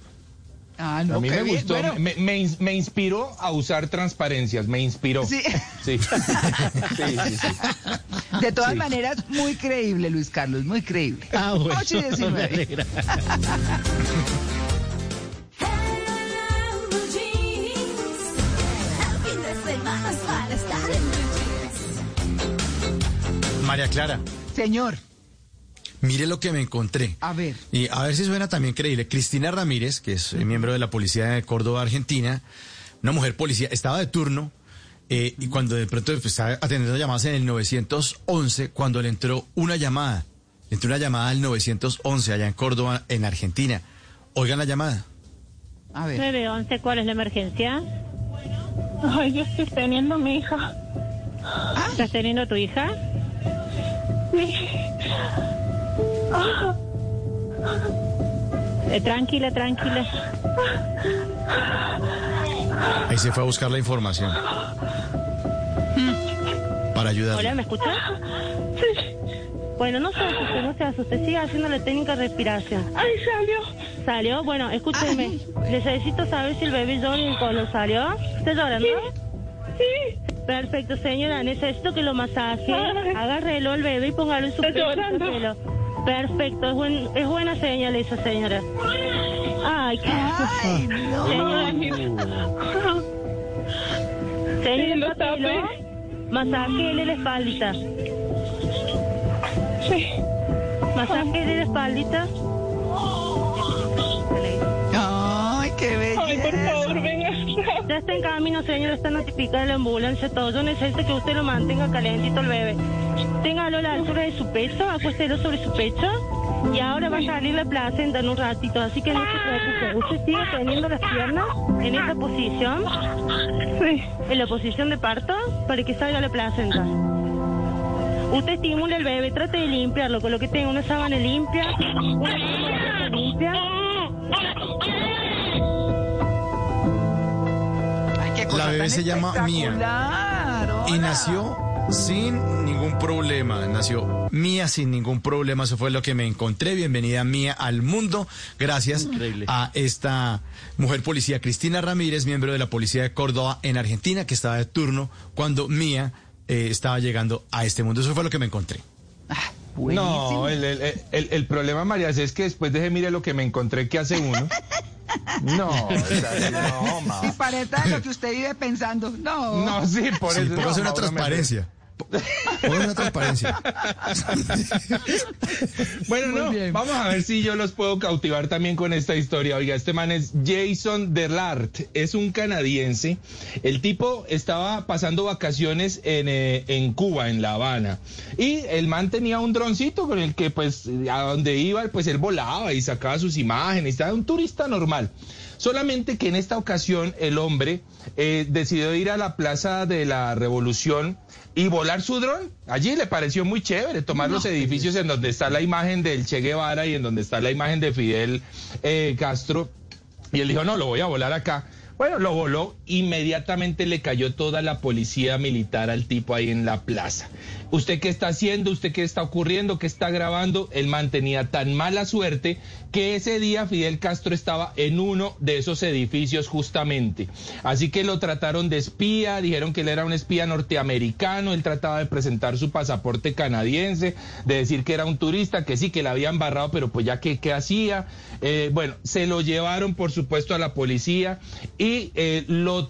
Speaker 3: Ah,
Speaker 5: A
Speaker 3: no,
Speaker 5: mí
Speaker 3: qué
Speaker 5: me
Speaker 3: bien.
Speaker 5: gustó,
Speaker 3: Bueno,
Speaker 5: me, me, ins- me inspiró a usar transparencias, me inspiró.
Speaker 3: Sí.
Speaker 5: Sí. Sí, sí, sí.
Speaker 3: de todas
Speaker 5: Sí.
Speaker 3: maneras, muy creíble, Luis Carlos, muy creíble.
Speaker 6: Ah, bueno,
Speaker 3: ocho y
Speaker 6: me
Speaker 3: diecinueve.
Speaker 6: alegra.
Speaker 4: María Clara,
Speaker 3: Señor,
Speaker 4: mire lo que me encontré.
Speaker 3: a ver.
Speaker 4: Y a ver si suena también creíble. Cristina Ramírez, que es eh, miembro de la policía de Córdoba, Argentina, una mujer policía, estaba de turno eh, y cuando de pronto pues, estaba atendiendo llamadas en el nueve once, cuando le entró una llamada, le entró una llamada al nueve once allá en Córdoba, en Argentina. Oigan la llamada.
Speaker 3: A ver.
Speaker 15: nueve once, ¿cuál es la emergencia?
Speaker 16: Ay, yo estoy teniendo a mi hija.
Speaker 15: ¿Estás teniendo a tu hija?
Speaker 16: Sí. Ah.
Speaker 15: Eh, tranquila, tranquila.
Speaker 4: Ahí se fue a buscar la información. Para ayudar.
Speaker 15: Hola, ¿me escuchas?
Speaker 16: Sí.
Speaker 15: Bueno, no se asuste, no se asuste. Siga haciendo la técnica de respiración.
Speaker 16: Ay, salió.
Speaker 15: ¿Salió? Bueno, escúcheme. Ay. Necesito saber si el bebé llora y cuando salió. ¿Está llorando?
Speaker 16: Sí. Sí.
Speaker 15: Perfecto, señora. Necesito que lo masaje. Agárrelo al bebé y póngalo en su pelo. Perfecto. Es, buen, es buena señal esa, señora. Ay, qué...
Speaker 3: Ay, no.
Speaker 15: Señora. Señora, pelo. Masajele la espaldita.
Speaker 16: Sí.
Speaker 15: Masajele la espaldita.
Speaker 3: Ay, qué belleza.
Speaker 16: Ay, por favor, venga.
Speaker 15: Ya está en camino, señora, está notificada la ambulancia, todo. Yo necesito que usted lo mantenga calentito el bebé. Téngalo a la altura de su pecho, acuéstelo sobre su pecho. Y ahora va a salir la placenta en un ratito, así que no se preocupe. Usted sigue teniendo las piernas en esa posición.
Speaker 16: Sí.
Speaker 15: En la posición de parto, para que salga la placenta. Usted estimula al bebé, trate de limpiarlo, con lo que tenga una sábana limpia, una sábana limpia.
Speaker 4: La bebé se llama Mía y
Speaker 3: hola.
Speaker 4: nació sin ningún problema, nació Mía sin ningún problema, eso fue lo que me encontré. Bienvenida Mía al mundo, gracias Increíble. a esta mujer policía, Cristina Ramírez, miembro de la Policía de Córdoba en Argentina, que estaba de turno cuando Mía eh, estaba llegando a este mundo, eso fue lo que me encontré.
Speaker 3: Ah,
Speaker 5: no, el, el, el, el problema, María, es que después de mire lo que me encontré que hace uno. No, o sea, no, ma.
Speaker 3: Y pareta de lo que usted vive pensando. No.
Speaker 5: No, sí, por
Speaker 4: sí,
Speaker 5: eso.
Speaker 4: Póngase
Speaker 5: no,
Speaker 4: una transparencia. Póngase una transparencia.
Speaker 5: Bueno, no, vamos a ver si yo los puedo cautivar también con esta historia. Oiga, este man es Jason Delart, es un canadiense. El tipo estaba pasando vacaciones en, eh, en Cuba, en La Habana. Y el man tenía un droncito con el que, pues, a donde iba, pues él volaba y sacaba sus imágenes. Estaba un turista normal. Solamente que en esta ocasión el hombre eh, decidió ir a la Plaza de la Revolución y volar su dron. Allí le pareció muy chévere tomar no, los edificios en donde está la imagen del Che Guevara y en donde está la imagen de Fidel eh, Castro. Y él dijo, no, lo voy a volar acá. Bueno, lo voló, inmediatamente le cayó toda la policía militar al tipo ahí en la plaza. ¿Usted qué está haciendo? ¿Usted qué está ocurriendo? ¿Qué está grabando? Él man tenía tan mala suerte que ese día Fidel Castro estaba en uno de esos edificios justamente. Así que lo trataron de espía, dijeron que él era un espía norteamericano, él trataba de presentar su pasaporte canadiense, de decir que era un turista, que sí, que la habían barrado, pero pues ya que, ¿qué hacía? Eh, bueno, se lo llevaron, por supuesto, a la policía y eh, lo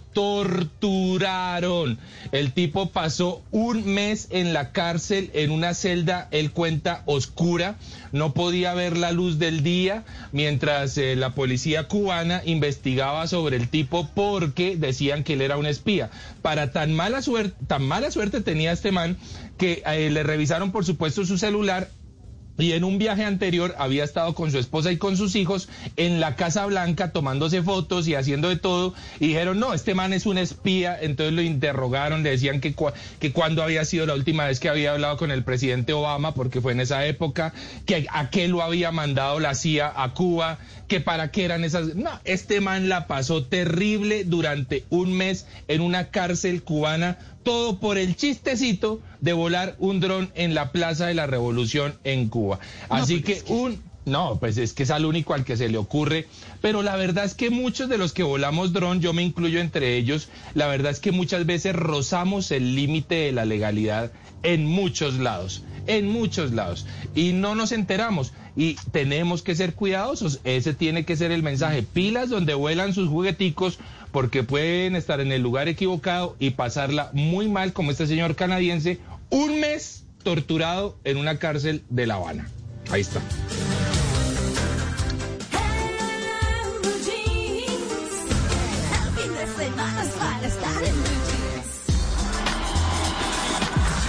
Speaker 5: torturaron. El tipo pasó un mes en la cárcel, en una celda, él cuenta, oscura, no podía ver la luz del día, mientras eh, la policía cubana investigaba sobre el tipo porque decían que él era un espía. Para tan mala suerte, tan mala suerte tenía este man que eh, le revisaron, por supuesto, su celular. Y en un viaje anterior había estado con su esposa y con sus hijos en la Casa Blanca tomándose fotos y haciendo de todo. Y dijeron, no, este man es un espía. Entonces lo interrogaron, le decían que, cu que cuándo había sido la última vez que había hablado con el presidente Obama, porque fue en esa época, que a qué lo había mandado la C I A a Cuba, que para qué eran esas... No, este man la pasó terrible durante un mes en una cárcel cubana, todo por el chistecito de volar un dron en la Plaza de la Revolución en Cuba. Así no, pues que un... No, pues es que es al único al que se le ocurre, pero la verdad es que muchos de los que volamos dron, yo me incluyo entre ellos, la verdad es que muchas veces rozamos el límite de la legalidad en muchos lados, en muchos lados, y no nos enteramos. Y tenemos que ser cuidadosos, ese tiene que ser el mensaje. Pilas donde vuelan sus jugueticos, porque pueden estar en el lugar equivocado y pasarla muy mal, como este señor canadiense, un mes torturado en una cárcel de La Habana. Ahí está.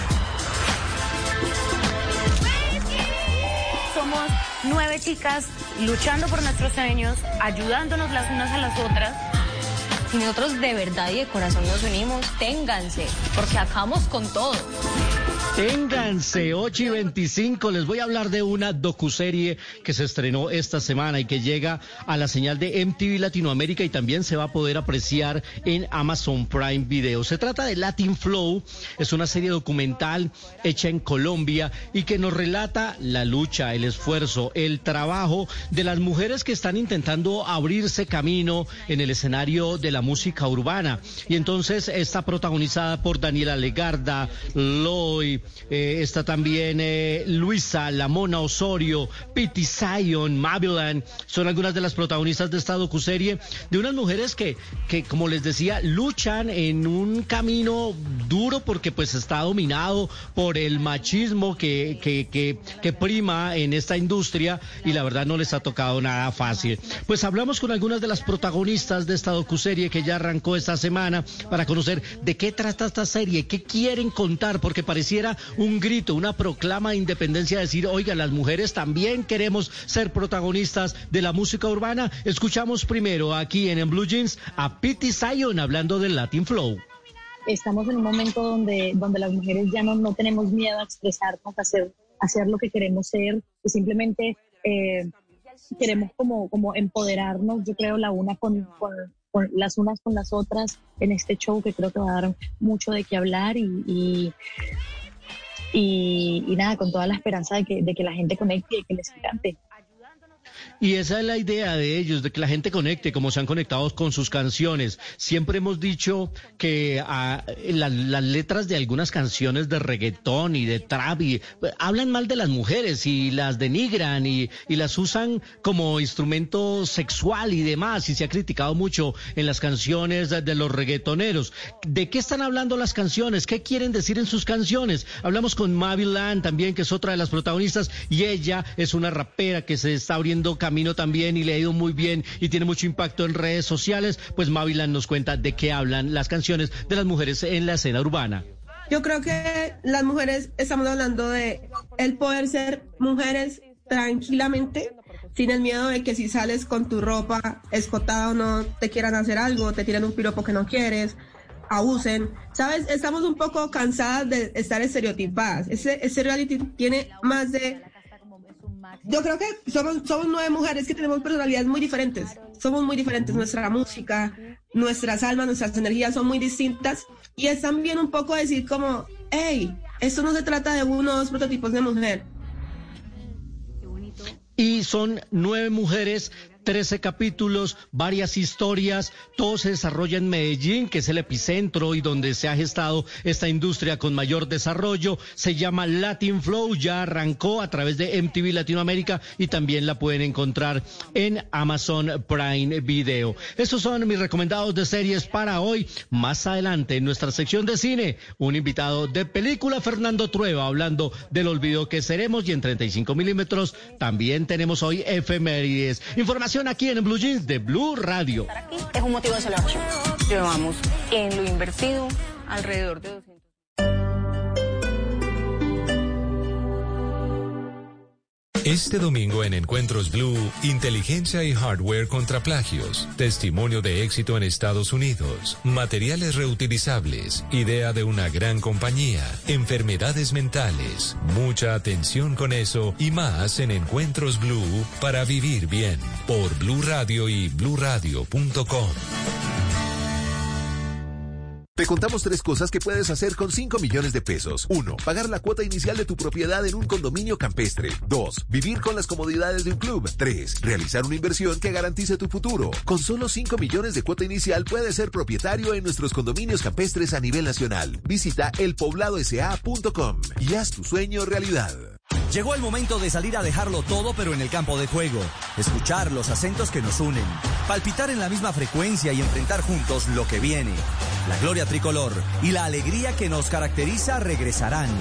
Speaker 17: Somos nueve chicas
Speaker 25: luchando por nuestros sueños, ayudándonos las unas a las otras. Si nosotros de verdad y de corazón nos unimos, ténganse, porque acabamos con todo.
Speaker 6: Ténganse, ocho y veinticinco, les voy a hablar de una docuserie que se estrenó esta semana y que llega a la señal de M T V Latinoamérica y también se va a poder apreciar en Amazon Prime Video. Se trata de Latin Flow, es una serie documental hecha en Colombia y que nos relata la lucha, el esfuerzo, el trabajo de las mujeres que están intentando abrirse camino en el escenario de la música urbana. Y entonces está protagonizada por Daniela Legarda, Loy, Eh, está también eh, Luisa, La Mona Osorio, Pity Zion, Mavilan, son algunas de las protagonistas de esta docuserie, de unas mujeres que, que, como les decía, luchan en un camino duro porque pues está dominado por el machismo que, que, que, que prima en esta industria y la verdad no les ha tocado nada fácil. Pues hablamos con algunas de las protagonistas de esta docuserie que ya arrancó esta semana para conocer de qué trata esta serie, qué quieren contar, porque pareciera un grito, una proclama de independencia, decir, oiga, las mujeres también queremos ser protagonistas de la música urbana. Escuchamos primero aquí en, en Blue Jeans a Pity Zion hablando del Latin Flow.
Speaker 9: Estamos en un momento donde, donde las mujeres ya no, no tenemos miedo a expresarnos, a hacer, a hacer lo que queremos ser, y simplemente eh, queremos como, como empoderarnos, yo creo, la una con, con, con las unas con las otras en este show que creo que va a dar mucho de qué hablar y... y Y, y nada, con toda la esperanza de que, de que la gente conecte y que les encante.
Speaker 6: Y esa es la idea de ellos, de que la gente conecte, como se han conectado con sus canciones. Siempre hemos dicho que a, la, las letras de algunas canciones de reggaetón y de trap y, hablan mal de las mujeres y las denigran y, y las usan como instrumento sexual y demás, y se ha criticado mucho en las canciones de, de los reggaetoneros. ¿De qué están hablando las canciones? ¿Qué quieren decir en sus canciones? Hablamos con Mavilan también, que es otra de las protagonistas, y ella es una rapera que se está abriendo camino también y le ha ido muy bien y tiene mucho impacto en redes sociales. Pues Mavilan nos cuenta de qué hablan las canciones de las mujeres en la escena urbana.
Speaker 17: Yo creo que las mujeres estamos hablando de el poder ser mujeres tranquilamente, sin el miedo de que si sales con tu ropa escotada o no te quieran hacer algo, te tiran un piropo que no quieres, abusen. ¿Sabes? Estamos un poco cansadas de estar estereotipadas. Ese, ese reality tiene más de... Yo creo que somos, somos nueve mujeres que tenemos personalidades muy diferentes. Somos muy diferentes. Nuestra música, nuestras almas, nuestras energías son muy distintas. Y es también un poco decir como, hey, esto no se trata de uno o dos prototipos de mujer.
Speaker 6: Y son nueve mujeres, trece capítulos, varias historias, todo se desarrolla en Medellín, que es el epicentro y donde se ha gestado esta industria con mayor desarrollo. Se llama Latin Flow, ya arrancó a través de M T V Latinoamérica y también la pueden encontrar en Amazon Prime Video. Esos son mis recomendados de series para hoy. Más adelante en nuestra sección de cine, un invitado de película, Fernando Trueba, hablando del olvido que seremos, y en treinta y cinco milímetros también tenemos hoy efemérides. Información aquí en Blue Jeans de Blue Radio.
Speaker 25: Aquí es un motivo de celebración. Llevamos en lo invertido alrededor de doscientos.
Speaker 1: Este domingo en Encuentros Blue, inteligencia y hardware contra plagios, testimonio de éxito en Estados Unidos, materiales reutilizables, idea de una gran compañía, enfermedades mentales, mucha atención con eso y más en Encuentros Blue para vivir bien, por Blue Radio y blue radio punto com.
Speaker 18: Te contamos tres cosas que puedes hacer con cinco millones de pesos. Uno, pagar la cuota inicial de tu propiedad en un condominio campestre. Dos, vivir con las comodidades de un club. Tres, realizar una inversión que garantice tu futuro. Con solo cinco millones de cuota inicial puedes ser propietario en nuestros condominios campestres a nivel nacional. Visita el poblado s a punto com y haz tu sueño realidad.
Speaker 19: Llegó el momento de salir a dejarlo todo, pero en el campo de juego. Escuchar los acentos que nos unen. Palpitar en la misma frecuencia y enfrentar juntos lo que viene. La gloria tricolor y la alegría que nos caracteriza regresarán.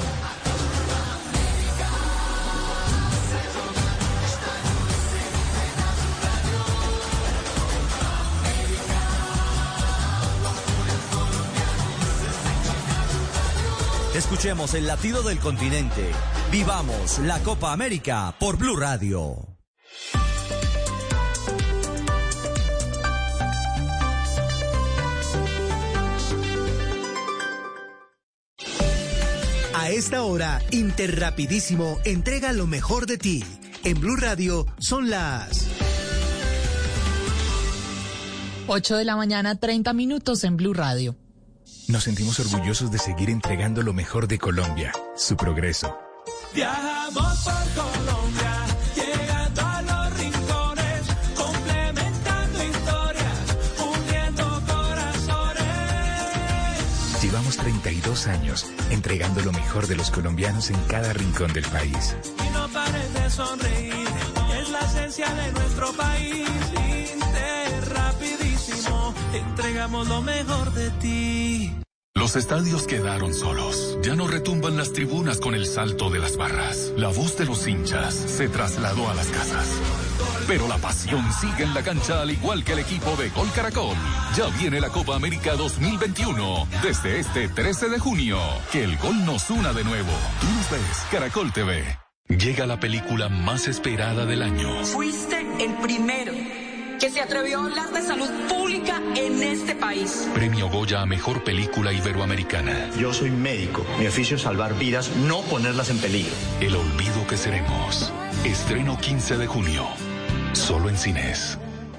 Speaker 19: Escuchemos el latido del continente. Vivamos la Copa América por Blue Radio.
Speaker 11: esta hora, Interrapidísimo entrega lo mejor de ti. En Blue Radio son las
Speaker 7: ocho de la mañana, treinta minutos en Blue Radio.
Speaker 20: Nos sentimos orgullosos de seguir entregando lo mejor de Colombia, su progreso.
Speaker 2: Viajamos por Colombia, llegando a los rincones, complementando historias, uniendo corazones.
Speaker 20: Llevamos treinta y dos años entregando lo mejor de los colombianos en cada rincón del país.
Speaker 2: Y no pares de sonreír, es la esencia de nuestro país. Interrapidísimo, entregamos lo mejor de ti.
Speaker 21: Los estadios quedaron solos. Ya no retumban las tribunas con el salto de las barras. La voz de los hinchas se trasladó a las casas. Pero la pasión sigue en la cancha, al igual que el equipo de Gol Caracol. Ya viene la Copa América dos mil veintiuno. Desde este trece de junio. Que el gol nos una de nuevo. Tú nos ves, Caracol T V. Llega la película más esperada del año.
Speaker 22: Fuiste el primero que se atrevió a hablar de salud pública en este país.
Speaker 21: Premio Goya a Mejor Película Iberoamericana.
Speaker 23: Yo soy médico. Mi oficio es salvar vidas, no ponerlas en peligro.
Speaker 21: El olvido que seremos. Estreno quince de junio. Solo en cines.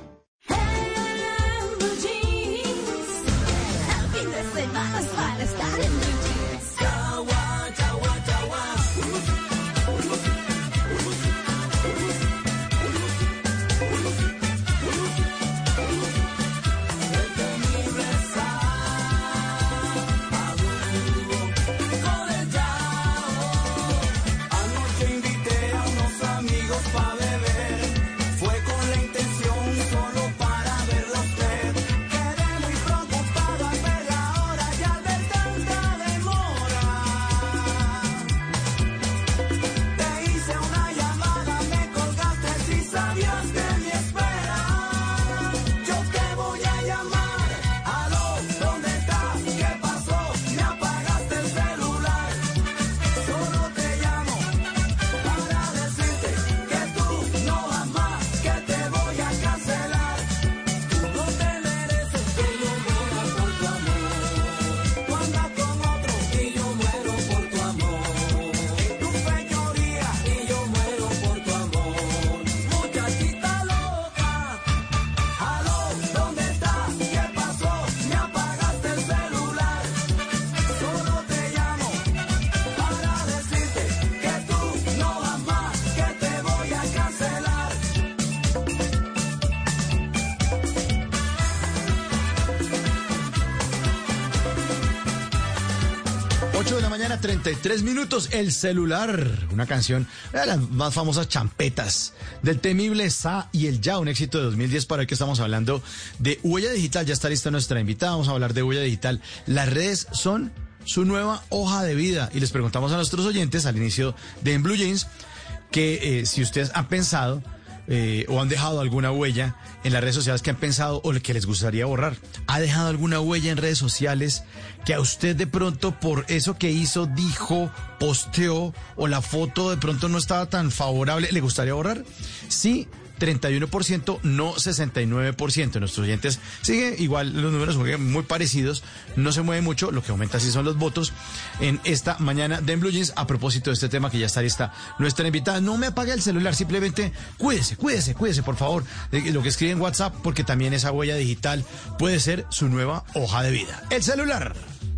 Speaker 4: treinta y tres minutos, El Celular, una canción de las más famosas champetas del temible Sa y el Ya, un éxito de dos mil diez. Para el que estamos hablando de huella digital. Ya está lista nuestra invitada, vamos a hablar de huella digital. Las redes son su nueva hoja de vida y les preguntamos a nuestros oyentes al inicio de En Blue Jeans que eh, si ustedes han pensado eh, o han dejado alguna huella en las redes sociales, que han pensado o que les gustaría borrar. ¿Ha dejado alguna huella en redes sociales que a usted de pronto por eso que hizo, dijo, posteó o la foto de pronto no estaba tan favorable, le gustaría borrar? Sí, treinta y uno por ciento, no sesenta y nueve por ciento. Nuestros oyentes siguen igual, los números son muy parecidos, no se mueve mucho, lo que aumenta sí son los votos en esta mañana de En Blue Jeans. A propósito de este tema, que ya está lista nuestra invitada, no me apague el celular, simplemente cuídese, cuídese, cuídese, por favor, de lo que escribe en WhatsApp, porque también esa huella digital puede ser su nueva hoja de vida. El celular.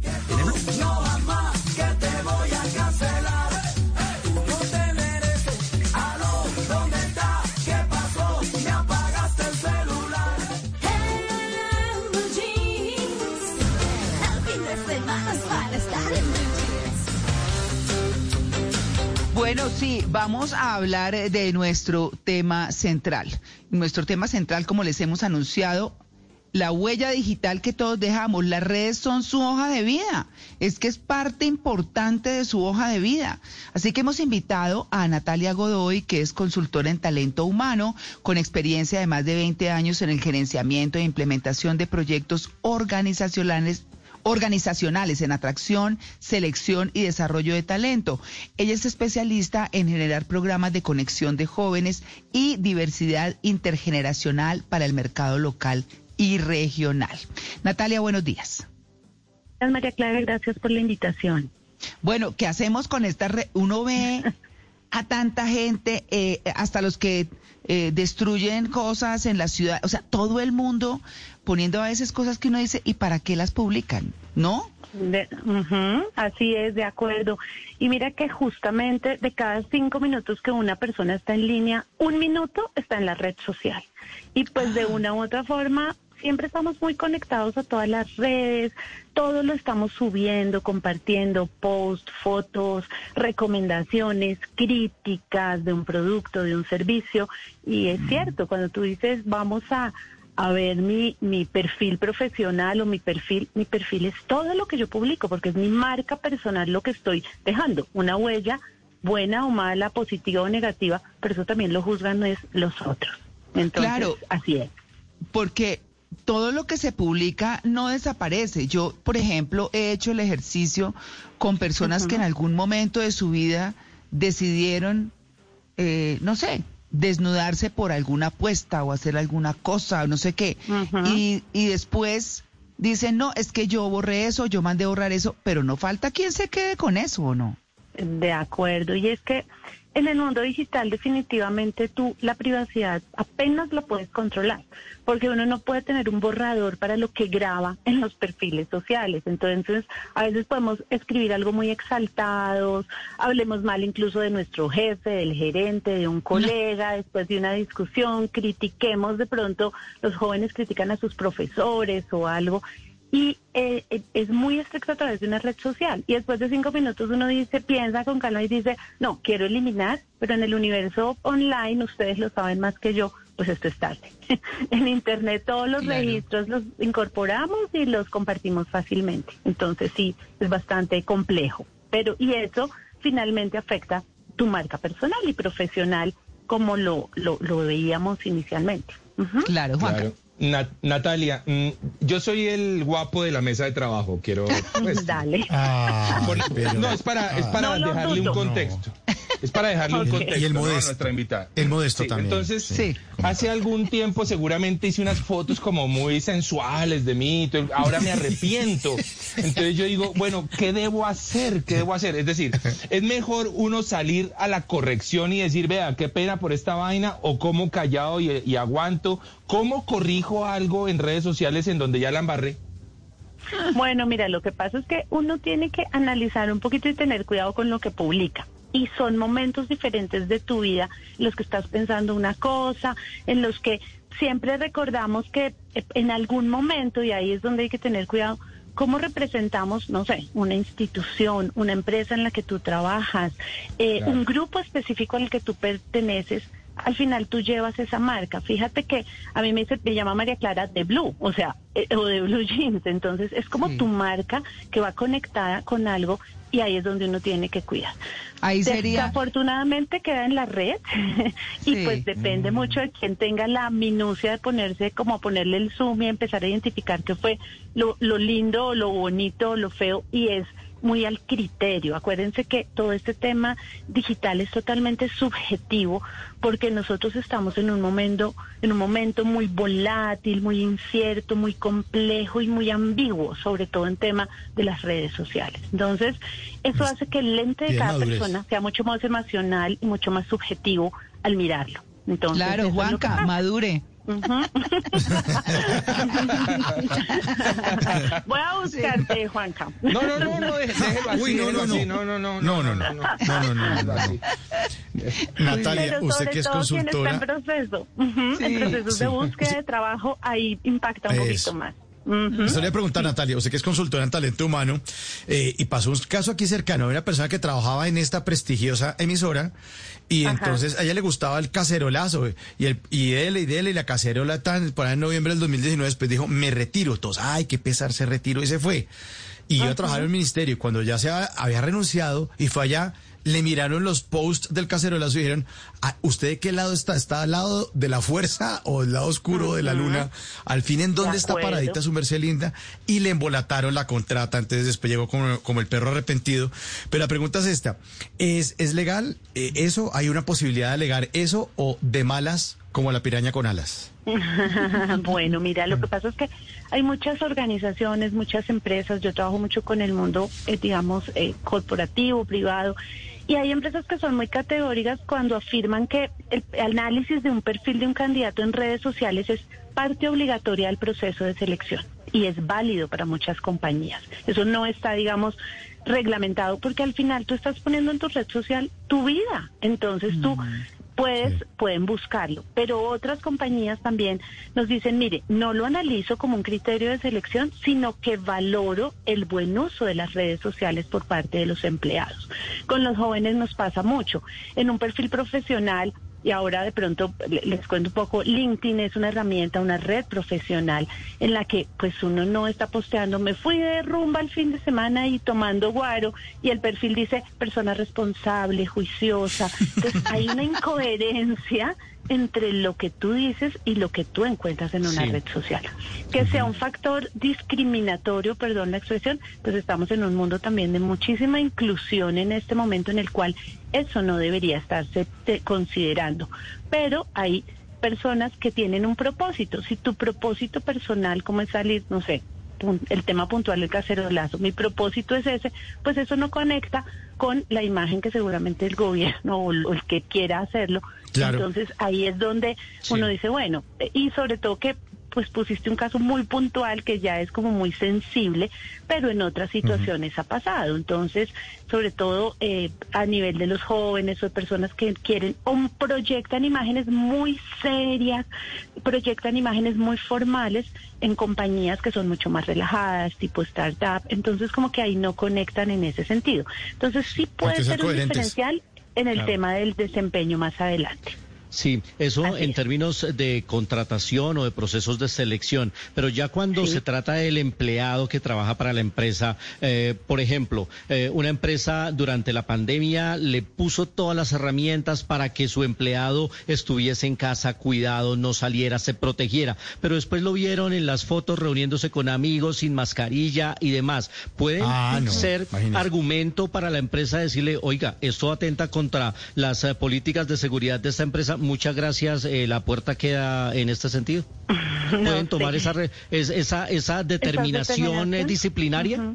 Speaker 2: No mamá, que te voy a cancelar. Tú no te mereces. Aló, ¿dónde estás? ¿Qué pasó? Me apagaste el celular. En Blue Jeans, el fin de semana es para estar en Blue Jeans.
Speaker 3: Bueno, sí, vamos a hablar de nuestro tema central. Nuestro tema central, como les hemos anunciado, la huella digital que todos dejamos. Las redes son su hoja de vida. Es que es parte importante de su hoja de vida. Así que hemos invitado a Natalia Godoy, que es consultora en talento humano, con experiencia de más de veinte años en el gerenciamiento e implementación de proyectos organizacionales organizacionales en atracción, selección y desarrollo de talento. Ella es especialista en generar programas de conexión de jóvenes y diversidad intergeneracional para el mercado local y regional. Natalia, buenos días.
Speaker 24: Gracias, María Clara, gracias por la invitación.
Speaker 3: Bueno, ¿qué hacemos con esta red? Uno ve a tanta gente, eh, hasta los que eh, destruyen cosas en la ciudad, o sea, todo el mundo poniendo a veces cosas que uno dice, ¿y para qué las publican? ¿No?
Speaker 8: De, uh-huh, así es, de acuerdo. Y mira que justamente de cada cinco minutos que una persona está en línea, un minuto está en la red social. Y pues de una u otra forma, siempre estamos muy conectados a todas las redes, todo lo estamos subiendo, compartiendo, post, fotos, recomendaciones, críticas de un producto, de un servicio. Y es cierto, cuando tú dices, vamos a... a ver mi, mi perfil profesional o mi perfil, mi perfil es todo lo que yo publico, porque es mi marca personal lo que estoy dejando, una huella buena o mala, positiva o negativa, pero eso también lo juzgan es los otros. Entonces,
Speaker 3: claro,
Speaker 8: así es.
Speaker 3: Porque todo lo que se publica no desaparece. Yo, por ejemplo, he hecho el ejercicio con personas uh-huh. que en algún momento de su vida decidieron, eh, no sé, desnudarse por alguna apuesta o hacer alguna cosa, no sé qué, uh-huh. y, y después dicen, no, es que yo borré eso, yo mandé borrar eso, pero no falta quien se quede con eso, ¿o no?
Speaker 8: De acuerdo, y es que en el mundo digital definitivamente tú la privacidad apenas la puedes controlar, porque uno no puede tener un borrador para lo que graba en los perfiles sociales. Entonces, a veces podemos escribir algo muy exaltados, hablemos mal incluso de nuestro jefe, del gerente, de un colega, después de una discusión, critiquemos de pronto, los jóvenes critican a sus profesores o algo, y eh, es muy estricto a través de una red social. Y después de cinco minutos uno dice, piensa con calma y dice, no, quiero eliminar, pero en el universo online, ustedes lo saben más que yo, pues esto es tarde. En Internet todos los claro. registros los incorporamos y los compartimos fácilmente. Entonces sí, es bastante complejo. Pero y eso finalmente afecta tu marca personal y profesional como lo, lo, lo veíamos inicialmente. Uh-huh.
Speaker 3: Claro, Juanca.
Speaker 5: Claro. Nat- Natalia, mm, yo soy el guapo de la mesa de trabajo, quiero... Pues,
Speaker 8: Dale.
Speaker 5: Ah, por, pero, no, es para, es para
Speaker 8: no,
Speaker 5: dejarle
Speaker 8: no,
Speaker 5: un contexto. No. Es para dejarle okay. un contexto
Speaker 4: y el modesto,
Speaker 5: ¿no? a nuestra invitada.
Speaker 4: El modesto
Speaker 5: sí,
Speaker 4: también.
Speaker 5: Entonces,
Speaker 3: sí.
Speaker 5: hace algún tiempo seguramente hice unas fotos como muy sensuales de mí, ahora me arrepiento. Entonces yo digo, bueno, ¿qué debo hacer? ¿Qué debo hacer? Es decir, es mejor uno salir a la corrección y decir, vea, qué pena por esta vaina, o cómo callado y, y aguanto, cómo corrijo algo en redes sociales en donde ya la embarré.
Speaker 8: Bueno, mira, lo que pasa es que uno tiene que analizar un poquito y tener cuidado con lo que publica. Y son momentos diferentes de tu vida en los que estás pensando una cosa, en los que siempre recordamos que en algún momento, y ahí es donde hay que tener cuidado, cómo representamos, no sé, una institución, una empresa en la que tú trabajas, eh, claro. un grupo específico al que tú perteneces. Al final tú llevas esa marca. Fíjate que a mí me, dice, me llama María Clara de Blue, o sea, eh, o de Blue Jeans. Entonces es como sí. tu marca que va conectada con algo y ahí es donde uno tiene que cuidar.
Speaker 3: Ahí sería...
Speaker 8: Desafortunadamente queda en la red y
Speaker 3: sí.
Speaker 8: pues depende mm. mucho de quien tenga la minucia de ponerse, como ponerle el zoom y empezar a identificar qué fue lo, lo lindo, lo bonito, lo feo, y es muy al criterio. Acuérdense que todo este tema digital es totalmente subjetivo porque nosotros estamos en un momento, en un momento muy volátil, muy incierto, muy complejo y muy ambiguo, sobre todo en tema de las redes sociales. Entonces, eso hace que el lente de cada madurez. persona sea mucho más emocional y mucho más subjetivo al mirarlo. Entonces,
Speaker 3: claro, Juanca, madure.
Speaker 8: Uh-huh. Voy a buscarte, sí. Juanca.
Speaker 5: No, no, no, no, déjelo así.
Speaker 4: Uy, no, no, no.
Speaker 5: No, no, no.
Speaker 4: No, no, no. No, no, no. Natalia, usted que es consultora.
Speaker 8: Está en proceso. Uh-huh. Sí, en procesos sí. de búsqueda de trabajo, ahí impacta un Eso. poquito más. Uh-huh.
Speaker 4: Usted le pregunta a Natalia, usted que es consultora en talento humano, eh, y pasó un caso aquí cercano de una persona que trabajaba en esta prestigiosa emisora, y Ajá. entonces a ella le gustaba el cacerolazo, y el y él y él y la cacerola tan por ahí en noviembre del dos mil diecinueve, después dijo, me retiro. Todos, ay, qué pesar, se retiró y se fue. Y Ajá. iba a trabajar en el ministerio, y cuando ya se había renunciado y fue allá, le miraron los posts del cacerolazo y dijeron, ¿usted de qué lado está? ¿Está al lado de la fuerza o del lado oscuro uh-huh. de la luna? Al fin, ¿en dónde está paradita su merced linda? Y le embolataron la contrata, entonces después llegó como, como el perro arrepentido. Pero la pregunta es esta, ¿es, es legal eh, eso? ¿Hay una posibilidad de alegar eso o de malas como la piraña con alas?
Speaker 8: Bueno, mira, lo que pasa es que hay muchas organizaciones, muchas empresas, yo trabajo mucho con el mundo, eh, digamos, eh, corporativo, privado, y hay empresas que son muy categóricas cuando afirman que el análisis de un perfil de un candidato en redes sociales es parte obligatoria del proceso de selección, y es válido para muchas compañías. Eso no está, digamos, reglamentado, porque al final tú estás poniendo en tu red social tu vida, entonces tú... Puedes, sí. pueden buscarlo, pero otras compañías también nos dicen, mire, no lo analizo como un criterio de selección, sino que valoro el buen uso de las redes sociales por parte de los empleados. Con los jóvenes nos pasa mucho. En un perfil profesional, y ahora de pronto les cuento un poco, LinkedIn es una herramienta, una red profesional en la que pues uno no está posteando, me fui de rumba el fin de semana y tomando guaro, y el perfil dice persona responsable, juiciosa. Entonces hay una incoherencia entre lo que tú dices y lo que tú encuentras en una sí. red social. Que sea un factor discriminatorio, perdón la expresión, pues estamos en un mundo también de muchísima inclusión en este momento en el cual eso no debería estarse considerando. Pero hay personas que tienen un propósito. Si tu propósito personal, como es salir, no sé, el tema puntual del cacerolazo, mi propósito es ese, pues eso no conecta con la imagen que seguramente el gobierno o el que quiera hacerlo. Claro. Entonces ahí es donde sí. uno dice, bueno, y sobre todo que pues pusiste un caso muy puntual que ya es como muy sensible, pero en otras situaciones uh-huh. ha pasado. Entonces, sobre todo eh, a nivel de los jóvenes o de personas que quieren o proyectan imágenes muy serias, proyectan imágenes muy formales en compañías que son mucho más relajadas, tipo startup. Entonces, como que ahí no conectan en ese sentido. Entonces, sí puede ser un diferencial en el claro. tema del desempeño más adelante.
Speaker 6: Sí, eso Así en es. términos de contratación o de procesos de selección, pero ya cuando sí. se trata del empleado que trabaja para la empresa, eh, por ejemplo, eh, una empresa durante la pandemia le puso todas las herramientas para que su empleado estuviese en casa, cuidado, no saliera, se protegiera, pero después lo vieron en las fotos reuniéndose con amigos, sin mascarilla y demás. ¿Puede ah, no. ser Imagínese. argumento para la empresa decirle, oiga, esto atenta contra las uh, políticas de seguridad de esta empresa? Muchas gracias, eh, la puerta queda en este sentido. ¿Pueden no, tomar sí. esa, re, es, esa esa determinación eh, disciplinaria? Uh-huh.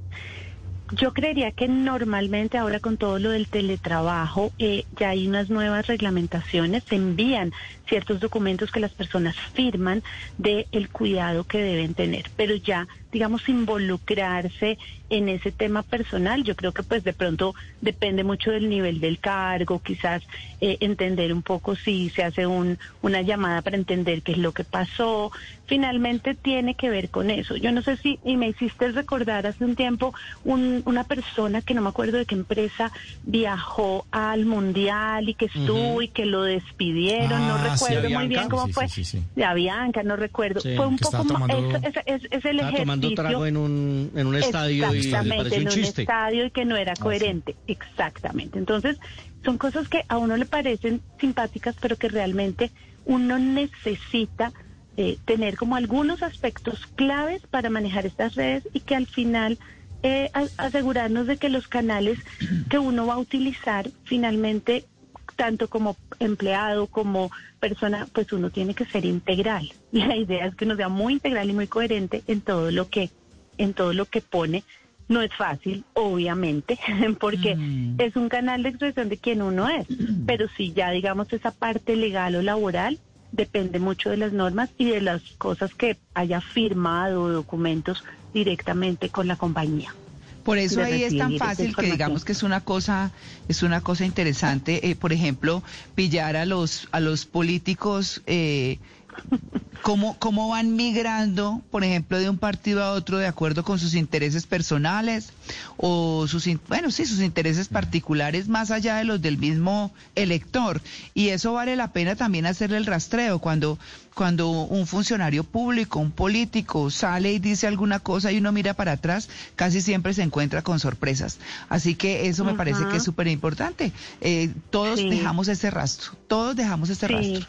Speaker 8: Yo creería que normalmente ahora con todo lo del teletrabajo eh, ya hay unas nuevas reglamentaciones, se envían ciertos documentos que las personas firman de el cuidado que deben tener, pero ya digamos involucrarse en ese tema personal, yo creo que pues de pronto depende mucho del nivel del cargo, quizás eh, entender un poco si se hace un, una llamada para entender qué es lo que pasó, finalmente tiene que ver con eso. Yo no sé si, y me hiciste recordar hace un tiempo un, una persona que no me acuerdo de qué empresa viajó al mundial y que estuvo uh-huh. y que lo despidieron, ah, no recuerdo sí, muy bien cómo sí, fue, sí, sí, sí. de Avianca, no recuerdo, sí, fue un poco más, es, es, es, es el ejercicio.
Speaker 6: Tomando trago en un, en un estadio y le pareció un chiste.
Speaker 8: En un estadio y que no era coherente, ah, sí. exactamente. Entonces, son cosas que a uno le parecen simpáticas, pero que realmente uno necesita eh, tener como algunos aspectos claves para manejar estas redes y que al final eh, a, asegurarnos de que los canales que uno va a utilizar finalmente, tanto como empleado como persona, pues uno tiene que ser integral. La idea es que uno sea muy integral y muy coherente en todo lo que, en todo lo que pone. No es fácil, obviamente, porque mm. es un canal de expresión de quien uno es, pero si ya digamos esa parte legal o laboral depende mucho de las normas y de las cosas que haya firmado, documentos directamente con la compañía.
Speaker 3: Por eso ahí es tan fácil que digamos que es una cosa, es una cosa interesante, eh, por ejemplo, pillar a los a los políticos, eh, cómo cómo van migrando, por ejemplo, de un partido a otro de acuerdo con sus intereses personales o sus bueno sí sus intereses particulares más allá de los del mismo elector, y eso vale la pena también hacerle el rastreo cuando cuando un funcionario público, un político sale y dice alguna cosa y uno mira para atrás, casi siempre se encuentra con sorpresas. Así que eso me uh-huh. parece que es súper importante. Eh, todos sí. dejamos ese rastro, todos dejamos ese sí. rastro.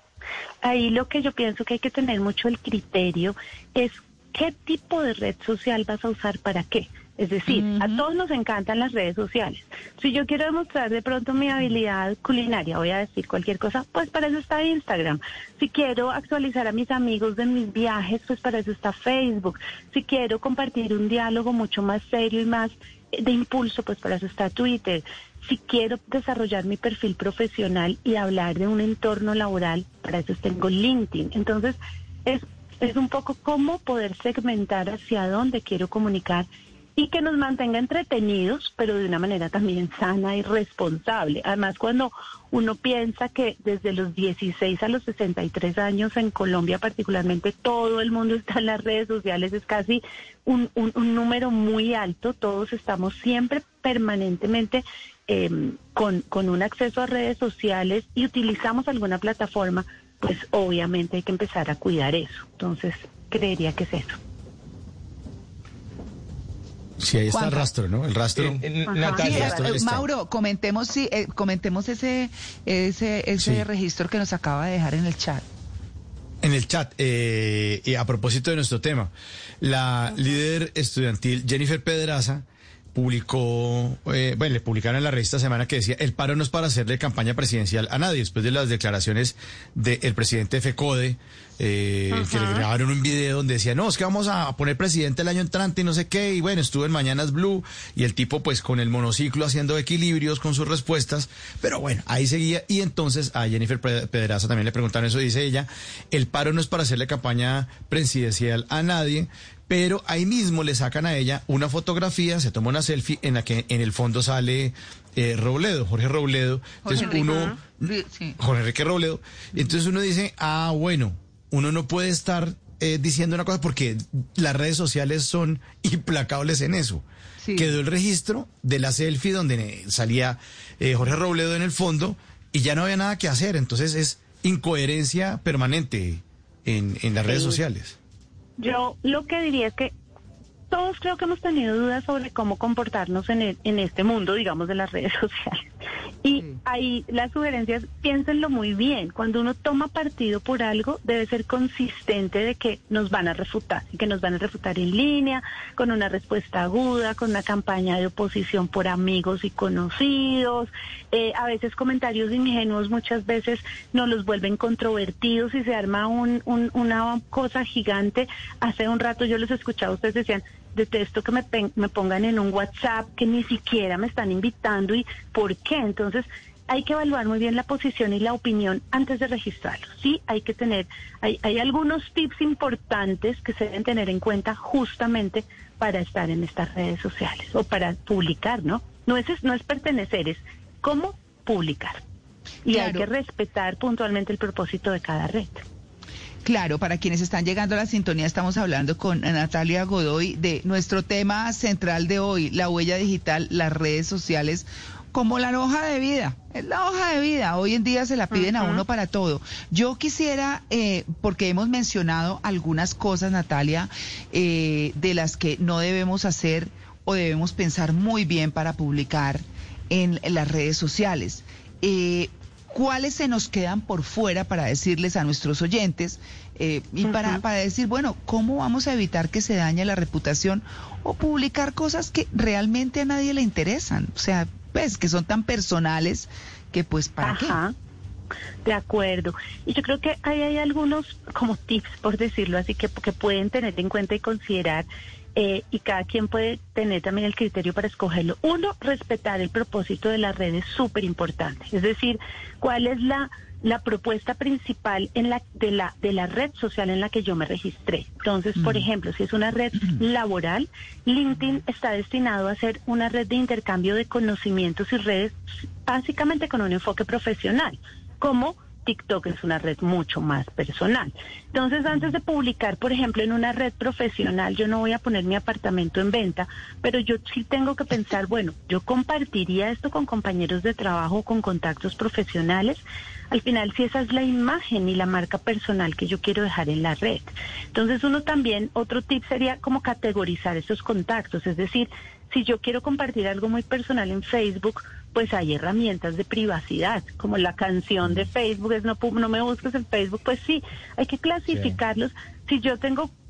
Speaker 8: Ahí lo que yo pienso que hay que tener mucho el criterio es qué tipo de red social vas a usar para qué. Es decir,
Speaker 3: Ujú.
Speaker 8: a todos nos encantan las redes sociales. Si yo quiero demostrar de pronto mi habilidad culinaria, voy a decir cualquier cosa, pues para eso está Instagram. Si quiero actualizar a mis amigos de mis viajes, pues para eso está Facebook. Si quiero compartir un diálogo mucho más serio y más eh, de impulso, pues para eso está Twitter. Si quiero desarrollar mi perfil profesional y hablar de un entorno laboral, para eso tengo LinkedIn. Entonces, es, es un poco cómo poder segmentar hacia dónde quiero comunicar y que nos mantenga entretenidos, pero de una manera también sana y responsable. Además, cuando uno piensa que desde los dieciséis a los sesenta y tres años en Colombia particularmente todo el mundo está en las redes sociales, es casi un, un, un número muy alto. Todos estamos siempre permanentemente eh, con, con un acceso a redes sociales y utilizamos alguna plataforma, pues obviamente hay que empezar a cuidar eso. Entonces, creería que es eso.
Speaker 4: Sí, ahí está el
Speaker 3: Juanca.
Speaker 4: rastro, ¿no? El rastro.
Speaker 5: Eh, eh,
Speaker 8: Ajá.
Speaker 5: Natalia,
Speaker 3: Sí, eh,
Speaker 4: Esto
Speaker 3: eh,
Speaker 4: está.
Speaker 3: Mauro, comentemos sí, eh, comentemos ese ese ese
Speaker 4: Sí.
Speaker 3: registro que nos acaba de dejar en el chat.
Speaker 4: En el chat, eh, y a propósito de nuestro tema, la líder estudiantil Jennifer Pedraza publicó, eh, bueno, le publicaron en la revista Semana que decía, el paro no es para hacerle campaña presidencial a nadie, después de las declaraciones del presidente de FECODE, eh, que le grabaron un video donde decía, no, es que vamos a poner presidente el año entrante y no sé qué, y bueno, estuvo en Mañanas Blue, y el tipo pues con el monociclo haciendo equilibrios con sus respuestas, pero bueno, ahí seguía, y entonces a Jennifer Pedraza también le preguntaron eso, dice ella, el paro no es para hacerle campaña presidencial a nadie, pero ahí mismo le sacan a ella una fotografía, se toma una selfie en la que en el fondo sale eh, Robledo, Jorge Robledo. Entonces
Speaker 3: Jorge
Speaker 4: uno,
Speaker 3: Enrique. Sí.
Speaker 4: Jorge Enrique Robledo. Entonces uno dice, ah, bueno, uno no puede estar eh, diciendo una cosa porque las redes sociales son implacables en eso.
Speaker 3: Sí.
Speaker 4: Quedó el registro de la selfie donde salía eh, Jorge Robledo en el fondo y ya no había nada que hacer. Entonces es incoherencia permanente en, en las redes
Speaker 8: Sí.
Speaker 4: sociales.
Speaker 8: Yo lo que diría es que todos creo que hemos tenido dudas sobre cómo comportarnos en, el, en este mundo, digamos, de las redes sociales. Y
Speaker 3: Sí.
Speaker 8: ahí las sugerencias, piénsenlo muy bien. Cuando uno toma partido por algo, debe ser consistente de que nos van a refutar, y que nos van a refutar en línea, con una respuesta aguda, con una campaña de oposición por amigos y conocidos. Eh, a veces comentarios ingenuos muchas veces nos los vuelven controvertidos y se arma un, un, una cosa gigante. Hace un rato yo los escuchaba, ustedes decían, detesto que me, pen- me pongan en un WhatsApp que ni siquiera me están invitando y ¿por qué? Entonces hay que evaluar muy bien la posición y la opinión antes de registrarlo. Sí, hay que tener, hay, hay algunos tips importantes que se deben tener en cuenta justamente para estar en estas redes sociales o para publicar, ¿no? No es, no es pertenecer, es cómo publicar. Y
Speaker 3: Claro.
Speaker 8: hay que respetar puntualmente el propósito de cada red.
Speaker 3: Claro, para quienes están llegando a la sintonía, estamos hablando con Natalia Godoy de nuestro tema central de hoy, la huella digital, las redes sociales, como la hoja de vida. Es la hoja de vida, hoy en día se la piden uh-huh. a uno para todo. Yo quisiera, eh, porque hemos mencionado algunas cosas, Natalia, eh, de las que no debemos hacer o debemos pensar muy bien para publicar en, en las redes sociales. Eh, ¿Cuáles se nos quedan por fuera para decirles a nuestros oyentes eh, y uh-huh. para, para decir, bueno, cómo vamos a evitar que se dañe la reputación o publicar cosas que realmente a nadie le interesan? O sea, pues que son tan personales que pues ¿para
Speaker 8: Ajá. qué? De acuerdo. Y yo creo que ahí hay algunos como tips, por decirlo así, que, que pueden tener en cuenta y considerar. Eh, y cada quien puede tener también el criterio para escogerlo. Uno, respetar el propósito de la red es súper importante. Es decir, cuál es la, la propuesta principal en la, de, la, de la red social en la que yo me registré. Entonces, mm. por ejemplo, si es una red laboral, LinkedIn está destinado a ser una red de intercambio de conocimientos y redes básicamente con un enfoque profesional, como TikTok es una red mucho más personal. Entonces, antes de publicar, por ejemplo, en una red profesional, yo no voy a poner mi apartamento en venta, pero yo sí tengo que pensar, bueno, yo compartiría esto con compañeros de trabajo, con contactos profesionales. Al final, si esa es la imagen y la marca personal que yo quiero dejar en la red. Entonces, uno también, otro tip sería como categorizar esos contactos, es decir, si yo quiero compartir algo muy personal en Facebook, pues hay herramientas de privacidad, como la canción de Facebook es no, no me busques en Facebook, pues sí, hay que clasificarlos. Sí. Si yo tengo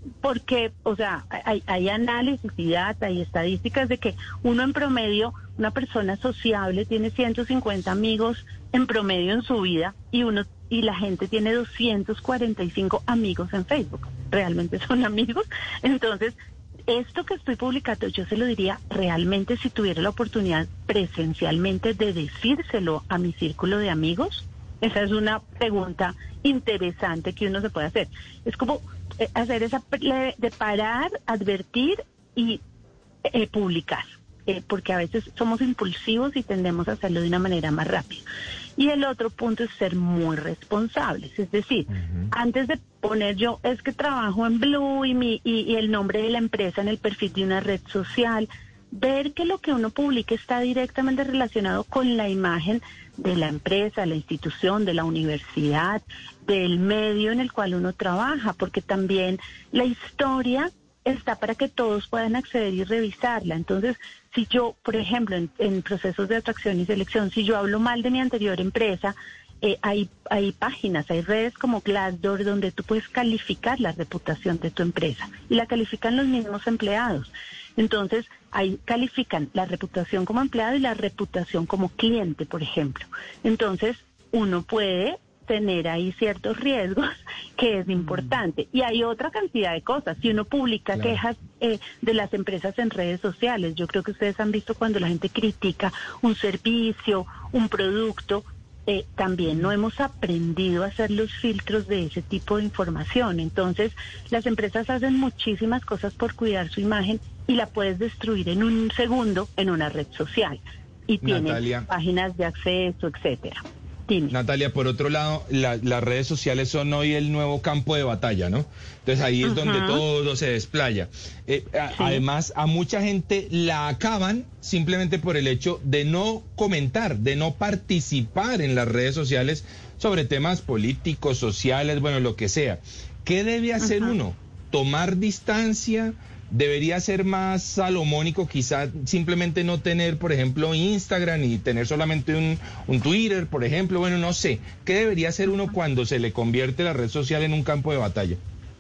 Speaker 8: porque, o sea, hay, hay análisis y data y estadísticas de que uno en promedio, una persona sociable tiene ciento cincuenta amigos en promedio en su vida y uno y la gente tiene doscientos cuarenta y cinco amigos en Facebook. Realmente son amigos. Entonces, esto que estoy publicando, yo se lo diría realmente si tuviera la oportunidad presencialmente de decírselo a mi círculo de amigos. Esa es una pregunta interesante que uno se puede hacer. Es como eh, hacer esa de parar, advertir y eh, publicar, eh, porque a veces somos impulsivos y tendemos a hacerlo de una manera más rápida. Y el otro punto es ser muy responsables, es decir, uh-huh. antes de poner yo, es que trabajo en Blue y, mi, y, y el nombre de la empresa en el perfil de una red social, ver que lo que uno publica está directamente relacionado con la imagen de la empresa, la institución, de la universidad, del medio en el cual uno trabaja, porque también la historia está para que todos puedan acceder y revisarla. Entonces, si yo, por ejemplo, en, en procesos de atracción y selección, si yo hablo mal de mi anterior empresa, eh, hay, hay páginas, hay redes como Glassdoor donde tú puedes calificar la reputación de tu empresa y la califican los mismos empleados. Entonces, ahí califican la reputación como empleado y la reputación como cliente, por ejemplo. Entonces, uno puede tener ahí ciertos riesgos que es importante. Y hay otra cantidad de cosas. Si uno publica claro. quejas eh, de las empresas en redes sociales, yo creo que ustedes han visto cuando la gente critica un servicio, un producto, eh, también no hemos aprendido a hacer los filtros de ese tipo de información. Entonces, las empresas hacen muchísimas cosas por cuidar su imagen y la puedes destruir en un segundo en una red social. Y tiene páginas de acceso, etcétera. Dime.
Speaker 5: Natalia, por otro lado, la, las redes sociales son hoy el nuevo campo de batalla, ¿no? Entonces ahí es uh-huh. donde todo se desplaya. Eh, a, sí. Además, a mucha gente la acaban simplemente por el hecho de no comentar, de no participar en las redes sociales sobre temas políticos, sociales, bueno, lo que sea. ¿Qué debe hacer uh-huh. uno? ¿Tomar distancia? ¿Debería ser más salomónico, quizá simplemente no tener, por ejemplo, Instagram y tener solamente un, un Twitter, por ejemplo? Bueno, no sé. ¿Qué debería hacer uno cuando se le convierte la red social en un campo de batalla?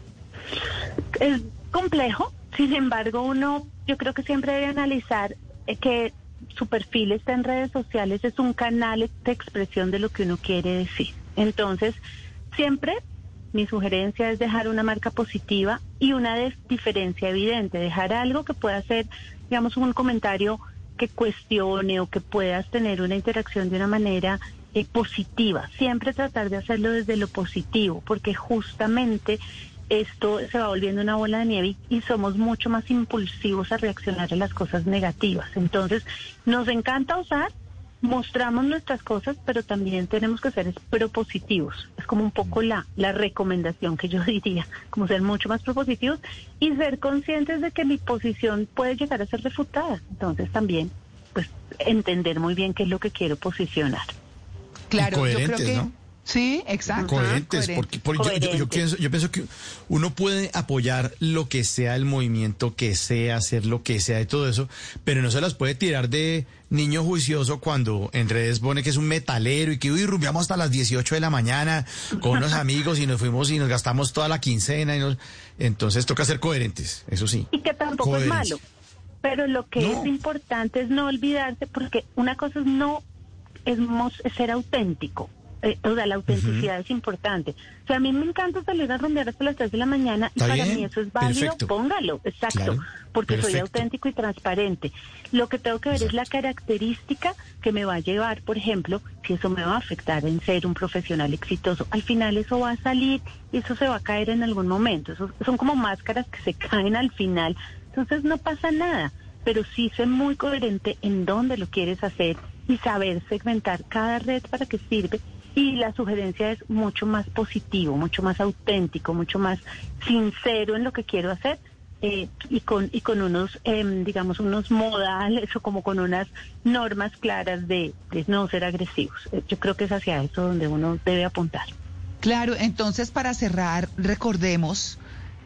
Speaker 8: Es complejo, sin embargo, uno, yo creo que siempre debe analizar que su perfil está en redes sociales, es un canal de expresión de lo que uno quiere decir. Entonces, siempre mi sugerencia es dejar una marca positiva y una diferencia evidente, dejar algo que pueda ser, digamos, un comentario que cuestione o que puedas tener una interacción de una manera eh, positiva. Siempre tratar de hacerlo desde lo positivo, porque justamente esto se va volviendo una bola de nieve y, y somos mucho más impulsivos a reaccionar a las cosas negativas. Entonces, nos encanta usar, mostramos nuestras cosas, pero también tenemos que ser propositivos. Es como un poco la, la recomendación que yo diría, como ser mucho más propositivos y ser conscientes de que mi posición puede llegar a ser refutada. Entonces también, pues, entender muy bien qué es lo que quiero posicionar.
Speaker 3: Claro, yo creo que... ¿no? Sí, exacto.
Speaker 4: Coherentes, porque, porque Coherentes. Yo, yo, yo, pienso, yo pienso que uno puede apoyar lo que sea el movimiento que sea, hacer lo que sea y todo eso, pero no se las puede tirar de niño juicioso cuando en redes pone que es un metalero y que uy, rumbeamos hasta las dieciocho de la mañana con unos amigos y nos fuimos y nos gastamos toda la quincena. Y nos... Entonces toca ser coherentes, eso sí.
Speaker 8: Y que tampoco es malo, pero lo que no. es importante es no olvidarse, porque una cosa es no, es, es ser auténtico. Eh, o sea, la autenticidad uh-huh. es importante. O sea, a mí me encanta salir a rumbear hasta las tres de la mañana y para bien, mí eso es válido, perfecto. Póngalo, exacto, claro, porque perfecto. Soy auténtico y transparente. Lo que tengo que ver exacto. es la característica que me va a llevar, por ejemplo, si eso me va a afectar en ser un profesional exitoso. Al final eso va a salir y eso se va a caer en algún momento. Eso, son como máscaras que se caen al final. Entonces no pasa nada, pero sí ser muy coherente en dónde lo quieres hacer y saber segmentar cada red para qué sirve. Y la sugerencia es mucho más positivo, mucho más auténtico, mucho más sincero en lo que quiero hacer eh, y con y con unos, eh, digamos, unos modales o como con unas normas claras de, de no ser agresivos. Yo creo que es hacia eso donde uno debe apuntar.
Speaker 3: Claro, entonces para cerrar, recordemos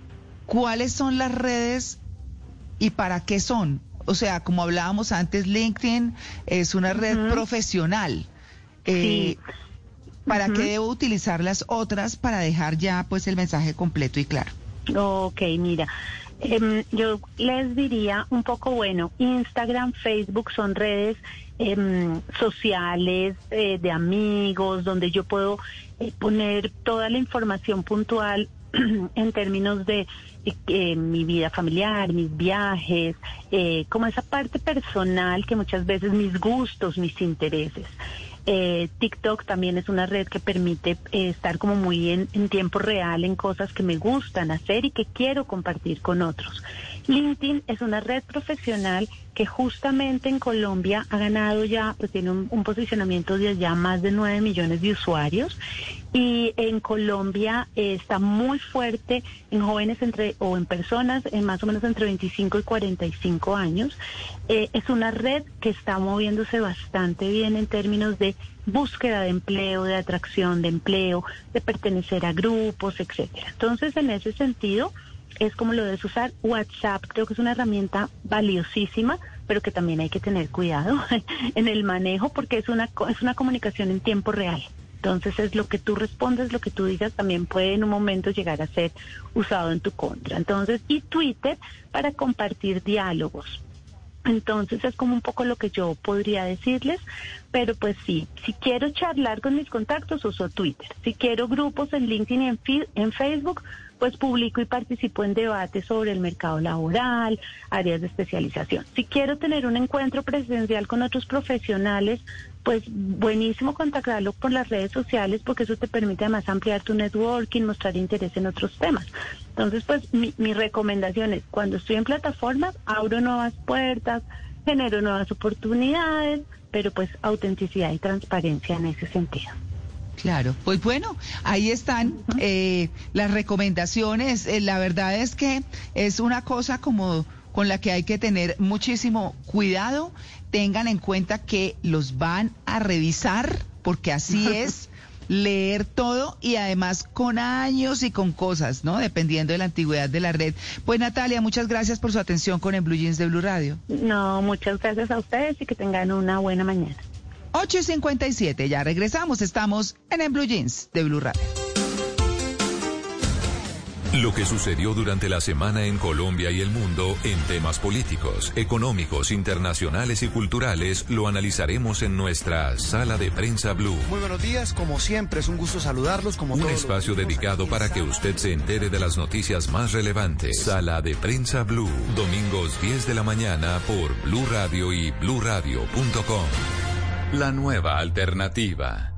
Speaker 3: cuáles son las redes y para qué son. O sea, como hablábamos antes, LinkedIn es una red uh-huh. profesional. Eh, sí. ¿Para uh-huh. qué debo utilizar las otras para dejar ya pues el mensaje completo y claro?
Speaker 8: Ok, mira, eh, yo les diría un poco, bueno, Instagram, Facebook son redes eh, sociales eh, de amigos, donde yo puedo eh, poner toda la información puntual en términos de eh, mi vida familiar, mis viajes, eh, como esa parte personal que muchas veces mis gustos, mis intereses. Eh, TikTok también es una red que permite eh, estar como muy en, en tiempo real en cosas que me gustan hacer y que quiero compartir con otros. LinkedIn es una red profesional que justamente en Colombia ha ganado ya, pues tiene un, un posicionamiento de ya más de nueve millones de usuarios, y en Colombia eh, está muy fuerte en jóvenes entre o en personas en más o menos entre veinticinco y cuarenta y cinco años. Eh, es una red que está moviéndose bastante bien en términos de búsqueda de empleo, de atracción de empleo, de pertenecer a grupos, etcétera. Entonces, en ese sentido, es como lo de usar WhatsApp. Creo que es una herramienta valiosísima, pero que también hay que tener cuidado en el manejo, porque es una es una comunicación en tiempo real. Entonces es lo que tú respondes, lo que tú digas, también puede en un momento llegar a ser usado en tu contra. Entonces, y Twitter para compartir diálogos. Entonces es como un poco lo que yo podría decirles, pero pues sí, si quiero charlar con mis contactos uso Twitter, si quiero grupos en LinkedIn y en, en Facebook, pues publico y participo en debates sobre el mercado laboral, áreas de especialización. Si quiero tener un encuentro presencial con otros profesionales, pues buenísimo contactarlo por las redes sociales, porque eso te permite además ampliar tu networking, mostrar interés en otros temas. Entonces, pues mi, mi recomendación es, cuando estoy en plataformas, abro nuevas puertas, genero nuevas oportunidades, pero pues autenticidad y transparencia en ese sentido.
Speaker 3: Claro, pues bueno, ahí están eh, las recomendaciones. Eh, la verdad es que es una cosa como con la que hay que tener muchísimo cuidado. Tengan en cuenta que los van a revisar, porque así es, leer todo, y además con años y con cosas, ¿no? Dependiendo de la antigüedad de la red. Pues Natalia, muchas gracias por su atención con En Blue Jeans de Blue Radio.
Speaker 8: No, muchas gracias a ustedes y que tengan una buena mañana.
Speaker 3: ocho y cincuenta y siete, ya regresamos, estamos en En Blue Jeans de Blue Radio.
Speaker 1: Lo que sucedió durante la semana en Colombia y el mundo en temas políticos, económicos, internacionales y culturales lo analizaremos en nuestra Sala de Prensa Blue.
Speaker 10: Muy buenos días, como siempre es un gusto saludarlos. Como
Speaker 1: un
Speaker 10: todos
Speaker 1: espacio dedicado para que usted se entere de las noticias más relevantes. Sala de Prensa Blue, domingos diez de la mañana por Blue Radio y blue radio punto com. La nueva alternativa.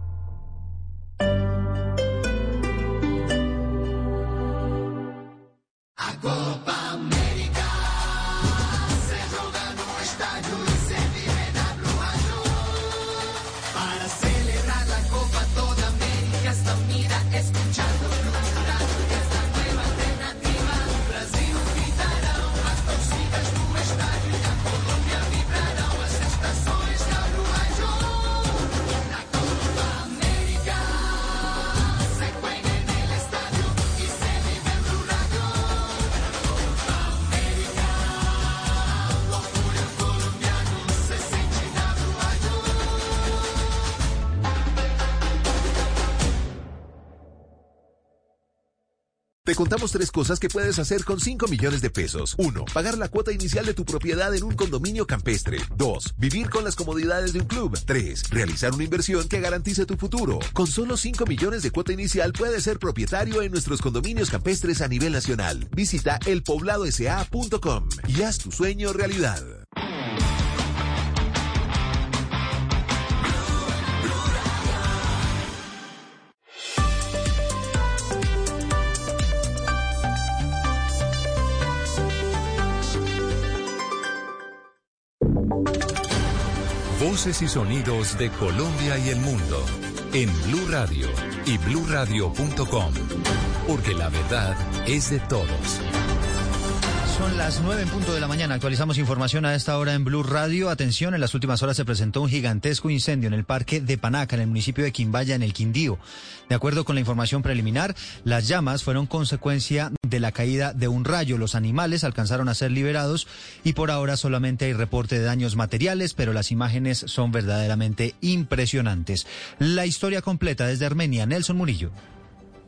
Speaker 2: A Copa América se juega no estádio y se vive na Blue Radio. Para celebrar la Copa toda América está unida escuchando Blue Radio, que es la nueva alternativa. Brasil gritarão, as torcidas no estádio y a Colombia vibrarão as estações da Blue Radio. La Copa América se juega en el estadio y se vive en Blue Radio.
Speaker 18: Te contamos tres cosas que puedes hacer con cinco millones de pesos. Uno, pagar la cuota inicial de tu propiedad en un condominio campestre. Dos, vivir con las comodidades de un club. Tres, realizar una inversión que garantice tu futuro. Con solo cinco millones de cuota inicial puedes ser propietario en nuestros condominios campestres a nivel nacional. Visita el poblado s a punto com y haz tu sueño realidad.
Speaker 1: Voces y sonidos de Colombia y el mundo en Blue Radio y blue radio punto com, porque la verdad es de todos.
Speaker 12: Son las nueve en punto de la mañana. Actualizamos información a esta hora en Blue Radio. Atención, en las últimas horas se presentó un gigantesco incendio en el parque de Panaca, en el municipio de Quimbaya, en el Quindío. De acuerdo con la información preliminar, las llamas fueron consecuencia de la caída de un rayo. Los animales alcanzaron a ser liberados y por ahora solamente hay reporte de daños materiales, pero las imágenes son verdaderamente impresionantes. La historia completa desde Armenia, Nelson Murillo.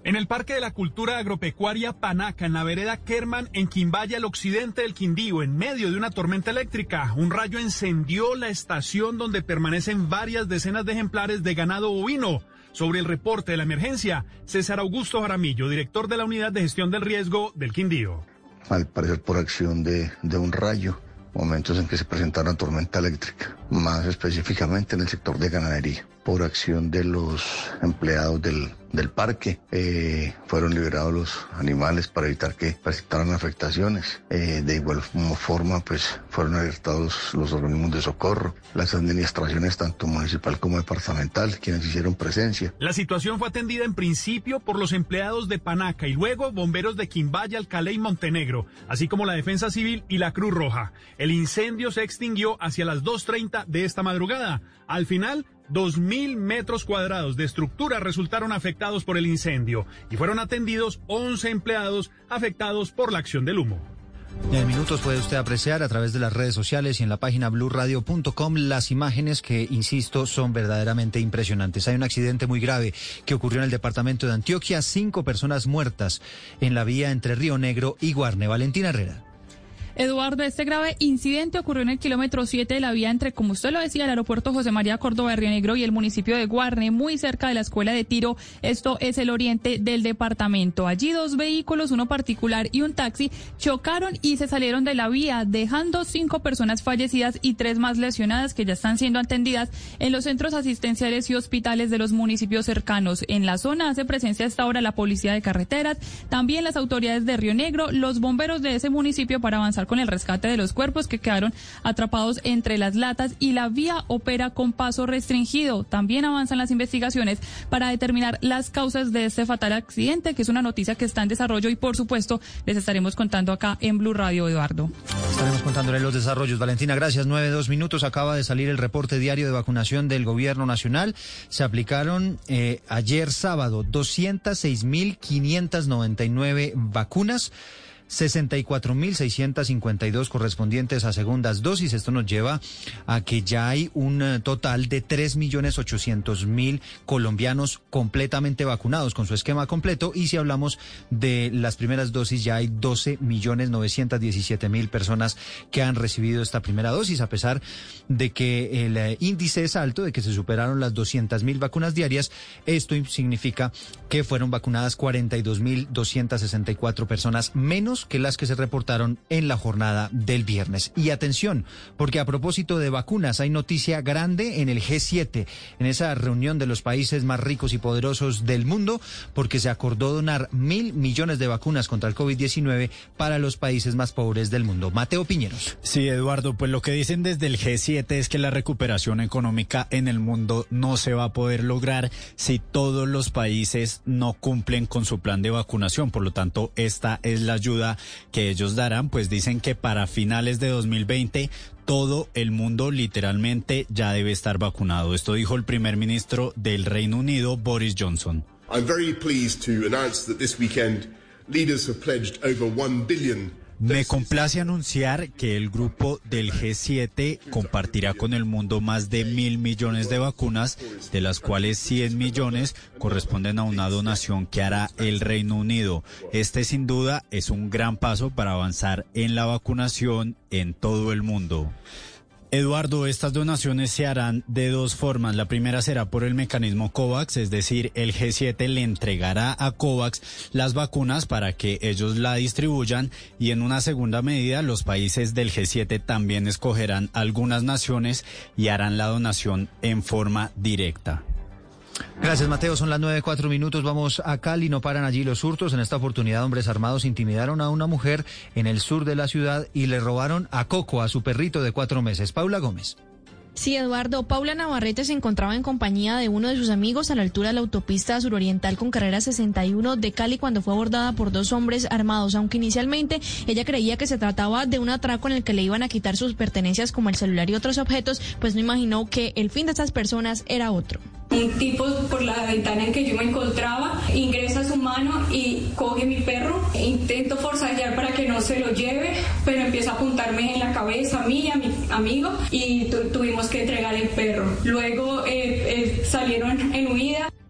Speaker 13: En el Parque de la Cultura Agropecuaria Panaca, en la vereda Kerman, en Quimbaya, al occidente del Quindío, en medio de una tormenta eléctrica, un rayo encendió la estación donde permanecen varias decenas de ejemplares de ganado bovino. Sobre el reporte de la emergencia, César Augusto Jaramillo, director de la Unidad de Gestión del Riesgo del Quindío.
Speaker 14: Al parecer por acción de, de un rayo, momentos en que se presenta una tormenta eléctrica, más específicamente en el sector de ganadería. Por acción de los empleados del, del parque, eh, fueron liberados los animales para evitar que presentaran afectaciones. Eh, de igual forma, pues fueron alertados los organismos de socorro, las administraciones tanto municipal como departamental, quienes hicieron presencia.
Speaker 13: La situación fue atendida en principio por los empleados de Panaca y luego bomberos de Quimbaya, Alcalé y Montenegro, así como la Defensa Civil y la Cruz Roja. El incendio se extinguió hacia las dos treinta de esta madrugada. Al final, dos mil metros cuadrados de estructura resultaron afectados por el incendio y fueron atendidos once empleados afectados por la acción del humo.
Speaker 12: En minutos puede usted apreciar a través de las redes sociales y en la página blue radio punto com las imágenes que, insisto, son verdaderamente impresionantes. Hay un accidente muy grave que ocurrió en el departamento de Antioquia, cinco personas muertas en la vía entre Río Negro y Guarne. Valentina Herrera.
Speaker 15: Eduardo, este grave incidente ocurrió en el kilómetro siete de la vía entre, como usted lo decía, el aeropuerto José María Córdoba de Río Negro y el municipio de Guarne, muy cerca de la escuela de tiro. Esto es el oriente del departamento. Allí dos vehículos, uno particular y un taxi, chocaron y se salieron de la vía, dejando cinco personas fallecidas y tres más lesionadas que ya están siendo atendidas en los centros asistenciales y hospitales de los municipios cercanos. En la zona hace presencia hasta ahora la policía de carreteras, también las autoridades de Río Negro, los bomberos de ese municipio para avanzar con el rescate de los cuerpos que quedaron atrapados entre las latas, y la vía opera con paso restringido. También avanzan las investigaciones para determinar las causas de este fatal accidente, que es una noticia que está en desarrollo y por supuesto les estaremos contando acá en Blue Radio, Eduardo.
Speaker 12: Estaremos contándole los desarrollos. Valentina, gracias. Nueve, dos minutos. Acaba de salir el reporte diario de vacunación del gobierno nacional. Se aplicaron eh, ayer sábado doscientas seis mil quinientas noventa y nueve vacunas. sesenta y cuatro mil seiscientos cincuenta y dos correspondientes a segundas dosis. Esto nos lleva a que ya hay un total de tres millones ochocientos mil colombianos completamente vacunados con su esquema completo. Y si hablamos de las primeras dosis, ya hay doce millones novecientos diecisiete mil personas que han recibido esta primera dosis, a pesar de que el índice es alto, de que se superaron las doscientas mil vacunas diarias. Esto significa que fueron vacunadas cuarenta y dos mil doscientas sesenta y cuatro personas menos que las que se reportaron en la jornada del viernes. Y atención, porque a propósito de vacunas, hay noticia grande en el G siete, en esa reunión de los países más ricos y poderosos del mundo, porque se acordó donar mil millones de vacunas contra el COVID diecinueve para los países más pobres del mundo. Mateo Piñeros.
Speaker 16: Sí, Eduardo, pues lo que dicen desde el G siete es que la recuperación económica en el mundo no se va a poder lograr si todos los países no cumplen con su plan de vacunación. Por lo tanto, esta es la ayuda que ellos darán. Pues dicen que para finales de dos mil veinte todo el mundo literalmente ya debe estar vacunado. Esto dijo el primer ministro del Reino Unido, Boris Johnson.
Speaker 24: I'm very pleased to announce that this weekend leaders have pledged over one billion.
Speaker 16: Me complace anunciar que el grupo del G siete compartirá con el mundo más de mil millones de vacunas, de las cuales cien millones corresponden a una donación que hará el Reino Unido. Este sin duda es un gran paso para avanzar en la vacunación en todo el mundo. Eduardo, estas donaciones se harán de dos formas. La primera será por el mecanismo COVAX, es decir, el G siete le entregará a COVAX las vacunas para que ellos la distribuyan, y en una segunda medida los países del G siete también escogerán algunas naciones y harán la donación en forma directa.
Speaker 12: Gracias, Mateo. Son las nueve, cuatro minutos. Vamos a Cali. No paran allí los hurtos. En esta oportunidad, hombres armados intimidaron a una mujer en el sur de la ciudad y le robaron a Coco, a su perrito de cuatro meses. Paula Gómez.
Speaker 26: Sí, Eduardo, Paula Navarrete se encontraba en compañía de uno de sus amigos a la altura de la autopista suroriental con carrera sesenta y uno de Cali cuando fue abordada por dos hombres armados. Aunque inicialmente ella creía que se trataba de un atraco en el que le iban a quitar sus pertenencias como el celular y otros objetos, pues no imaginó que el fin de estas personas era otro.
Speaker 25: Un tipo por la ventana en que yo me encontraba ingresa su mano y coge mi perro. Intento forcejear para que no se lo lleve, pero empieza a apuntarme en la cabeza a mí y a mi amigo y tu- tuvimos que entregar el perro. Luego eh, eh, salieron en huida.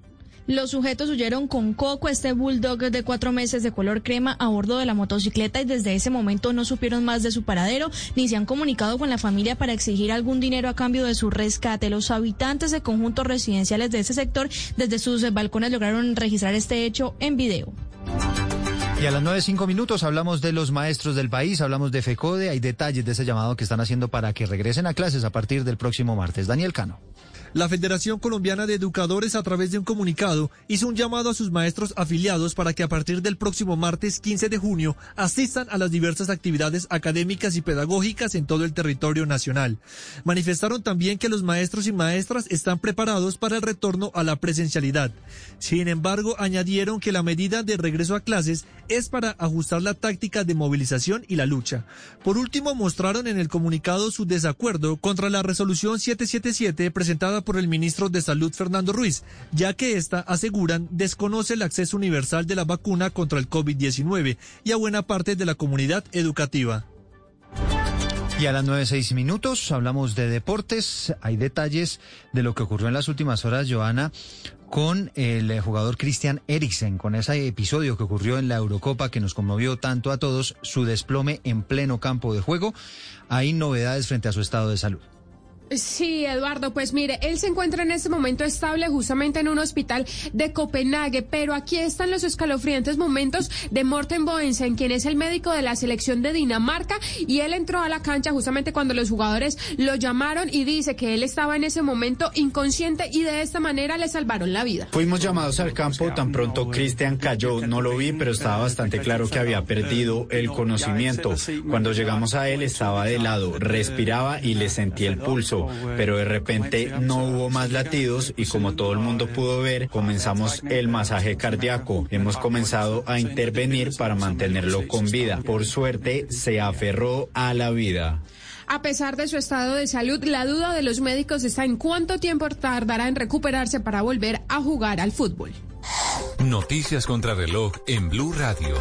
Speaker 26: Los sujetos huyeron con Coco, este bulldog de cuatro meses de color crema, a bordo de la motocicleta y desde ese momento no supieron más de su paradero ni se han comunicado con la familia para exigir algún dinero a cambio de su rescate. Los habitantes de conjuntos residenciales de ese sector desde sus balcones lograron registrar este hecho en video.
Speaker 12: Y a las nueve cinco minutos hablamos de los maestros del país, hablamos de FECODE, hay detalles de ese llamado que están haciendo para que regresen a clases a partir del próximo martes. Daniel Cano.
Speaker 7: La Federación Colombiana de Educadores, a través de un comunicado, hizo un llamado a sus maestros afiliados para que a partir del próximo martes quince de junio asistan a las diversas actividades académicas y pedagógicas en todo el territorio nacional. Manifestaron también que los maestros y maestras están preparados para el retorno a la presencialidad. Sin embargo, añadieron que la medida de regreso a clases es para ajustar la táctica de movilización y la lucha. Por último, mostraron en el comunicado su desacuerdo contra la resolución setecientos setenta y siete presentada por el ministro de Salud Fernando Ruiz, ya que esta, aseguran, desconoce el acceso universal de la vacuna contra el COVID diecinueve y a buena parte de la comunidad educativa.
Speaker 12: Y a las nueve seis minutos hablamos de deportes. Hay detalles de lo que ocurrió en las últimas horas, Joana, con el jugador Christian Eriksen, con ese episodio que ocurrió en la Eurocopa que nos conmovió tanto a todos, su desplome en pleno campo de juego. Hay novedades frente a su estado de salud.
Speaker 9: Sí, Eduardo, pues mire, él se encuentra en este momento estable justamente en un hospital de Copenhague, pero aquí están los escalofriantes momentos de Morten Boensen, quien es el médico de la selección de Dinamarca, y él entró a la cancha justamente cuando los jugadores lo llamaron y dice que él estaba en ese momento inconsciente y de esta manera le salvaron la vida.
Speaker 16: Fuimos llamados al campo, tan pronto Christian cayó, no lo vi, pero estaba bastante claro que había perdido el conocimiento. Cuando llegamos a él estaba de lado, respiraba y le sentí el pulso. Pero de repente no hubo más latidos y como todo el mundo pudo ver, comenzamos el masaje cardíaco. Hemos comenzado a intervenir para mantenerlo con vida. Por suerte, se aferró a la vida.
Speaker 9: A pesar de su estado de salud, la duda de los médicos está en cuánto tiempo tardará en recuperarse para volver a jugar al fútbol.
Speaker 1: Noticias contra reloj en Blue Radio.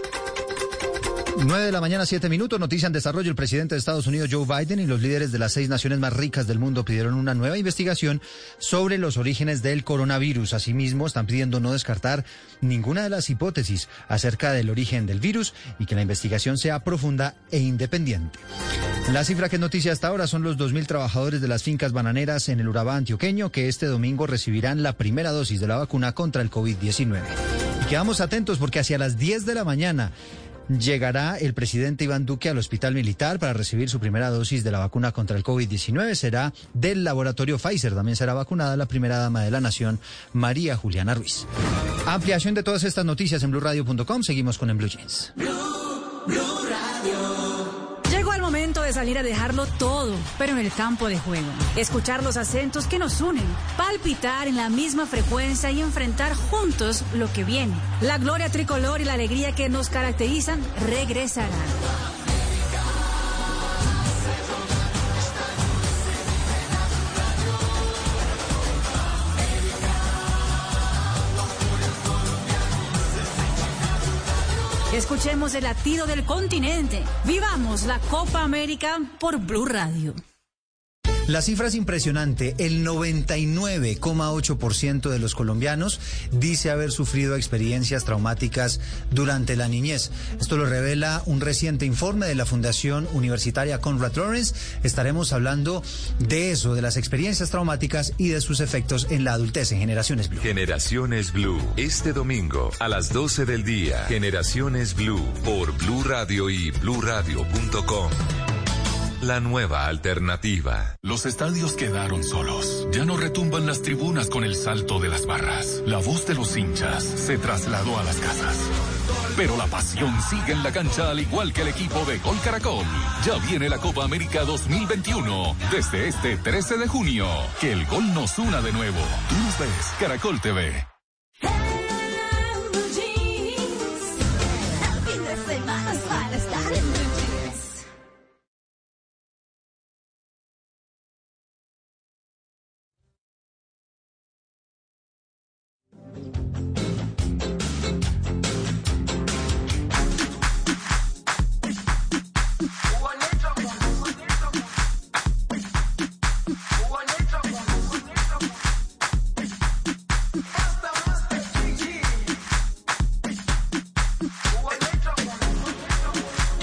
Speaker 12: nueve de la mañana, siete minutos, noticia en desarrollo. El presidente de Estados Unidos, Joe Biden, y los líderes de las seis naciones más ricas del mundo pidieron una nueva investigación sobre los orígenes del coronavirus. Asimismo, están pidiendo no descartar ninguna de las hipótesis acerca del origen del virus y que la investigación sea profunda e independiente. La cifra que es noticia hasta ahora son los dos mil trabajadores de las fincas bananeras en el Urabá antioqueño que este domingo recibirán la primera dosis de la vacuna contra el COVID diecinueve. Y quedamos atentos porque hacia las diez de la mañana llegará el presidente Iván Duque al hospital militar para recibir su primera dosis de la vacuna contra el COVID diecinueve. Será del laboratorio Pfizer. También será vacunada la primera dama de la nación, María Juliana Ruiz. Ampliación de todas estas noticias en blue radio punto com. Seguimos con En Blue Jeans.
Speaker 11: Blue, Blue Radio. Llegó el momento de salir a dejarlo todo, pero en el campo de juego. Escuchar los acentos que nos unen, palpitar en la misma frecuencia y enfrentar juntos lo que viene. La gloria tricolor y la alegría que nos caracterizan regresarán. Escuchemos el latido del continente. Vivamos la Copa América por Blue Radio.
Speaker 12: La cifra es impresionante. El noventa y nueve coma ocho por ciento de los colombianos dice haber sufrido experiencias traumáticas durante la niñez. Esto lo revela un reciente informe de la Fundación Universitaria Konrad Lorenz. Estaremos hablando de eso, de las experiencias traumáticas y de sus efectos en la adultez en Generaciones Blue.
Speaker 1: Generaciones Blue, este domingo a las doce del día. Generaciones Blue por Blue Radio y blue radio punto com. La nueva alternativa.
Speaker 21: Los estadios quedaron solos. Ya no retumban las tribunas con el salto de las barras. La voz de los hinchas se trasladó a las casas. Pero la pasión sigue en la cancha al igual que el equipo de Gol Caracol. Ya viene la Copa América dos mil veintiuno. Desde este trece de junio. Que el gol nos una de nuevo. Tú nos ves. Caracol T V.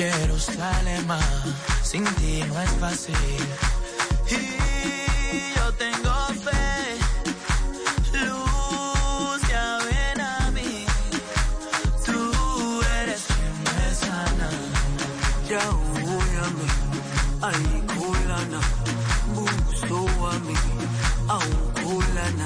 Speaker 2: Jerusalén, sin ti no es fácil. Y yo tengo fe, luz, ya ven a mí. Tú eres quien me sana. Ya voy a mí, ay, culana. Busto a mí, aún culana.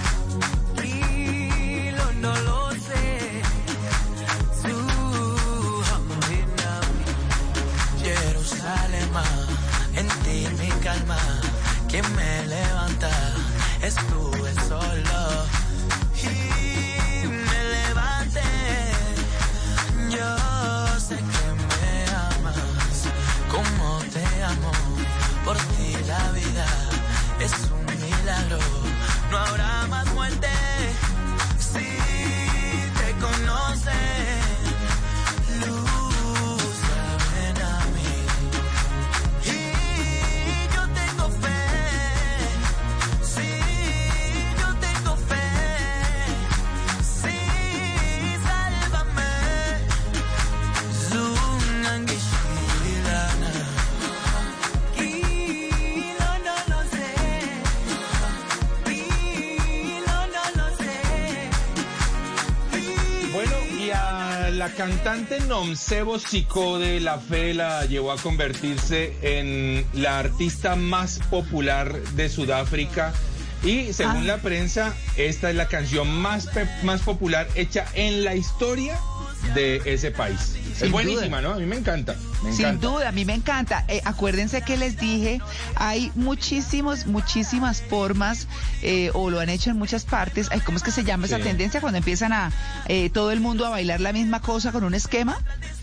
Speaker 2: Y lo no lo sé. Tú, ven a mí. Jerusalén, en ti mi calma, quien me levanta estuve solo y me levanté. Yo sé que me amas como te amo, por ti la vida es un milagro, no habrá más muerte si te conoces.
Speaker 5: La cantante Nomcebo Sicode, la fe la llevó a convertirse en la artista más popular de Sudáfrica y según ah. la prensa, esta es la canción más, pe- más popular hecha en la historia de ese país. Sin es buenísima, duda. ¿No? A mí me encanta. Me
Speaker 3: Sin
Speaker 5: encanta.
Speaker 3: duda, a mí me encanta. Eh, acuérdense que les dije, hay muchísimos, muchísimas formas, eh, o lo han hecho en muchas partes. Ay, ¿cómo es que se llama sí. esa tendencia cuando empiezan a eh, todo el mundo a bailar la misma cosa con un esquema?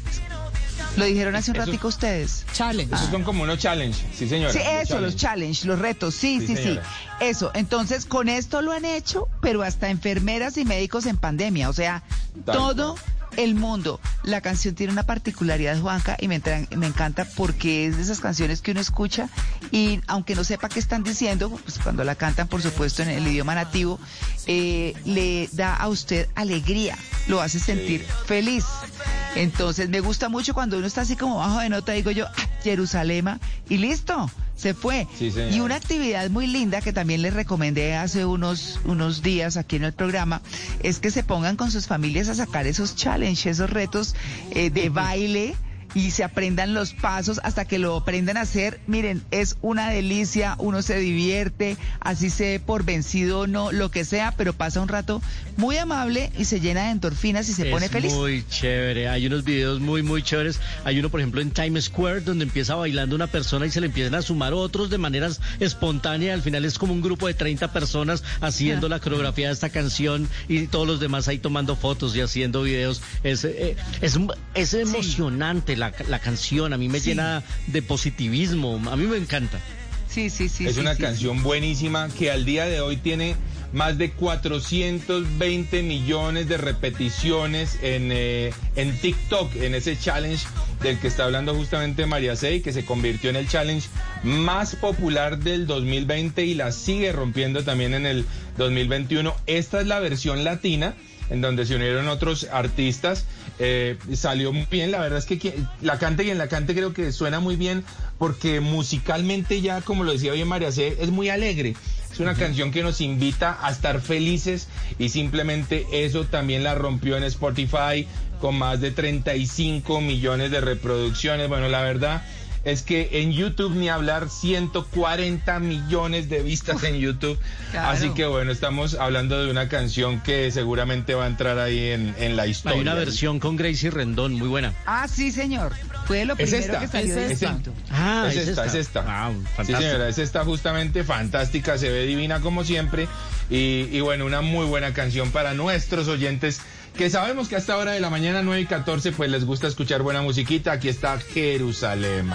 Speaker 3: Lo dijeron hace un ratico ustedes.
Speaker 5: Challenge. Esos ah. son como unos challenge, sí señora.
Speaker 3: Sí, eso,
Speaker 5: challenge.
Speaker 3: los challenge, los retos, sí, sí, sí, sí. Eso, entonces con esto lo han hecho, pero hasta enfermeras y médicos en pandemia, o sea, Tal todo... Cual. El mundo. La canción tiene una particularidad, Juanca, y me, entra, me encanta porque es de esas canciones que uno escucha y aunque no sepa qué están diciendo, pues cuando la cantan, por supuesto, en el idioma nativo, eh, le da a usted alegría, lo hace sentir sí. feliz. Entonces me gusta mucho cuando uno está así como bajo de nota, digo yo, ah, Jerusalén, y listo, se fue.
Speaker 5: Sí,
Speaker 3: y una actividad muy linda que también les recomendé hace unos, unos días aquí en el programa, es que se pongan con sus familias a sacar esos challenges, esos retos eh, de baile, y se aprendan los pasos hasta que lo aprendan a hacer. Miren, es una delicia, uno se divierte, así se dé por vencido o no, lo que sea, pero pasa un rato muy amable y se llena de endorfinas y se
Speaker 6: es
Speaker 3: pone feliz.
Speaker 6: Muy chévere, hay unos videos muy, muy chéveres. Hay uno, por ejemplo, en Times Square, donde empieza bailando una persona y se le empiezan a sumar otros de maneras espontáneas. Al final es como un grupo de treinta personas haciendo ah. la coreografía de esta canción y todos los demás ahí tomando fotos y haciendo videos. Es, eh, es, es emocionante sí. la, la canción, a mí me sí. llena de positivismo, a mí me encanta.
Speaker 3: Sí, sí, sí.
Speaker 5: Es
Speaker 3: sí,
Speaker 5: una
Speaker 3: sí,
Speaker 5: canción
Speaker 3: sí.
Speaker 5: buenísima que al día de hoy tiene más de cuatrocientos veinte millones de repeticiones en, eh, en TikTok, en ese challenge del que está hablando justamente María Sey, que se convirtió en el challenge más popular del dos mil veinte y la sigue rompiendo también en el dos mil veintiuno. Esta es la versión latina, en donde se unieron otros artistas, eh, salió muy bien, la verdad es que la cante y en la cante creo que suena muy bien, porque musicalmente ya, como lo decía bien María C, es muy alegre, es una uh-huh. canción que nos invita a estar felices, y simplemente eso también la rompió en Spotify, con más de treinta y cinco millones de reproducciones. Bueno, la verdad es que en YouTube ni hablar, ciento cuarenta millones de vistas en YouTube. Claro. Así que bueno, estamos hablando de una canción que seguramente va a entrar ahí en, en la historia.
Speaker 6: Hay una versión con Gracie Rendón, muy buena.
Speaker 3: Ah, sí, señor. Fue lo primero
Speaker 5: esta,
Speaker 3: que salió
Speaker 5: es
Speaker 3: de
Speaker 5: esta.
Speaker 6: Ah,
Speaker 5: es, es esta, esta, es esta.
Speaker 6: Ah,
Speaker 5: sí, señora, es esta justamente, fantástica, se ve divina como siempre. Y, y bueno, una muy buena canción para nuestros oyentes, que sabemos que a esta hora de la mañana, nueve y catorce, pues les gusta escuchar buena musiquita. Aquí está Jerusalén.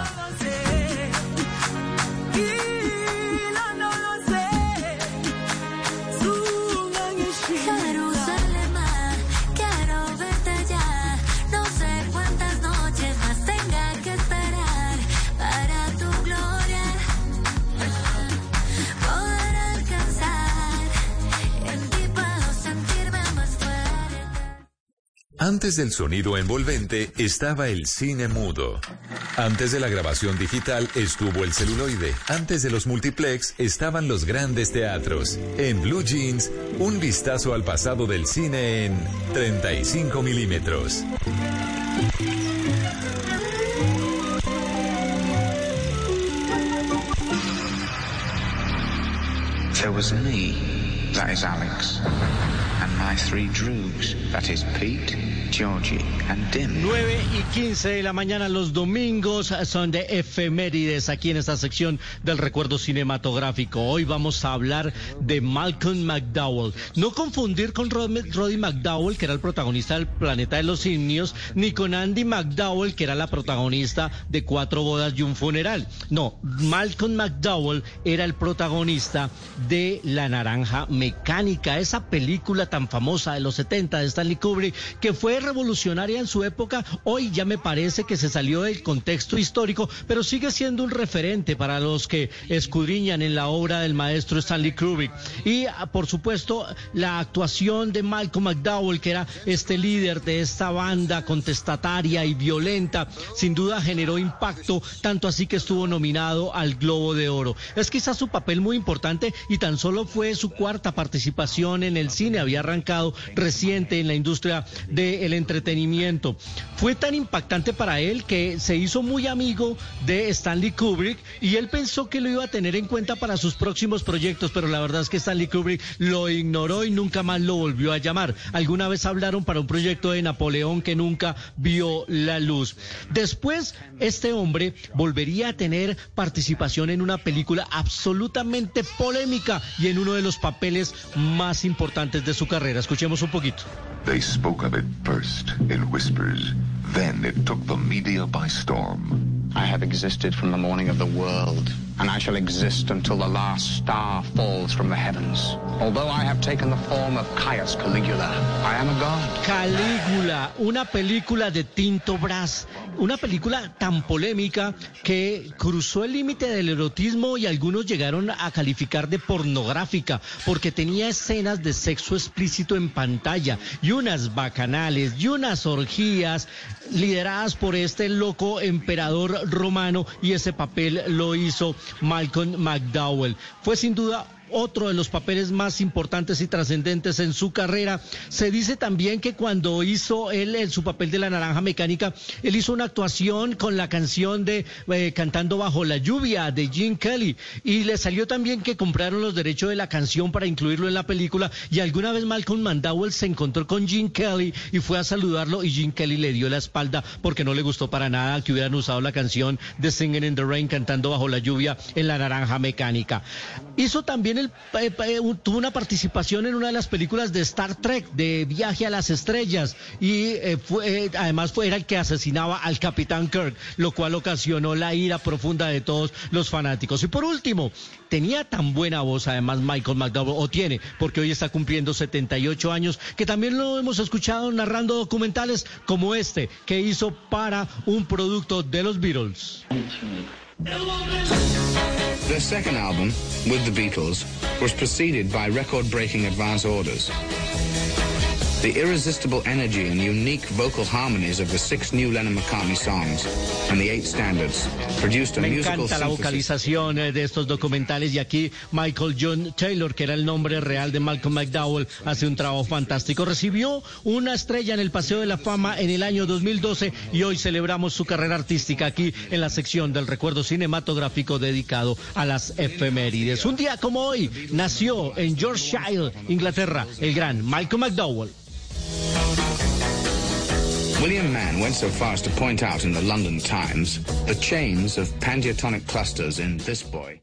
Speaker 1: Antes del sonido envolvente estaba el cine mudo. Antes de la grabación digital estuvo el celuloide. Antes de los multiplex estaban los grandes teatros. En Blue Jeans, un vistazo al pasado del cine en treinta y cinco milímetros.
Speaker 4: There was me, that is Alex, and my three droogs, that is Pete, Georgie and Dim.
Speaker 6: nueve y quince de la mañana los domingos son de efemérides aquí en esta sección del recuerdo cinematográfico. Hoy vamos a hablar de Malcolm McDowell. No confundir con Rod- Roddy McDowell, que era el protagonista del Planeta de los Simios, ni con Andy McDowell, que era la protagonista de Cuatro bodas y un funeral. No, Malcolm McDowell era el protagonista de La Naranja Mecánica, esa película tan famosa de los setenta de Stanley Kubrick, que fue revolucionaria en su época. Hoy ya me parece que se salió del contexto histórico, pero sigue siendo un referente para los que escudriñan en la obra del maestro Stanley Kubrick. Y por supuesto la actuación de Malcolm McDowell, que era este líder de esta banda contestataria y violenta, sin duda generó impacto, tanto así que estuvo nominado al Globo de Oro. Es quizás su papel muy importante y tan solo fue su cuarta participación en el cine. Había arrancado reciente en la industria del entretenimiento. Fue tan impactante para él que se hizo muy amigo de Stanley Kubrick y él pensó que lo iba a tener en cuenta para sus próximos proyectos, pero la verdad es que Stanley Kubrick lo ignoró y nunca más lo volvió a llamar. Alguna vez hablaron para un proyecto de Napoleón que nunca vio la luz. Después, este hombre volvería a tener participación en una película absolutamente polémica y en uno de los papeles más importantes de su carrera. Escuchemos un poquito.
Speaker 21: They spoke of it first in whispers. Then it took the media by storm.
Speaker 4: I have existed from the morning of the world, and I shall exist until the last star falls from the heavens. Although I have taken the form of Caius Caligula, I am a god.
Speaker 6: Calígula, una película de Tinto Brass, una película tan polémica que cruzó el límite del erotismo y algunos llegaron a calificar de pornográfica porque tenía escenas de sexo explícito en pantalla y unas bacanales y unas orgías lideradas por este loco emperador romano, y ese papel lo hizo Malcolm McDowell. Fue sin duda otro de los papeles más importantes y trascendentes en su carrera. Se dice también que cuando hizo él en su papel de La Naranja Mecánica, él hizo una actuación con la canción de eh, Cantando Bajo la Lluvia de Gene Kelly, y le salió también que compraron los derechos de la canción para incluirlo en la película, y alguna vez Malcolm McDowell se encontró con Gene Kelly y fue a saludarlo y Gene Kelly le dio la espalda porque no le gustó para nada que hubieran usado la canción de Singing in the Rain, Cantando Bajo la Lluvia, en La Naranja Mecánica. Hizo también el Eh, eh, tuvo una participación en una de las películas de Star Trek, de Viaje a las Estrellas, y eh, fue, eh, además fue, era el que asesinaba al Capitán Kirk, lo cual ocasionó la ira profunda de todos los fanáticos. Y por último, tenía tan buena voz además Michael McDowell, o tiene, porque hoy está cumpliendo setenta y ocho años, que también lo hemos escuchado narrando documentales como este, que hizo para un producto de los Beatles.
Speaker 4: Their second album, with the Beatles, was preceded by record-breaking advance orders. The irresistible energy and unique vocal harmonies of the six new Lennon-McCartney songs and the eight standards produced a
Speaker 6: Me
Speaker 4: musical
Speaker 6: encanta la
Speaker 4: synthesis.
Speaker 6: vocalización eh, de estos documentales, y aquí Michael John Taylor, que era el nombre real de Malcolm McDowell, hace un trabajo fantástico. Recibió una estrella en el Paseo de la Fama en el año dos mil doce y hoy celebramos su carrera artística aquí en la sección del recuerdo cinematográfico dedicado a las efemérides. Un día como hoy nació en Yorkshire, Inglaterra, el gran Malcolm McDowell.
Speaker 4: William Mann went so far as to point out in the London Times the chains of pandiatonic clusters in this boy.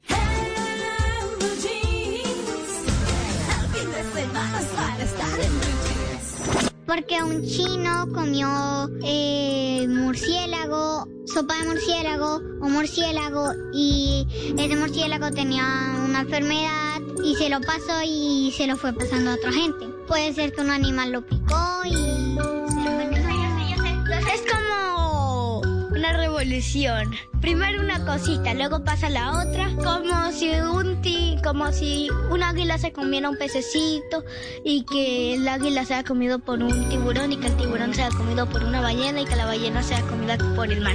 Speaker 17: Porque un chino comió eh, murciélago, sopa de murciélago o murciélago, y ese murciélago tenía una enfermedad y se lo pasó y se lo fue pasando a otra gente. Puede ser que un animal lo picó y se lo perdió. Es como una revolución. revolución. Primero una cosita, luego pasa la otra, como si un ti, como si un águila se comiera un pececito y que el águila sea comido por un tiburón y que el tiburón sea comido por una ballena y que la ballena sea comida por el mar.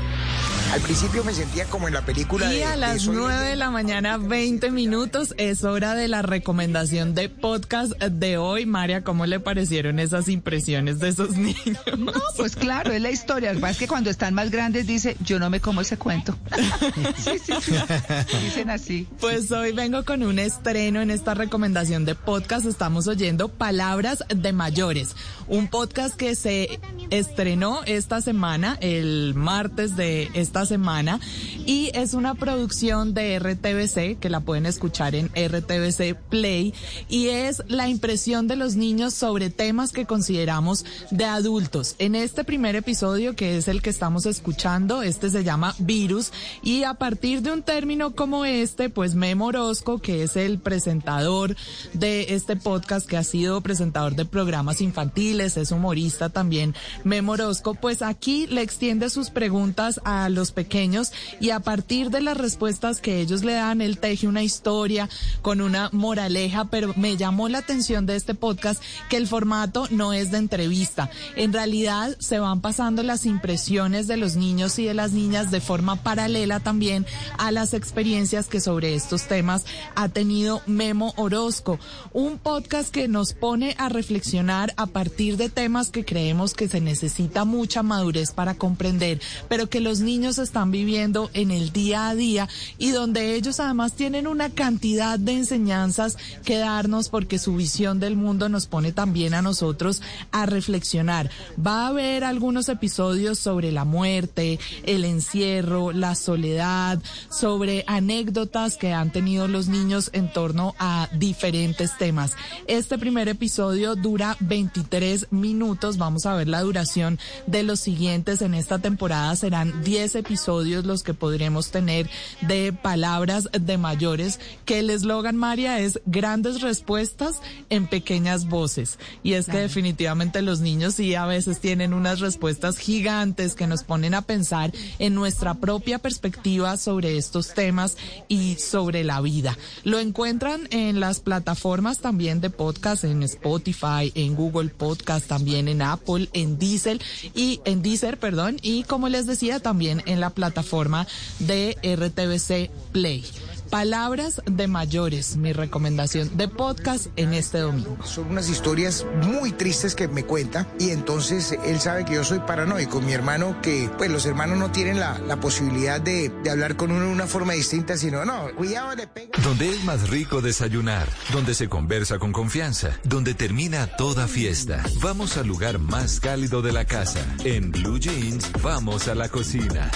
Speaker 8: Al principio me sentía como en la película
Speaker 10: y
Speaker 8: de...
Speaker 10: a las nueve de la mañana, veinte minutos, es hora de la recomendación de podcast de hoy. María, ¿cómo le parecieron esas impresiones de esos niños?
Speaker 3: No, pues claro, es la historia. Lo que pasa es que cuando están más grandes dice, yo no me como ese cuento. Sí, sí, sí. Dicen así.
Speaker 10: Pues hoy vengo con un estreno en esta recomendación de podcast. Estamos oyendo Palabras de Mayores, un podcast que se estrenó esta semana, el martes de esta semana, y es una producción de R T V C, que la pueden escuchar en R T V C Play, y es la impresión de los niños sobre temas que consideramos de adultos. En este primer episodio, que es el que estamos escuchando, este se llama Virus, y a partir de un término como este, pues Memo Orozco, que es el presentador de este podcast, que ha sido presentador de programas infantiles, es humorista también, Memo Orozco, pues aquí le extiende sus preguntas a los pequeños y a partir de las respuestas que ellos le dan, él teje una historia con una moraleja, pero me llamó la atención de este podcast que el formato no es de entrevista. En realidad se van pasando las impresiones de los niños y de las niñas de forma paralela también a las experiencias que sobre estos temas ha tenido Memo Orozco. Un podcast que nos pone a reflexionar a partir de temas que creemos que se necesita mucha madurez para comprender, pero que los niños están viviendo en el día a día y donde ellos además tienen una cantidad de enseñanzas que darnos porque su visión del mundo nos pone también a nosotros a reflexionar. Va a haber algunos episodios sobre la muerte, el encierro, la soledad, sobre anécdotas que han tenido los niños en torno a diferentes temas. Este primer episodio dura veintitrés minutos. Vamos a ver la duración de los siguientes. En esta temporada serán diez episodios los que podremos tener de Palabras de Mayores, que el eslogan, María, es grandes respuestas en pequeñas voces. Y es que definitivamente los niños sí a veces tienen unas respuestas gigantes que nos ponen a pensar en nuestra propia perspectiva sobre estos temas y sobre la vida. Lo encuentran en las plataformas también de podcast, en Spotify, en Google Podcast, también en Apple, en Deezer y en Deezer, perdón, y como les decía, también en la plataforma de R T V C Play. Palabras de Mayores, mi recomendación de podcast en este domingo.
Speaker 8: Son unas historias muy tristes que me cuenta y entonces él sabe que yo soy paranoico. Mi hermano, que pues los hermanos no tienen la, la posibilidad de, de hablar con uno de una forma distinta, sino no, cuidado, le pega.
Speaker 1: Donde es más rico desayunar, donde se conversa con confianza, donde termina toda fiesta. Vamos al lugar más cálido de la casa. En Blue Jeans, vamos a la cocina.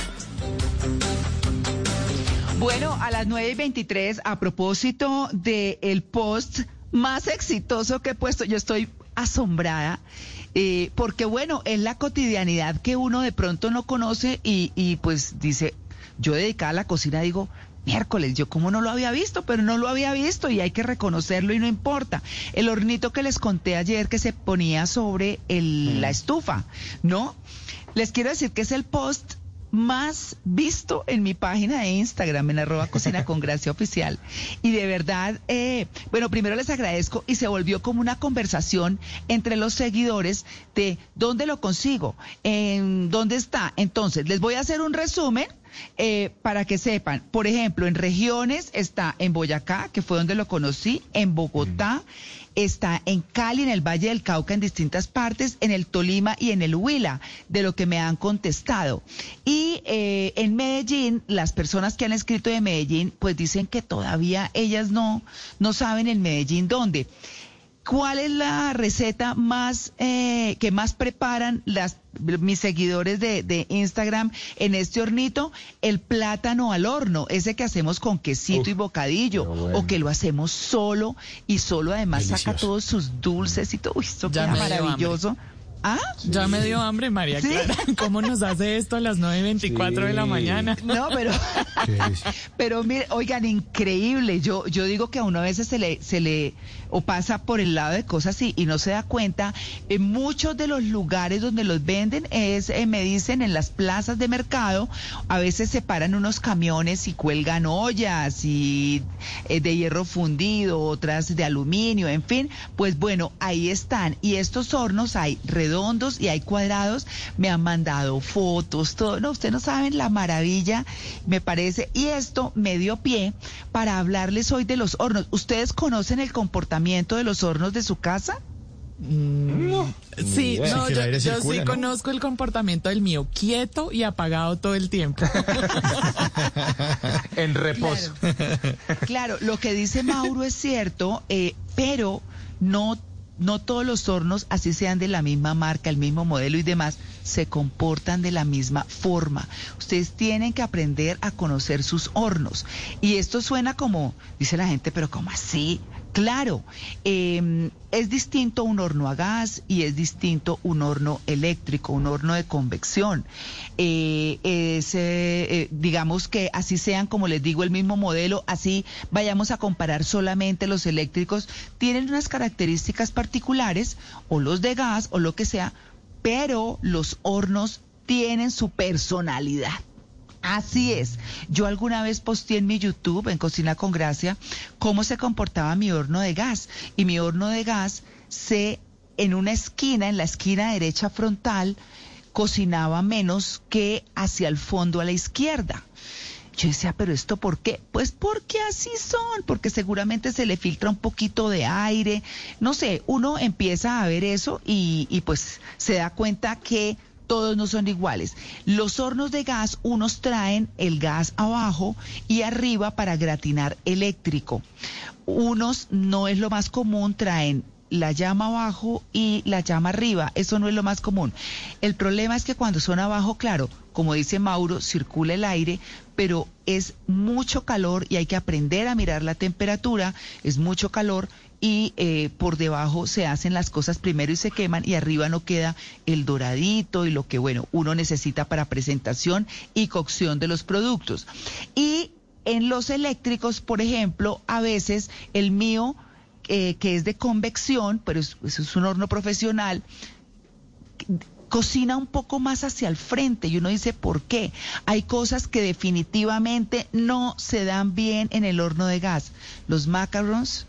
Speaker 3: Bueno, a las nueve y veintitrés, a propósito de el post más exitoso que he puesto, yo estoy asombrada, eh, porque bueno, es la cotidianidad que uno de pronto no conoce y, y pues dice, yo dedicada a la cocina digo, miércoles, yo como no lo había visto, pero no lo había visto y hay que reconocerlo y no importa. El hornito que les conté ayer que se ponía sobre el, mm. la estufa, ¿no? Les quiero decir que es el post más visto en mi página de Instagram, en arroba cocina con gracia oficial. Y de verdad, eh, bueno, primero les agradezco y se volvió como una conversación entre los seguidores de dónde lo consigo, en dónde está. Entonces, les voy a hacer un resumen eh, para que sepan. Por ejemplo, en regiones está en Boyacá, que fue donde lo conocí, en Bogotá, mm. está en Cali, en el Valle del Cauca, en distintas partes, en el Tolima y en el Huila, de lo que me han contestado. Y eh, en Medellín, las personas que han escrito de Medellín, pues dicen que todavía ellas no, no saben en Medellín dónde. ¿Cuál es la receta más eh, que más preparan las mis seguidores de, de Instagram en este hornito? El plátano al horno, ese que hacemos con quesito Uf, y bocadillo, bueno. o que lo hacemos solo y solo además Delicioso. Saca todos sus dulces y todo. Uy, esto queda maravilloso. ¿Ah?
Speaker 10: Ya me dio hambre, María Clara. ¿Sí? ¿Cómo nos hace esto a las nueve y veinticuatro sí. de la mañana?
Speaker 3: No, pero... pero mire, oigan, increíble. Yo yo digo que a uno a veces se le se le o pasa por el lado de cosas y, y no se da cuenta. En muchos de los lugares donde los venden es, eh, me dicen, en las plazas de mercado, a veces se paran unos camiones y cuelgan ollas y eh, de hierro fundido, otras de aluminio, en fin. Pues bueno, ahí están. Y estos hornos hay redondos y hay cuadrados. Me han mandado fotos, todo. No, ustedes no saben la maravilla, me parece. Y esto me dio pie para hablarles hoy de los hornos. ¿Ustedes conocen el comportamiento de los hornos de su casa?
Speaker 10: No. Sí, no,
Speaker 12: sí,
Speaker 10: yo, yo
Speaker 12: circula,
Speaker 10: sí
Speaker 12: ¿no?
Speaker 10: conozco el comportamiento del mío, quieto y apagado todo el tiempo.
Speaker 5: En reposo.
Speaker 3: Claro, claro, lo que dice Mauro es cierto, eh, pero no No todos los hornos, así sean de la misma marca, el mismo modelo y demás, se comportan de la misma forma. Ustedes tienen que aprender a conocer sus hornos. Y esto suena como, dice la gente, pero ¿cómo así? Claro, eh, es distinto un horno a gas y es distinto un horno eléctrico, un horno de convección. Eh, es, eh, eh, digamos que así sean, como les digo, el mismo modelo, así vayamos a comparar solamente los eléctricos, tienen unas características particulares, o los de gas o lo que sea, pero los hornos tienen su personalidad. Así es. Yo alguna vez posteé en mi YouTube, en Cocina con Gracia, cómo se comportaba mi horno de gas. Y mi horno de gas, se en una esquina, en la esquina derecha frontal, cocinaba menos que hacia el fondo a la izquierda. Yo decía, ¿pero esto por qué? Pues porque así son, porque seguramente se le filtra un poquito de aire. No sé, uno empieza a ver eso y, y pues se da cuenta que todos no son iguales. Los hornos de gas, unos traen el gas abajo y arriba para gratinar eléctrico. Unos, no es lo más común, traen la llama abajo y la llama arriba. Eso no es lo más común. El problema es que cuando son abajo, claro, como dice Mauro, circula el aire, pero es mucho calor y hay que aprender a mirar la temperatura. Es mucho calor y eh, por debajo se hacen las cosas primero y se queman, y arriba no queda el doradito y lo que, bueno, uno necesita para presentación y cocción de los productos. Y en los eléctricos, por ejemplo, a veces el mío, eh, que es de convección, pero es, es un horno profesional, cocina un poco más hacia el frente y uno dice, ¿por qué? Hay cosas que definitivamente no se dan bien en el horno de gas. Los macarons,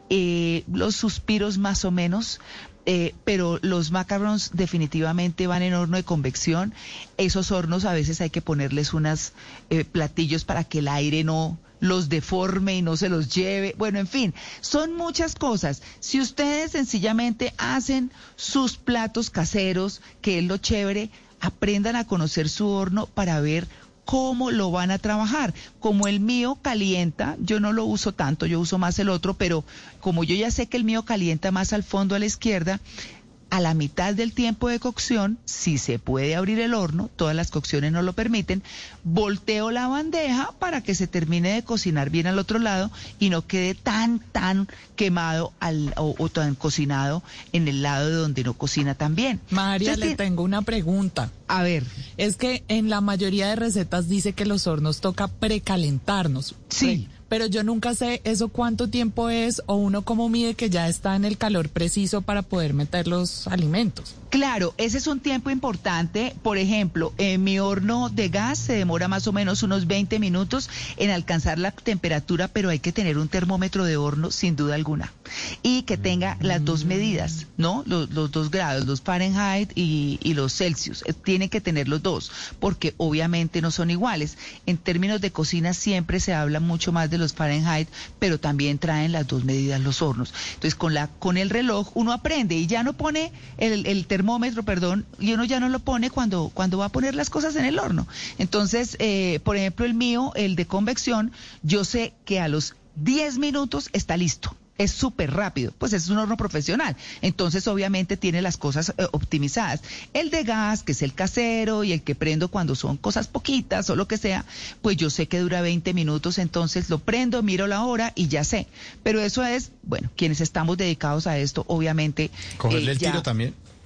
Speaker 3: eh, los suspiros más o menos, eh, pero los macarons definitivamente van en horno de convección. Esos hornos a veces hay que ponerles unos eh, platillos para que el aire no los deforme y no se los lleve. Bueno, en fin, son muchas cosas. Si ustedes sencillamente hacen sus platos caseros, que es lo chévere, aprendan a conocer su horno para ver cómo lo van a trabajar. Como el mío calienta, yo no lo uso tanto, yo uso más el otro, pero como yo ya sé que el mío calienta más al fondo a la izquierda, a la mitad del tiempo de cocción, si se puede abrir el horno, todas las cocciones no lo permiten, volteo la bandeja para que se termine de cocinar bien al otro lado y no quede tan, tan quemado al, o, o tan cocinado en el lado de donde no cocina tan bien.
Speaker 10: María,
Speaker 3: Entonces,
Speaker 10: le tengo una pregunta.
Speaker 3: A ver.
Speaker 10: Es que en la mayoría de recetas dice que los hornos toca precalentarnos.
Speaker 3: Sí.
Speaker 10: Pre Pero yo nunca sé eso cuánto tiempo es, o uno cómo mide que ya está en el calor preciso para poder meter los alimentos.
Speaker 3: Claro, ese es un tiempo importante. Por ejemplo, en mi horno de gas se demora más o menos unos veinte minutos en alcanzar la temperatura, pero hay que tener un termómetro de horno sin duda alguna. Y que tenga las dos medidas, ¿no? Los, los dos grados, los Fahrenheit y, y los Celsius. Tienen que tener los dos, porque obviamente no son iguales. En términos de cocina siempre se habla mucho más de los Fahrenheit, pero también traen las dos medidas los hornos. Entonces con la con el reloj uno aprende y ya no pone el, el termómetro, perdón, y uno ya no lo pone cuando, cuando va a poner las cosas en el horno. Entonces, eh, por ejemplo, el mío, el de convección, yo sé que a los diez minutos está listo. Es súper rápido, pues es un horno profesional, entonces obviamente tiene las cosas eh, optimizadas. El de gas, que es el casero y el que prendo cuando son cosas poquitas o lo que sea, pues yo sé que dura veinte minutos, entonces lo prendo, miro la hora y ya sé. Pero eso es, bueno, quienes estamos dedicados a esto, obviamente...
Speaker 12: ¿Cogerle
Speaker 3: eh,
Speaker 12: el
Speaker 3: ya...
Speaker 12: tiro también?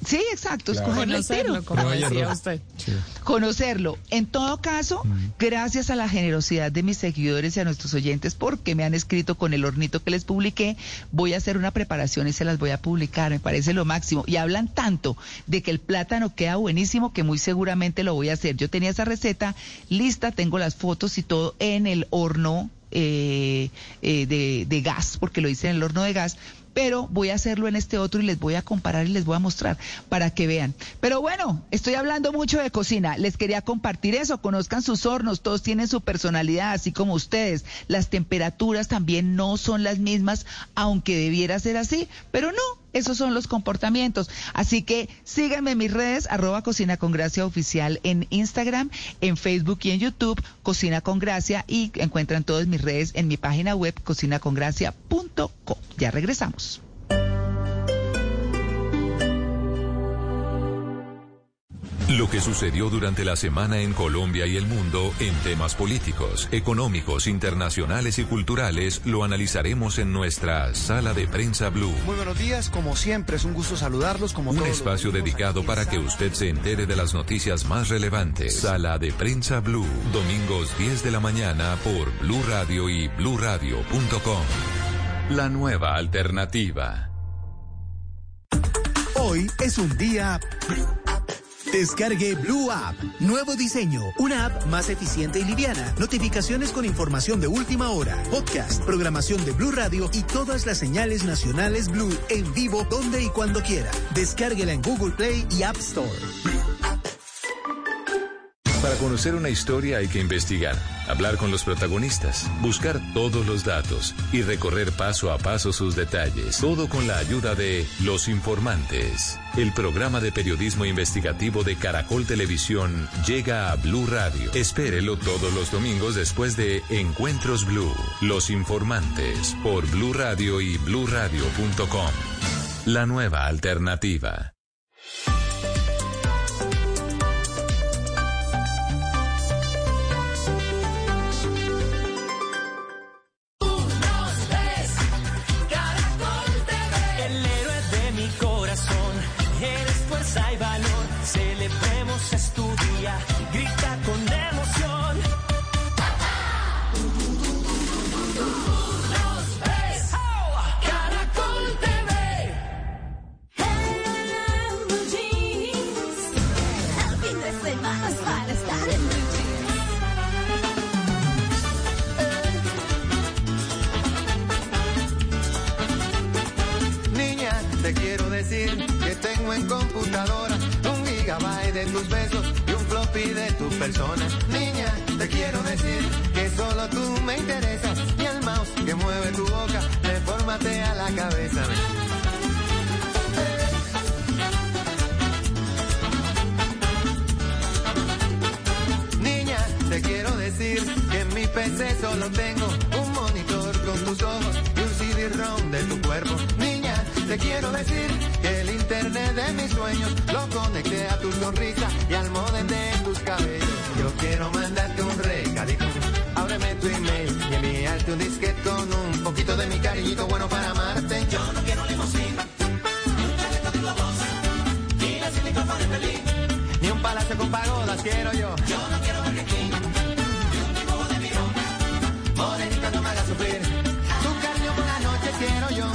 Speaker 3: Sí, exacto,
Speaker 10: claro.
Speaker 3: escogerlo el tiro.
Speaker 10: Como decía usted.
Speaker 3: Sí. Conocerlo. En todo caso, mm. gracias a la generosidad de mis seguidores y a nuestros oyentes, porque me han escrito con el hornito que les publiqué, voy a hacer una preparación y se las voy a publicar, me parece lo máximo. Y hablan tanto de que el plátano queda buenísimo que muy seguramente lo voy a hacer. Yo tenía esa receta lista, tengo las fotos y todo en el horno eh, eh, de, de gas, porque lo hice en el horno de gas, pero voy a hacerlo en este otro y les voy a comparar y les voy a mostrar para que vean. Pero bueno, estoy hablando mucho de cocina, les quería compartir eso, conozcan sus hornos, todos tienen su personalidad, así como ustedes. Las temperaturas también no son las mismas, aunque debiera ser así, pero no, esos son los comportamientos. Así que síganme en mis redes, arroba Cocina con Gracia Oficial en Instagram, en Facebook y en YouTube, Cocina con Gracia, y encuentran todas mis redes en mi página web, cocina con gracia punto com. Ya regresamos.
Speaker 1: Lo que sucedió durante la semana en Colombia y el mundo en temas políticos, económicos, internacionales y culturales lo analizaremos en nuestra Sala de Prensa Blue.
Speaker 14: Muy buenos días, como siempre es un gusto saludarlos. Como
Speaker 1: un
Speaker 14: todos
Speaker 1: espacio dedicado para que usted se entere de las noticias más relevantes. Sala de Prensa Blue, domingos diez de la mañana por Blue Radio y blue radio punto com. La nueva alternativa.
Speaker 18: Hoy es un día... Descargue Blue App. Nuevo diseño. Una app más eficiente y liviana. Notificaciones con información de última hora. Podcast, programación de Blue Radio y todas las señales nacionales Blue en vivo donde y cuando quiera. Descárguela en Google Play y App Store.
Speaker 1: Para conocer una historia hay que investigar, hablar con los protagonistas, buscar todos los datos y recorrer paso a paso sus detalles. Todo con la ayuda de Los Informantes. El programa de periodismo investigativo de Caracol Televisión llega a Blue Radio. Espérelo todos los domingos después de Encuentros Blue. Los Informantes por Blue Radio y blue radio punto com. La nueva alternativa.
Speaker 2: Que tengo en computadora un gigabyte de tus besos y un floppy de tu persona. Niña, te quiero decir que solo tú me interesas y el mouse que mueve tu boca le formatea la cabeza. Niña, te quiero decir que en mi P C solo tengo un monitor con tus ojos y un C D ROM de tu cuerpo. Niña, te quiero decir que el internet de mis sueños lo conecté a tu sonrisa y al modem de tus cabellos. Yo quiero mandarte un recadito, ábreme tu email y enviarte un disquete con un poquito de mi cariñito bueno para amarte. Yo no quiero limusina, ni un chaleco de globos, ni la silicona de feliz, ni un palacio con pagodas quiero yo. Yo no quiero Burger King, ni un dibujo de mi ropa, morenita no me haga sufrir, tu cariño por la noche quiero yo.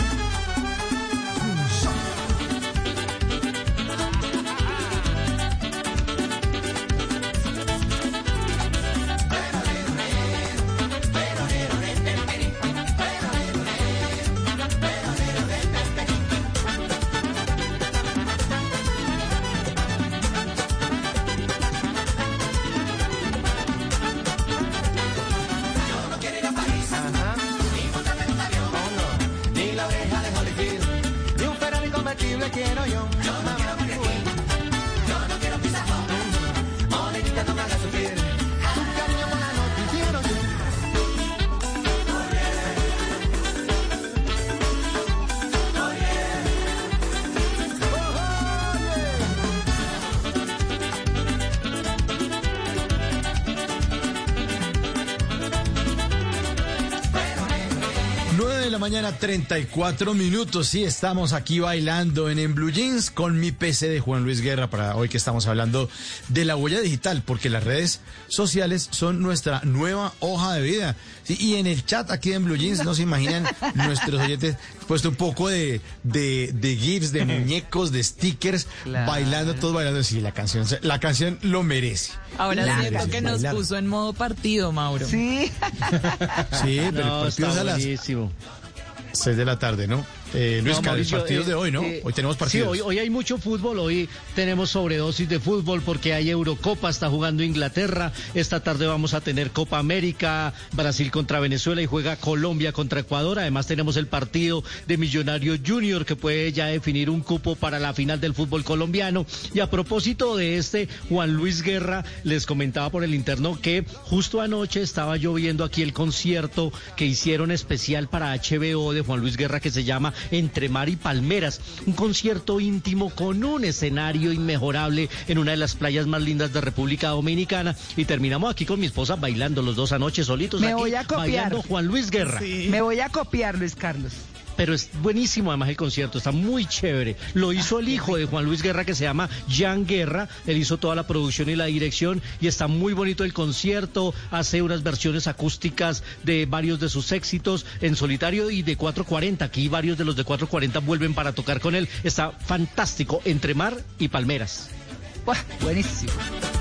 Speaker 13: de la mañana, treinta y cuatro minutos. Sí, estamos aquí bailando en, en Blue Jeans con mi P C de Juan Luis Guerra para hoy que estamos hablando de la huella digital, porque las redes sociales son nuestra nueva hoja de vida. Sí, y en el chat aquí en Blue Jeans, no se imaginan nuestros oyentes, puesto un poco de, de, de gifs, de muñecos, de stickers, claro. bailando, todos bailando. Sí, la canción, la canción lo merece.
Speaker 10: Ahora
Speaker 13: la
Speaker 10: siento que nos bailar. puso en modo partido, Mauro.
Speaker 3: Sí.
Speaker 13: Sí, pero
Speaker 6: no,
Speaker 13: el partido es a las seis de la tarde, ¿no? Eh, Luis, no, Mauricio, los partidos eh, de hoy, ¿no? Eh, hoy tenemos partidos.
Speaker 6: Sí, hoy, hoy hay mucho fútbol, hoy tenemos sobredosis de fútbol porque hay Eurocopa, está jugando Inglaterra, esta tarde vamos a tener Copa América, Brasil contra Venezuela y juega Colombia contra Ecuador, además tenemos el partido de Millonarios Junior que puede ya definir un cupo para la final del fútbol colombiano. Y a propósito de este, Juan Luis Guerra, les comentaba por el interno que justo anoche estaba yo viendo aquí el concierto que hicieron especial para H B O de Juan Luis Guerra que se llama Entre Mar y Palmeras, un concierto íntimo con un escenario inmejorable en una de las playas más lindas de República Dominicana, y terminamos aquí con mi esposa bailando los dos anoche solitos.
Speaker 3: Me
Speaker 6: aquí,
Speaker 3: voy a copiar.
Speaker 6: Bailando Juan Luis Guerra.
Speaker 3: Sí. Me voy a copiar, Luis Carlos.
Speaker 6: Pero es buenísimo además el concierto, está muy chévere. Lo hizo el hijo de Juan Luis Guerra que se llama Jan Guerra, él hizo toda la producción y la dirección y está muy bonito el concierto, hace unas versiones acústicas de varios de sus éxitos en solitario y de cuatro cuarenta, aquí varios de los de cuatro cuarenta vuelven para tocar con él, está fantástico, Entre Mar y Palmeras.
Speaker 3: Buah, buenísimo.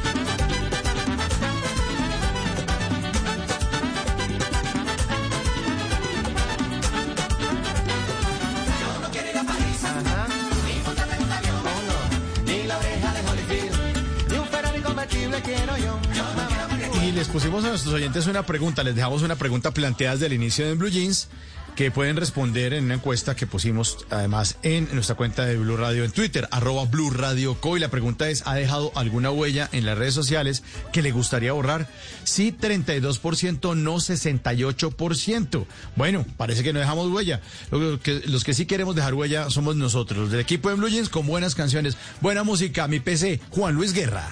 Speaker 13: Y les pusimos a nuestros oyentes una pregunta, les dejamos una pregunta planteada desde el inicio de Blue Jeans, que pueden responder en una encuesta que pusimos además en nuestra cuenta de Blue Radio en Twitter, arroba Blue Radio Co. Y la pregunta es, ¿ha dejado alguna huella en las redes sociales que le gustaría borrar? Sí, treinta y dos por ciento, no sesenta y ocho por ciento. Bueno, parece que no dejamos huella. Los que, los que sí queremos dejar huella somos nosotros, los del equipo de Blue Jeans, con buenas canciones, buena música, mi P C, Juan Luis Guerra.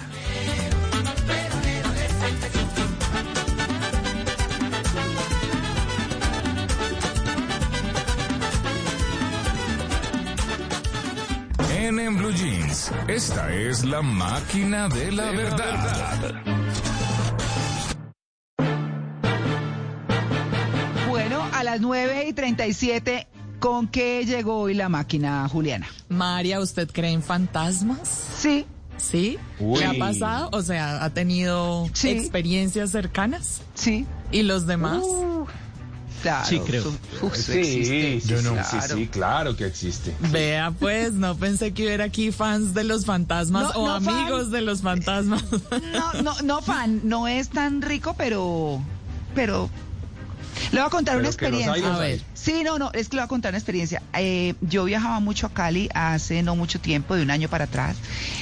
Speaker 21: En Blue Jeans, esta es la máquina de la verdad.
Speaker 3: Bueno, a las nueve y treinta y siete, ¿con qué llegó hoy la máquina, Juliana?
Speaker 10: María, ¿usted cree en fantasmas?
Speaker 3: Sí.
Speaker 10: ¿Sí?
Speaker 3: Uy.
Speaker 10: ¿Qué ha pasado? O sea, ¿ha tenido sí. experiencias cercanas?
Speaker 3: Sí.
Speaker 10: ¿Y los demás?
Speaker 3: Uh. Claro,
Speaker 6: sí, creo.
Speaker 5: Uf, sí, existe.
Speaker 13: Yo no.
Speaker 5: Claro. Sí, sí, claro que existe.
Speaker 10: Vea, pues, no pensé que hubiera aquí fans de los fantasmas no, o no amigos fan. de los fantasmas.
Speaker 3: No, no, no fan, no es tan rico, pero, pero, le voy a contar pero una experiencia.
Speaker 5: Hay,
Speaker 3: a ver. Sí, no, no, es que le voy a contar una experiencia. Eh, yo viajaba mucho a Cali hace no mucho tiempo, de un año para atrás,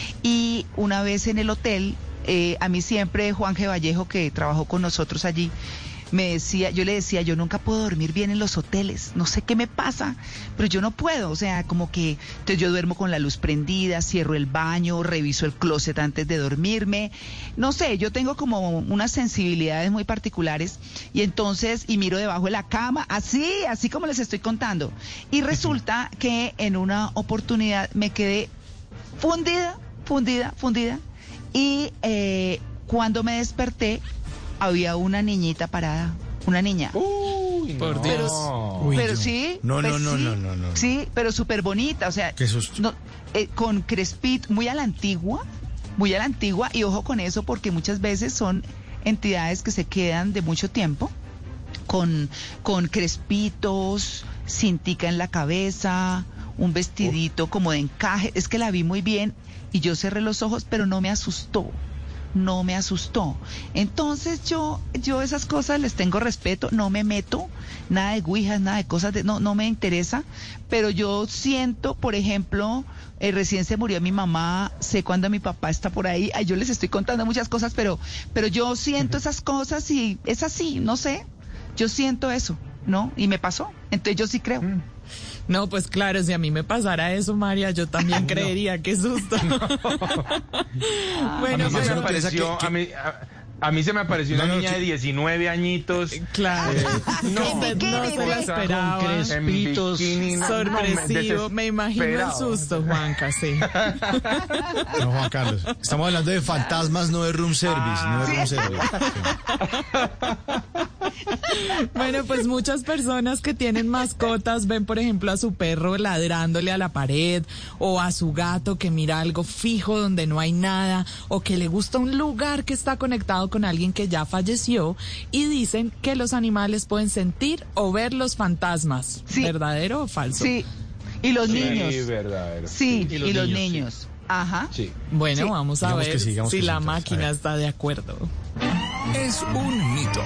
Speaker 3: y una vez en el hotel, eh, a mí siempre Juan G. Vallejo, que trabajó con nosotros allí, me decía, yo le decía, yo nunca puedo dormir bien en los hoteles, no sé qué me pasa, pero yo no puedo, o sea, como que, entonces yo duermo con la luz prendida, cierro el baño, reviso el closet antes de dormirme, no sé, yo tengo como unas sensibilidades muy particulares, y entonces, y miro debajo de la cama, así, así como les estoy contando, y resulta que en una oportunidad me quedé fundida, fundida, fundida, y eh, cuando me desperté, había una niñita parada, una niña.
Speaker 5: Uy,
Speaker 3: por
Speaker 5: no.
Speaker 3: Dios.
Speaker 13: Uy,
Speaker 3: pero
Speaker 13: no.
Speaker 3: sí.
Speaker 13: No,
Speaker 3: pues
Speaker 13: no, no,
Speaker 3: sí,
Speaker 13: no, no, no.
Speaker 3: Sí, pero súper bonita, o sea.
Speaker 13: Qué susto.
Speaker 3: No, eh, con crespito, muy a la antigua, muy a la antigua, y ojo con eso porque muchas veces son entidades que se quedan de mucho tiempo, con, con crespitos, cintica en la cabeza, un vestidito oh. como de encaje. Es que la vi muy bien y yo cerré los ojos, pero no me asustó. No me asustó. Entonces yo, yo esas cosas les tengo respeto, no me meto, nada de ouijas, nada de cosas, de, no, no me interesa, pero yo siento, por ejemplo, eh, recién se murió mi mamá, sé cuando mi papá está por ahí, ay, yo les estoy contando muchas cosas, pero, pero yo siento esas cosas y es así, no sé, yo siento eso, ¿no? Y me pasó, entonces yo sí creo. Mm.
Speaker 10: No, pues claro, si a mí me pasara eso, María, yo también no. creería, qué susto.
Speaker 5: Bueno,
Speaker 10: a mí
Speaker 5: me pareció, a mí, a, A mí se me apareció una
Speaker 13: No, no,
Speaker 5: niña
Speaker 13: sí.
Speaker 5: de diecinueve añitos.
Speaker 10: Claro.
Speaker 5: Eh,
Speaker 10: no, usted no se la esperaba.
Speaker 6: Con crespitos.
Speaker 5: En bikini, no,
Speaker 10: Sorpresivo.
Speaker 5: me
Speaker 10: Me imagino el
Speaker 5: desesperado.
Speaker 10: susto, Juanca, sí.
Speaker 13: No, Juan Carlos. Estamos hablando de fantasmas, no de room service. no de room service.
Speaker 10: Bueno, pues muchas personas que tienen mascotas ven, por ejemplo, a su perro ladrándole a la pared o a su gato que mira algo fijo donde no hay nada o que le gusta un lugar que está conectado con alguien que ya falleció y dicen que los animales pueden sentir o ver los fantasmas.
Speaker 3: Sí.
Speaker 10: ¿Verdadero o falso?
Speaker 3: Sí. Y los
Speaker 5: Sí,
Speaker 3: niños.
Speaker 5: verdadero.
Speaker 3: Sí,
Speaker 6: Y
Speaker 3: y
Speaker 6: los
Speaker 3: los,
Speaker 6: niños,
Speaker 3: niños.
Speaker 6: sí.
Speaker 3: Ajá.
Speaker 5: Sí.
Speaker 10: Bueno,
Speaker 3: Sí.
Speaker 10: vamos a
Speaker 13: Digamos
Speaker 10: ver
Speaker 13: que sí, digamos
Speaker 10: si
Speaker 13: que sí,
Speaker 10: la
Speaker 13: entonces, a
Speaker 10: máquina
Speaker 13: ver.
Speaker 10: está de acuerdo.
Speaker 21: Es un mito.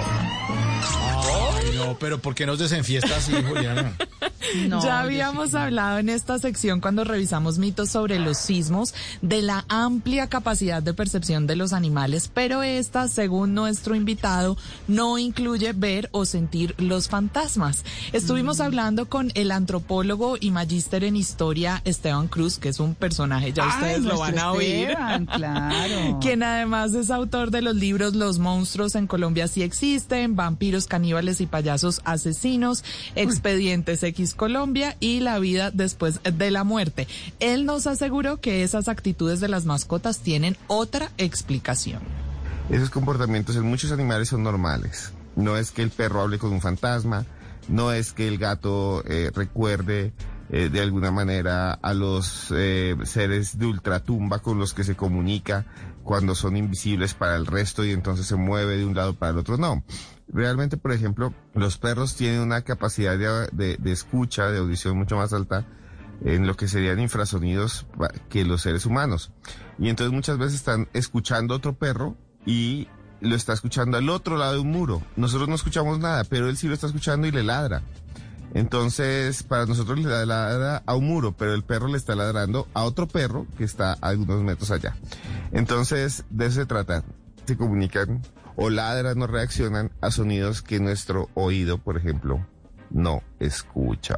Speaker 13: Ay, no, pero ¿por qué nos desenfiesta así, Juliana?
Speaker 3: No,
Speaker 10: ya
Speaker 3: yo
Speaker 10: habíamos
Speaker 3: sí.
Speaker 10: hablado en esta sección cuando revisamos mitos sobre los sismos de la amplia capacidad de percepción de los animales, pero esta, según nuestro invitado, no incluye ver o sentir los fantasmas. Estuvimos hablando con el antropólogo y magíster en historia Esteban Cruz, que es un personaje, ya
Speaker 3: Ay,
Speaker 10: ustedes lo van
Speaker 3: nuestro
Speaker 10: a oír.
Speaker 3: Esteban, claro.
Speaker 10: Quien además es autor de los libros Los monstruos en Colombia sí existen, Vampiros, caníbales y payasos asesinos, Expedientes X Colombia y La vida después de la muerte. Él nos aseguró que esas actitudes de las mascotas tienen otra explicación.
Speaker 15: Esos comportamientos en muchos animales son normales. No es que el perro hable con un fantasma, no es que el gato eh, recuerde eh, de alguna manera a los eh, seres de ultratumba con los que se comunica cuando son invisibles para el resto y entonces se mueve de un lado para el otro. No. Realmente, por ejemplo, los perros tienen una capacidad de, de, de escucha, de audición mucho más alta en lo que serían infrasonidos que los seres humanos. Y entonces muchas veces están escuchando a otro perro y lo está escuchando al otro lado de un muro. Nosotros no escuchamos nada, pero él sí lo está escuchando y le ladra. Entonces, para nosotros le ladra a un muro, pero el perro le está ladrando a otro perro que está a algunos metros allá. Entonces, de eso se trata. Se comunican o ladran o reaccionan a sonidos que nuestro oído, por ejemplo, no escucha.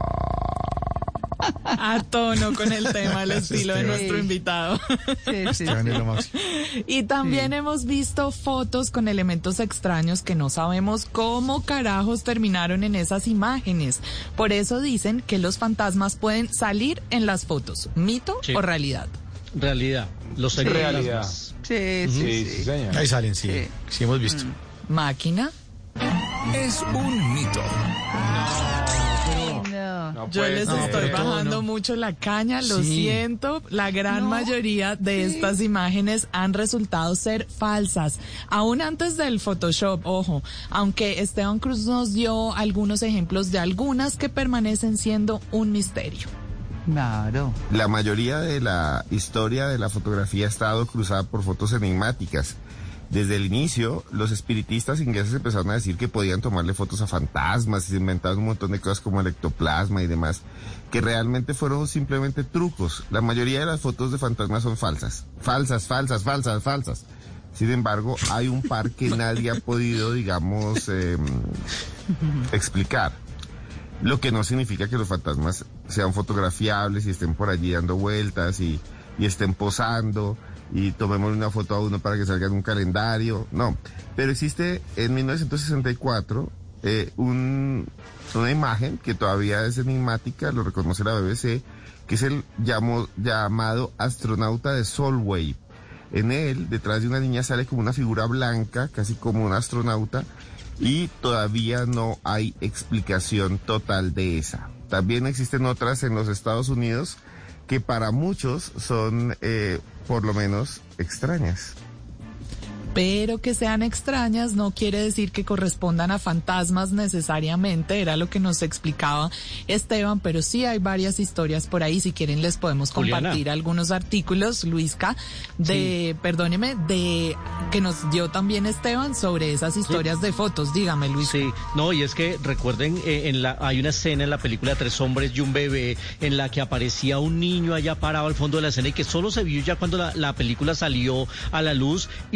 Speaker 10: A tono con el tema, el estilo de nuestro invitado.
Speaker 3: Sí, sí,
Speaker 13: Esteban
Speaker 3: sí.
Speaker 13: es lo máximo.
Speaker 10: Y también
Speaker 3: Sí.
Speaker 10: hemos visto fotos con elementos extraños que no sabemos cómo carajos terminaron en esas imágenes. Por eso dicen que los fantasmas pueden salir en las fotos. ¿Mito
Speaker 6: Sí.
Speaker 10: o realidad?
Speaker 6: Realidad. Los
Speaker 5: Sí,
Speaker 6: fantasmas.
Speaker 5: realidad.
Speaker 3: Sí, sí,
Speaker 5: Sí,
Speaker 3: sí.
Speaker 5: sí, señor.
Speaker 13: Ahí salen, sí.
Speaker 3: Sí.
Speaker 13: Sí, hemos visto.
Speaker 10: ¿Máquina?
Speaker 21: Es un mito.
Speaker 3: No.
Speaker 5: No
Speaker 10: Yo
Speaker 5: puede
Speaker 10: les
Speaker 5: ser.
Speaker 10: estoy
Speaker 13: pero
Speaker 10: bajando
Speaker 13: no.
Speaker 10: mucho la caña, lo
Speaker 13: Sí.
Speaker 10: siento. La gran
Speaker 3: No.
Speaker 10: mayoría de estas imágenes han resultado ser falsas, aún antes del Photoshop, ojo, aunque Esteban Cruz nos dio algunos ejemplos de algunas que permanecen siendo un misterio.
Speaker 3: Claro.
Speaker 15: La mayoría de la historia de la fotografía ha estado cruzada por fotos enigmáticas. Desde el inicio, los espiritistas ingleses empezaron a decir que podían tomarle fotos a fantasmas y se inventaron un montón de cosas como el ectoplasma y demás, que realmente fueron simplemente trucos. La mayoría de las fotos de fantasmas son falsas. Falsas, falsas, falsas, falsas. Sin embargo, hay un par que nadie ha podido, digamos, eh, explicar. Lo que no significa que los fantasmas sean fotografiables y estén por allí dando vueltas y, y estén posando y tomemos una foto a uno para que salga en un calendario. No, pero existe en mil novecientos sesenta y cuatro eh, un, una imagen que todavía es enigmática, lo reconoce la B B C, que es el llamo, llamado astronauta de Solway. En él, detrás de una niña sale como una figura blanca, casi como un astronauta, y todavía no hay explicación total de esa. También existen otras en los Estados Unidos que para muchos son, eh, por lo menos, extrañas.
Speaker 10: Pero que sean extrañas no quiere decir que correspondan a fantasmas necesariamente, era lo que nos explicaba Esteban, pero sí hay varias historias por ahí, si quieren les podemos
Speaker 6: Juliana.
Speaker 10: compartir algunos artículos, Luisca, de, perdóneme, de que nos dio también Esteban sobre esas historias de fotos, dígame Luis.
Speaker 6: Sí, no, y es que recuerden, eh, en la, hay una escena en la película Tres hombres y un bebé en la que aparecía un niño allá parado al fondo de la escena y que solo se vio ya cuando la, la película salió a la luz y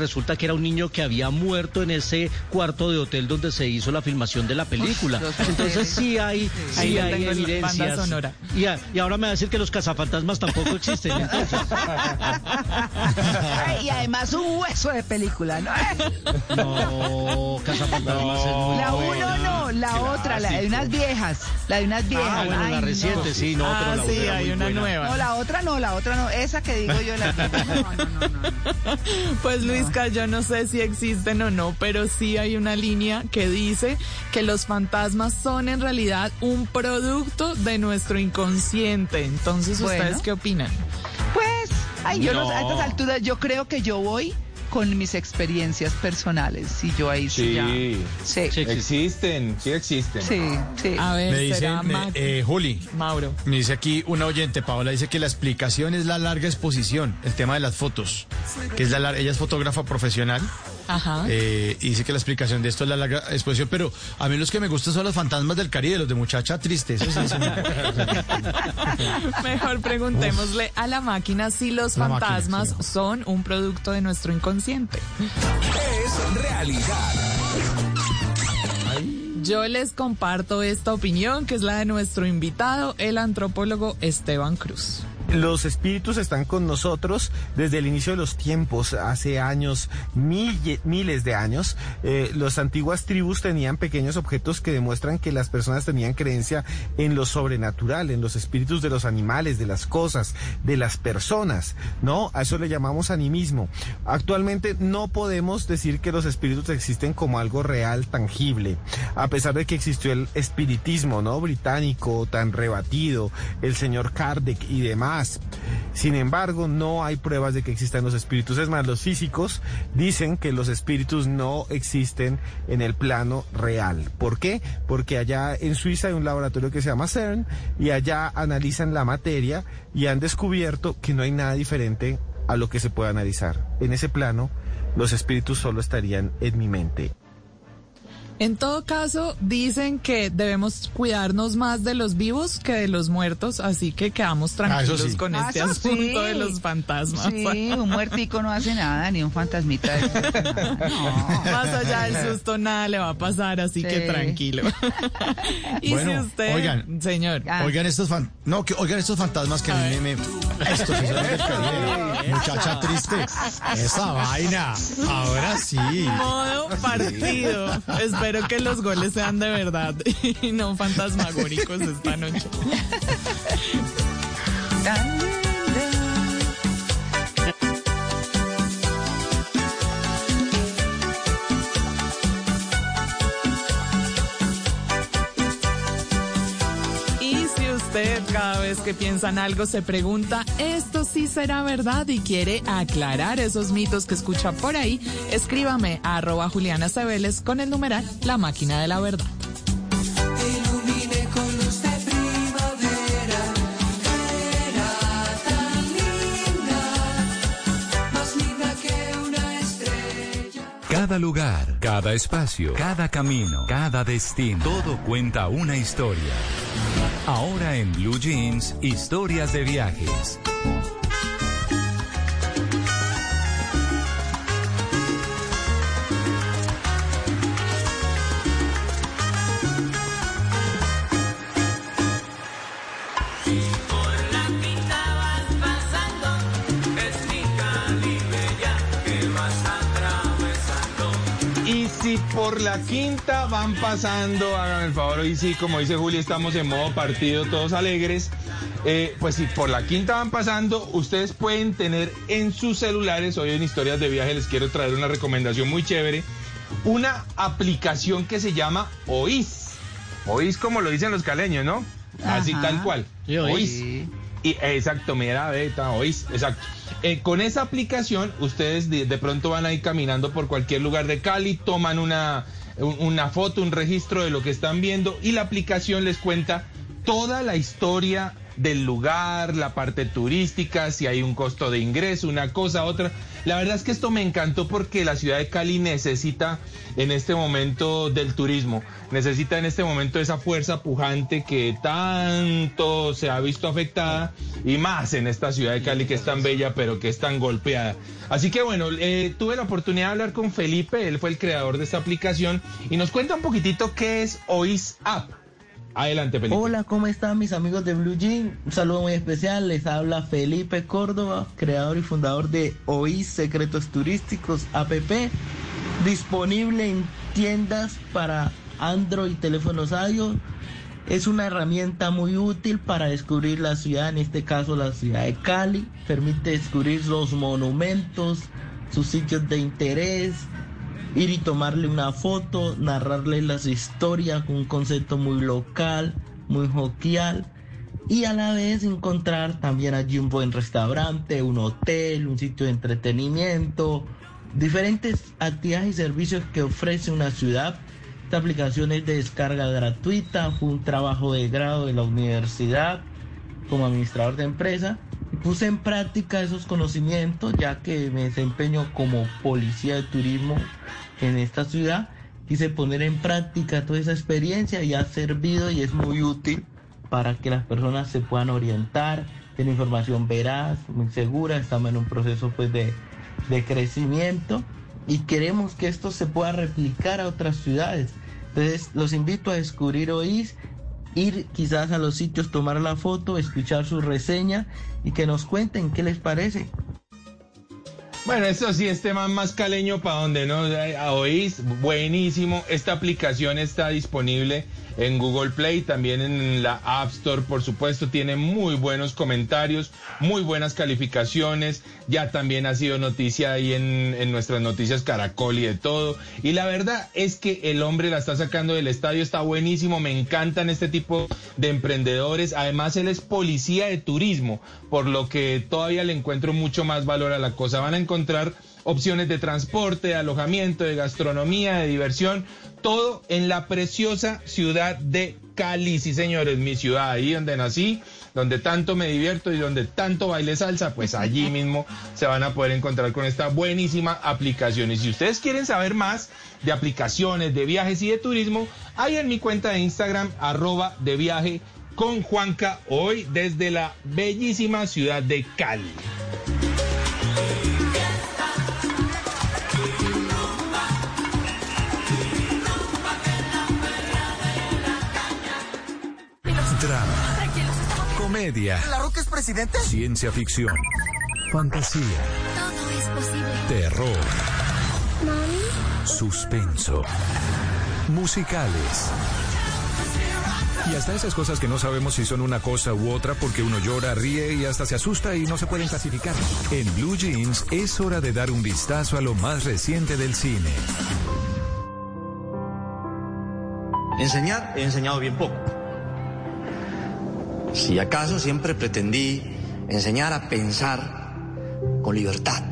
Speaker 6: resulta que era un niño que había muerto en ese cuarto de hotel donde se hizo la filmación de la película. Entonces sí hay, sí
Speaker 10: Ahí
Speaker 6: hay
Speaker 10: tengo la banda
Speaker 6: evidencias.
Speaker 10: sonora.
Speaker 6: Y, a- y ahora me va a decir que los cazafantasmas tampoco existen. Entonces.
Speaker 3: Ay, y además un hueso de película, ¿no?
Speaker 6: No, cazafantasmas es muy
Speaker 3: La uno
Speaker 6: buena.
Speaker 3: no, la otra, la de unas viejas. La de unas viejas.
Speaker 6: Ah, bueno,
Speaker 3: Ay,
Speaker 6: la
Speaker 3: no.
Speaker 6: reciente, sí, no,
Speaker 10: Ah,
Speaker 6: pero la
Speaker 10: sí,
Speaker 6: otra
Speaker 10: hay
Speaker 6: muy
Speaker 10: una
Speaker 6: buena.
Speaker 10: nueva.
Speaker 3: No, la otra no, la otra no. Esa que digo yo, la vieja. No, no, no, no.
Speaker 10: Pues Luisca, yo no sé si existen o no, pero sí hay una línea que dice que los fantasmas son en realidad un producto de nuestro inconsciente. Entonces, ¿ustedes
Speaker 3: Bueno.
Speaker 10: qué opinan?
Speaker 3: Pues, ay, yo no.
Speaker 5: No.
Speaker 3: a estas alturas yo creo que yo voy con mis experiencias personales. Y yo ahí sí,
Speaker 5: Sí,
Speaker 3: ya.
Speaker 5: sí,
Speaker 3: Sí.
Speaker 5: existen, sí existen.
Speaker 3: Sí, sí.
Speaker 10: A ver,
Speaker 13: Me dice,
Speaker 10: será
Speaker 13: me-
Speaker 10: Mac-
Speaker 13: eh, Juli,
Speaker 10: Mauro.
Speaker 13: me dice aquí una oyente, Paola, dice que la explicación es la larga exposición, el tema de las fotos, que es la lar- ella es fotógrafa profesional.
Speaker 10: Ajá.
Speaker 13: Eh, y dice que la explicación de esto es la larga exposición, pero a mí los que me gustan son los fantasmas del Caribe, los de muchacha triste. Eso sí, sí.
Speaker 10: Mejor preguntémosle a la máquina si los
Speaker 13: La máquina,
Speaker 10: fantasmas
Speaker 13: sí.
Speaker 10: son un producto de nuestro inconsciente.
Speaker 2: Es realidad.
Speaker 10: Yo les comparto esta opinión, que es la de nuestro invitado, el antropólogo Esteban Cruz.
Speaker 19: Los espíritus están con nosotros desde el inicio de los tiempos, hace años, mille- miles de años. Eh, las antiguas tribus tenían pequeños objetos que demuestran que las personas tenían creencia en lo sobrenatural, en los espíritus de los animales, de las cosas, de las personas, ¿no? A eso le llamamos animismo. Actualmente no podemos decir que los espíritus existen como algo real, tangible, a pesar de que existió el espiritismo, ¿no? Británico, tan rebatido, el señor Kardec y demás. Sin embargo, no hay pruebas de que existan los espíritus. Es más, los físicos dicen que los espíritus no existen en el plano real. ¿Por qué? Porque allá en Suiza hay un laboratorio que se llama CERN y allá analizan la materia y han descubierto que no hay nada diferente a lo que se puede analizar. En ese plano, los espíritus solo estarían en mi mente.
Speaker 10: En todo caso, dicen que debemos cuidarnos más de los vivos que de los muertos, así que quedamos tranquilos
Speaker 13: Ah, eso sí.
Speaker 10: con
Speaker 3: Ah,
Speaker 10: este
Speaker 3: eso
Speaker 10: asunto
Speaker 3: sí.
Speaker 10: de los fantasmas.
Speaker 3: Sí, un muertico no hace nada, ni un fantasmita. de- No.
Speaker 10: Más allá del susto, nada le va a pasar, así
Speaker 3: Sí.
Speaker 10: que tranquilo. Y
Speaker 13: Bueno,
Speaker 10: si usted,
Speaker 13: oigan.
Speaker 10: señor,
Speaker 3: Ah.
Speaker 13: Oigan estos fan, no, que oigan estos fantasmas que a mí me, me- estos sí son los del Caribe. Muchacha triste. Esa vaina. Ahora sí.
Speaker 10: modo partido. Espero que los goles sean de verdad y no fantasmagóricos esta noche. Y si usted cada vez que piensa en algo se pregunta, ¿esto sí será verdad? Y quiere aclarar esos mitos que escucha por ahí, escríbame a arroba Juliana Cebeles con el numeral La Máquina de la Verdad.
Speaker 2: Ilumine con luz de primavera, era tan linda, más linda que una estrella.
Speaker 1: Cada lugar, cada espacio, cada camino, cada destino, todo cuenta una historia. Ahora en Blue Jeans, historias de viajes.
Speaker 5: Y si por la quinta van pasando, háganme el favor, hoy sí, como dice Juli, estamos en modo partido, todos alegres. Eh, pues si por la quinta van pasando, ustedes pueden tener en sus celulares, hoy en Historias de Viaje les quiero traer una recomendación muy chévere, una aplicación que se llama Oís. Oís como lo dicen los caleños, ¿no? Así
Speaker 3: Ajá.
Speaker 5: tal cual.
Speaker 6: Sí, Oís.
Speaker 5: Oís. Y, exacto, mira, beta, Oís, exacto. Eh, con esa aplicación, ustedes de, de pronto van a ir caminando por cualquier lugar de Cali, toman una, un- una foto, un registro de lo que están viendo y la aplicación les cuenta toda la historia del lugar, la parte turística, si hay un costo de ingreso, una cosa, otra. La verdad es que esto me encantó porque la ciudad de Cali necesita en este momento del turismo, necesita en este momento esa fuerza pujante que tanto se ha visto afectada, y más en esta ciudad de Cali que es tan bella pero que es tan golpeada. Así que bueno, eh, tuve la oportunidad de hablar con Felipe, él fue el creador de esta aplicación y nos cuenta un poquitito qué es Oís App. Adelante, Felipe.
Speaker 20: Hola, ¿cómo están mis amigos de Blue Jean? Un saludo muy especial, les habla Felipe Córdoba, creador y fundador de Oís Secretos Turísticos app, disponible en tiendas para Android y teléfonos iOS. Es una herramienta muy útil para descubrir la ciudad, en este caso la ciudad de Cali. Permite descubrir los monumentos, sus sitios de interés, ir y tomarle una foto, narrarle las historias con un concepto muy local, muy jovial, y a la vez encontrar también allí un buen restaurante, un hotel, un sitio de entretenimiento, diferentes actividades y servicios que ofrece una ciudad. Esta aplicación es de descarga gratuita, fue un trabajo de grado de la universidad como administrador de empresa. Puse en práctica esos conocimientos ya que me desempeño como policía de turismo en esta ciudad. Quise poner en práctica toda esa experiencia y ha servido y es muy útil para que las personas se puedan orientar, tiene información veraz, muy segura. Estamos en un proceso pues de, de crecimiento y queremos que esto se pueda replicar a otras ciudades. Entonces los invito a descubrir Oís, ir quizás a los sitios, tomar la foto, escuchar su reseña y que nos cuenten qué les parece.
Speaker 5: Bueno, eso sí, este man más caleño para donde no, Oís, buenísimo. Esta aplicación está disponible en Google Play, también en la App Store, por supuesto. Tiene muy buenos comentarios, muy buenas calificaciones. Ya también ha sido noticia ahí en, en nuestras noticias Caracol y de todo. Y la verdad es que el hombre la está sacando del estadio, está buenísimo. Me encantan este tipo de emprendedores. Además, él es policía de turismo, por lo que todavía le encuentro mucho más valor a la cosa. Van a encontrar opciones de transporte, de alojamiento, de gastronomía, de diversión, todo en la preciosa ciudad de Cali. Sí, señores, mi ciudad, ahí donde nací, donde tanto me divierto y donde tanto baile salsa, pues allí mismo se van a poder encontrar con esta buenísima aplicación. Y si ustedes quieren saber más de aplicaciones, de viajes y de turismo, ahí en mi cuenta de Instagram, arroba de viaje con Juanca, hoy desde la bellísima ciudad de Cali.
Speaker 1: Drama, comedia,
Speaker 2: ¿La Roca es presidente?
Speaker 1: ciencia ficción, fantasía,
Speaker 2: Todo es posible.
Speaker 1: terror, suspenso, musicales. Y hasta esas cosas que no sabemos si son una cosa u otra porque uno llora, ríe y hasta se asusta y no se pueden clasificar. En Blue Jeans es hora de dar un vistazo a lo más reciente del cine.
Speaker 22: Enseñar, he enseñado bien poco. Si acaso siempre pretendí enseñar a pensar con libertad.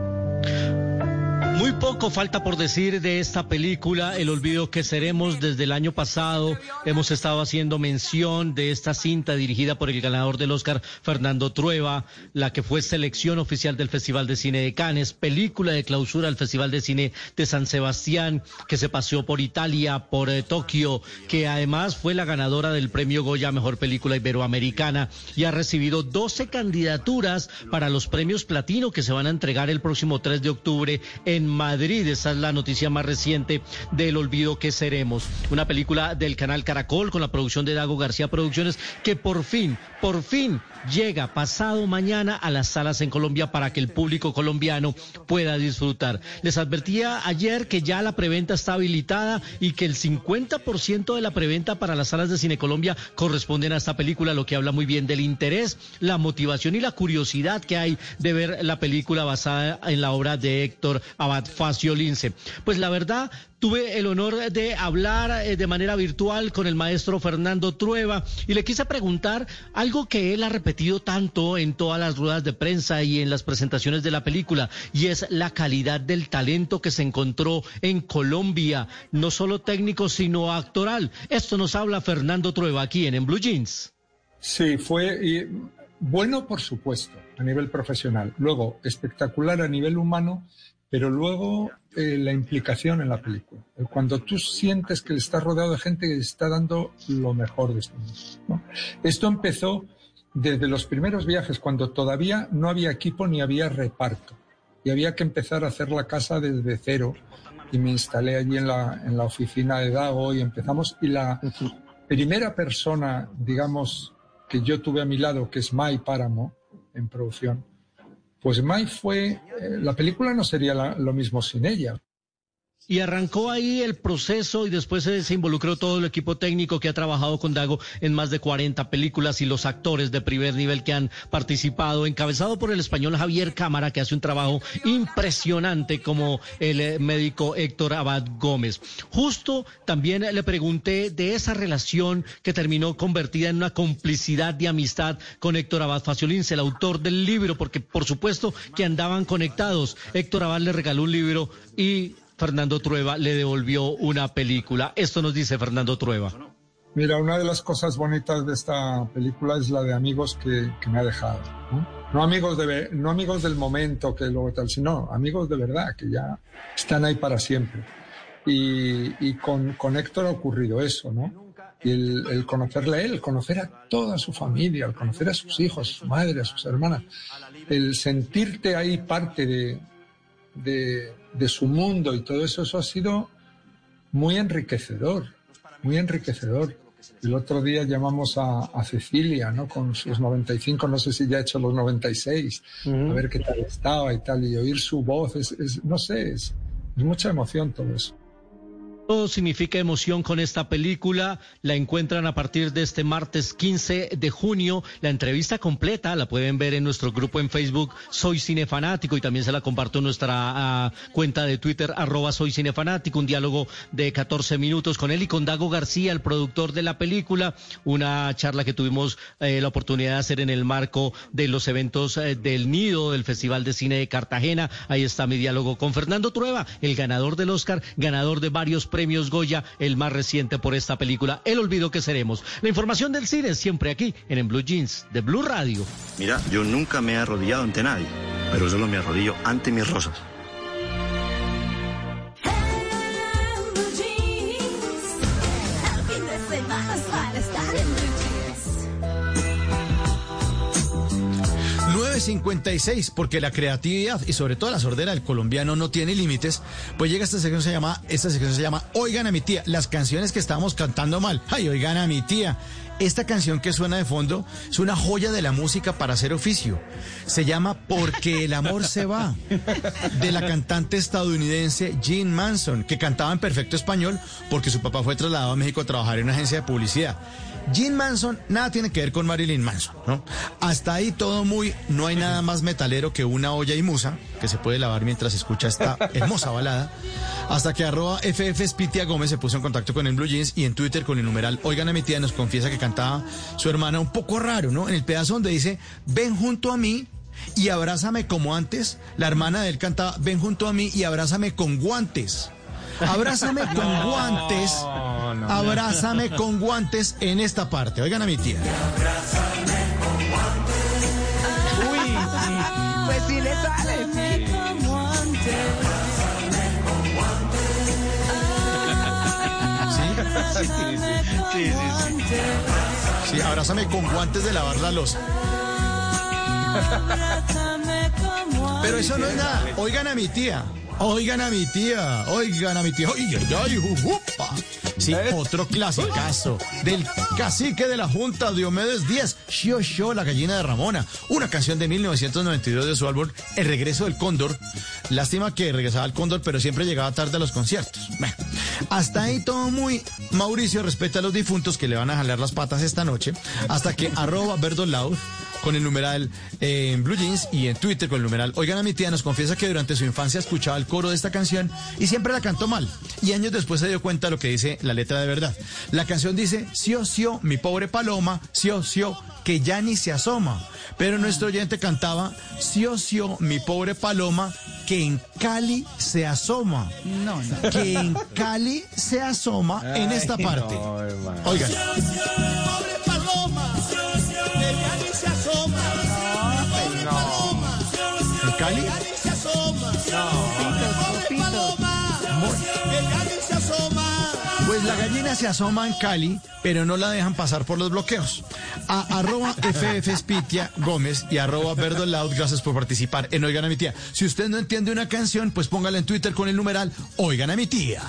Speaker 6: Muy poco falta por decir de esta película, El olvido que seremos. Desde el año pasado hemos estado haciendo mención de esta cinta dirigida por el ganador del Oscar, Fernando Trueba, la que fue selección oficial del Festival de Cine de Cannes, película de clausura al Festival de Cine de San Sebastián, que se paseó por Italia, por eh, Tokio, que además fue la ganadora del premio Goya a Mejor Película Iberoamericana y ha recibido doce candidaturas para los premios Platino que se van a entregar el próximo tres de octubre en Madrid. Esa es la noticia más reciente del olvido que seremos. Una película del canal Caracol con la producción de Dago García Producciones que por fin, por fin llega pasado mañana a las salas en Colombia para que el público colombiano pueda disfrutar. Les advertía ayer que ya la preventa está habilitada y que el cincuenta por ciento de la preventa para las salas de Cine Colombia corresponden a esta película, lo que habla muy bien del interés, la motivación y la curiosidad que hay de ver la película basada en la obra de Héctor Abad Faciolince. Pues la verdad, tuve el honor de hablar eh, de manera virtual con el maestro Fernando Trueba y le quise preguntar algo que él ha repetido tanto en todas las ruedas de prensa y en las presentaciones de la película, y es la calidad del talento que se encontró en Colombia, no solo técnico sino actoral. Esto nos habla Fernando Trueba aquí en, en Blue Jeans.
Speaker 7: Sí, fue y, bueno, por supuesto, a nivel profesional. Luego, espectacular a nivel humano, pero luego eh, la implicación en la película. Cuando tú sientes que estás rodeado de gente que está dando lo mejor de este mundo, ¿no? Esto empezó desde los primeros viajes, cuando todavía no había equipo ni había reparto. Y había que empezar a hacer la casa desde cero. Y me instalé allí en la, en la oficina de Dago y empezamos. Y la primera persona, digamos, que yo tuve a mi lado, que es Mai Páramo, en producción, pues Mai fue... Eh, la película no sería la, lo mismo sin ella.
Speaker 6: Y arrancó ahí el proceso y después se, se involucró todo el equipo técnico que ha trabajado con Dago en más de cuarenta películas y los actores de primer nivel que han participado, encabezado por el español Javier Cámara, que hace un trabajo impresionante como el eh, médico Héctor Abad Gómez. Justo también le pregunté de esa relación que terminó convertida en una complicidad de amistad con Héctor Abad Faciolince, el autor del libro, porque por supuesto que andaban conectados. Héctor Abad le regaló un libro y Fernando Trueba le devolvió una película. Esto nos dice Fernando Trueba.
Speaker 7: Mira, una de las cosas bonitas de esta película es la de amigos que, que me ha dejado, ¿no? No amigos, de, no amigos del momento, que luego tal, sino amigos de verdad, que ya están ahí para siempre. Y, y con, con Héctor ha ocurrido eso, ¿no? Y el, el conocerle a él, el conocer a toda su familia, el conocer a sus hijos, a su madre, a sus hermanas, el sentirte ahí parte de... de de su mundo y todo eso, eso ha sido muy enriquecedor, muy enriquecedor. El otro día llamamos a, a Cecilia, ¿no? Con sus noventa y cinco, no sé si ya ha hecho los noventa y seis, uh-huh. A ver qué tal estaba y tal, y oír su voz, es, es, no sé, es, es mucha emoción todo eso.
Speaker 6: Todo significa emoción con esta película. La encuentran a partir de este martes quince de junio. La entrevista completa la pueden ver en nuestro grupo en Facebook Soy Cinefanático, y también se la comparto en nuestra uh, cuenta de Twitter arroba Soy Cinefanático. Un diálogo de catorce minutos con él y con Dago García, el productor de la película. Una charla que tuvimos eh, la oportunidad de hacer en el marco de los eventos eh, del Nido, del Festival de Cine de Cartagena. Ahí está mi diálogo con Fernando Trueba, el ganador del Oscar, ganador de varios premios Premios Goya, el más reciente por esta película, El olvido que seremos. La información del cine siempre aquí en, en Blue Jeans de Blue Radio.
Speaker 16: Mira, yo nunca me he arrodillado ante nadie, pero solo me arrodillo ante mis rosas.
Speaker 13: nueve cincuenta y seis, porque la creatividad y sobre todo la sordera del colombiano no tiene límites, pues llega esta sección, se llama, esta sección se llama Oigan a mi tía, las canciones que estábamos cantando mal. Ay, oigan a mi tía. Esta canción que suena de fondo es una joya de la música para hacer oficio. Se llama Porque el amor se va, de la cantante estadounidense Jean Manson, que cantaba en perfecto español porque su papá fue trasladado a México a trabajar en una agencia de publicidad. Jean Manson nada tiene que ver con Marilyn Manson, ¿no? Hasta ahí todo muy, no hay nada más metalero que una olla y musa, que se puede lavar mientras escucha esta hermosa balada, hasta que arroba F F Spitia Gómez se puso en contacto con el Blue Jeans y en Twitter con el numeral Oigan a mi tía nos confiesa que cantaba su hermana un poco raro, ¿no? En el pedazo donde dice, ven junto a mí y abrázame como antes, la hermana de él cantaba, ven junto a mí y abrázame con guantes. Abrázame con no, guantes, no, no, abrázame no. con guantes en esta parte. Oigan a mi tía.
Speaker 3: Uy, pues sí le sale.
Speaker 13: Sí, sí, sí, sí, sí. Sí, abrázame con guantes de lavar la loza. Pero eso no es nada. Oigan a mi tía. Oigan a mi tía, oigan a mi tía, oigan, ay, upa. Sí, otro clasicazo del cacique de la Junta, Diomedes Díaz, Xio Xio, la gallina de Ramona, una canción de mil novecientos noventa y dos de su álbum El regreso del cóndor. Lástima que regresaba al cóndor, pero siempre llegaba tarde a los conciertos. Bueno, hasta ahí todo muy Mauricio respeta a los difuntos que le van a jalar las patas esta noche, hasta que arroba Verdolau con el numeral eh, en Blue Jeans y en Twitter con el numeral Oigan a mi tía nos confiesa que durante su infancia escuchaba el coro de esta canción y siempre la cantó mal. Y años después se dio cuenta de lo que dice la letra de verdad. La canción dice, sio, sio, mi pobre paloma, sio, sio, que ya ni se asoma. Pero nuestro oyente cantaba, sio, sio, mi pobre paloma, que en Cali se asoma.
Speaker 3: No, no.
Speaker 13: Que en Cali se asoma en esta parte. No, oigan. Cali? Pues la gallina se asoma en Cali, pero no la dejan pasar por los bloqueos. A arroba F F Spitia Gómez y arroba Verdo Loud, gracias por participar en Oigan a mi tía. Si usted no entiende una canción, pues póngala en Twitter con el numeral Oigan a mi tía.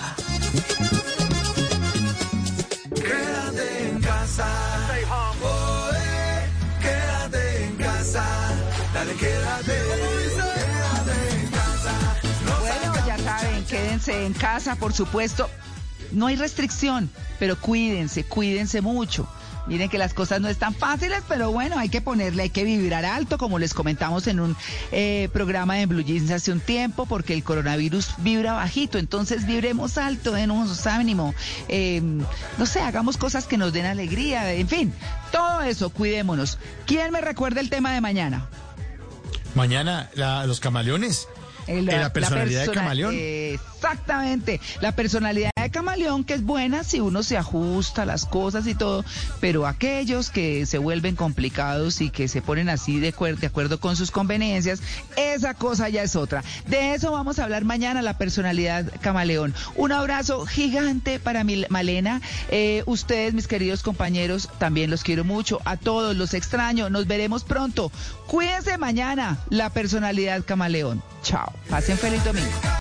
Speaker 2: Quédate en casa. Oh, eh, quédate en casa. Dale, quédate. Quédate en casa. No
Speaker 3: bueno, ya saben, quédense en casa, por supuesto. No hay restricción, pero cuídense, cuídense mucho. Miren que las cosas no están fáciles, pero bueno, hay que ponerle, hay que vibrar alto, como les comentamos en un eh, programa de Blue Jeans hace un tiempo, porque el coronavirus vibra bajito, entonces vibremos alto, denos ánimo, eh, no sé, hagamos cosas que nos den alegría, en fin, todo eso, cuidémonos. ¿Quién me recuerda el tema de mañana?
Speaker 13: Mañana, la, los camaleones.
Speaker 3: El,
Speaker 13: la, la personalidad
Speaker 3: la persona,
Speaker 13: de Camaleón.
Speaker 3: Exactamente, la personalidad de Camaleón, que es buena si uno se ajusta a las cosas y todo, pero aquellos que se vuelven complicados y que se ponen así de, acuer- de acuerdo con sus conveniencias, esa cosa ya es otra. De eso vamos a hablar mañana, la personalidad Camaleón. Un abrazo gigante para mi Malena. Eh, ustedes, mis queridos compañeros, también los quiero mucho. A todos los extraño. Nos veremos pronto. Cuídense mañana, la personalidad Camaleón. Chao. Pasen feliz domingo.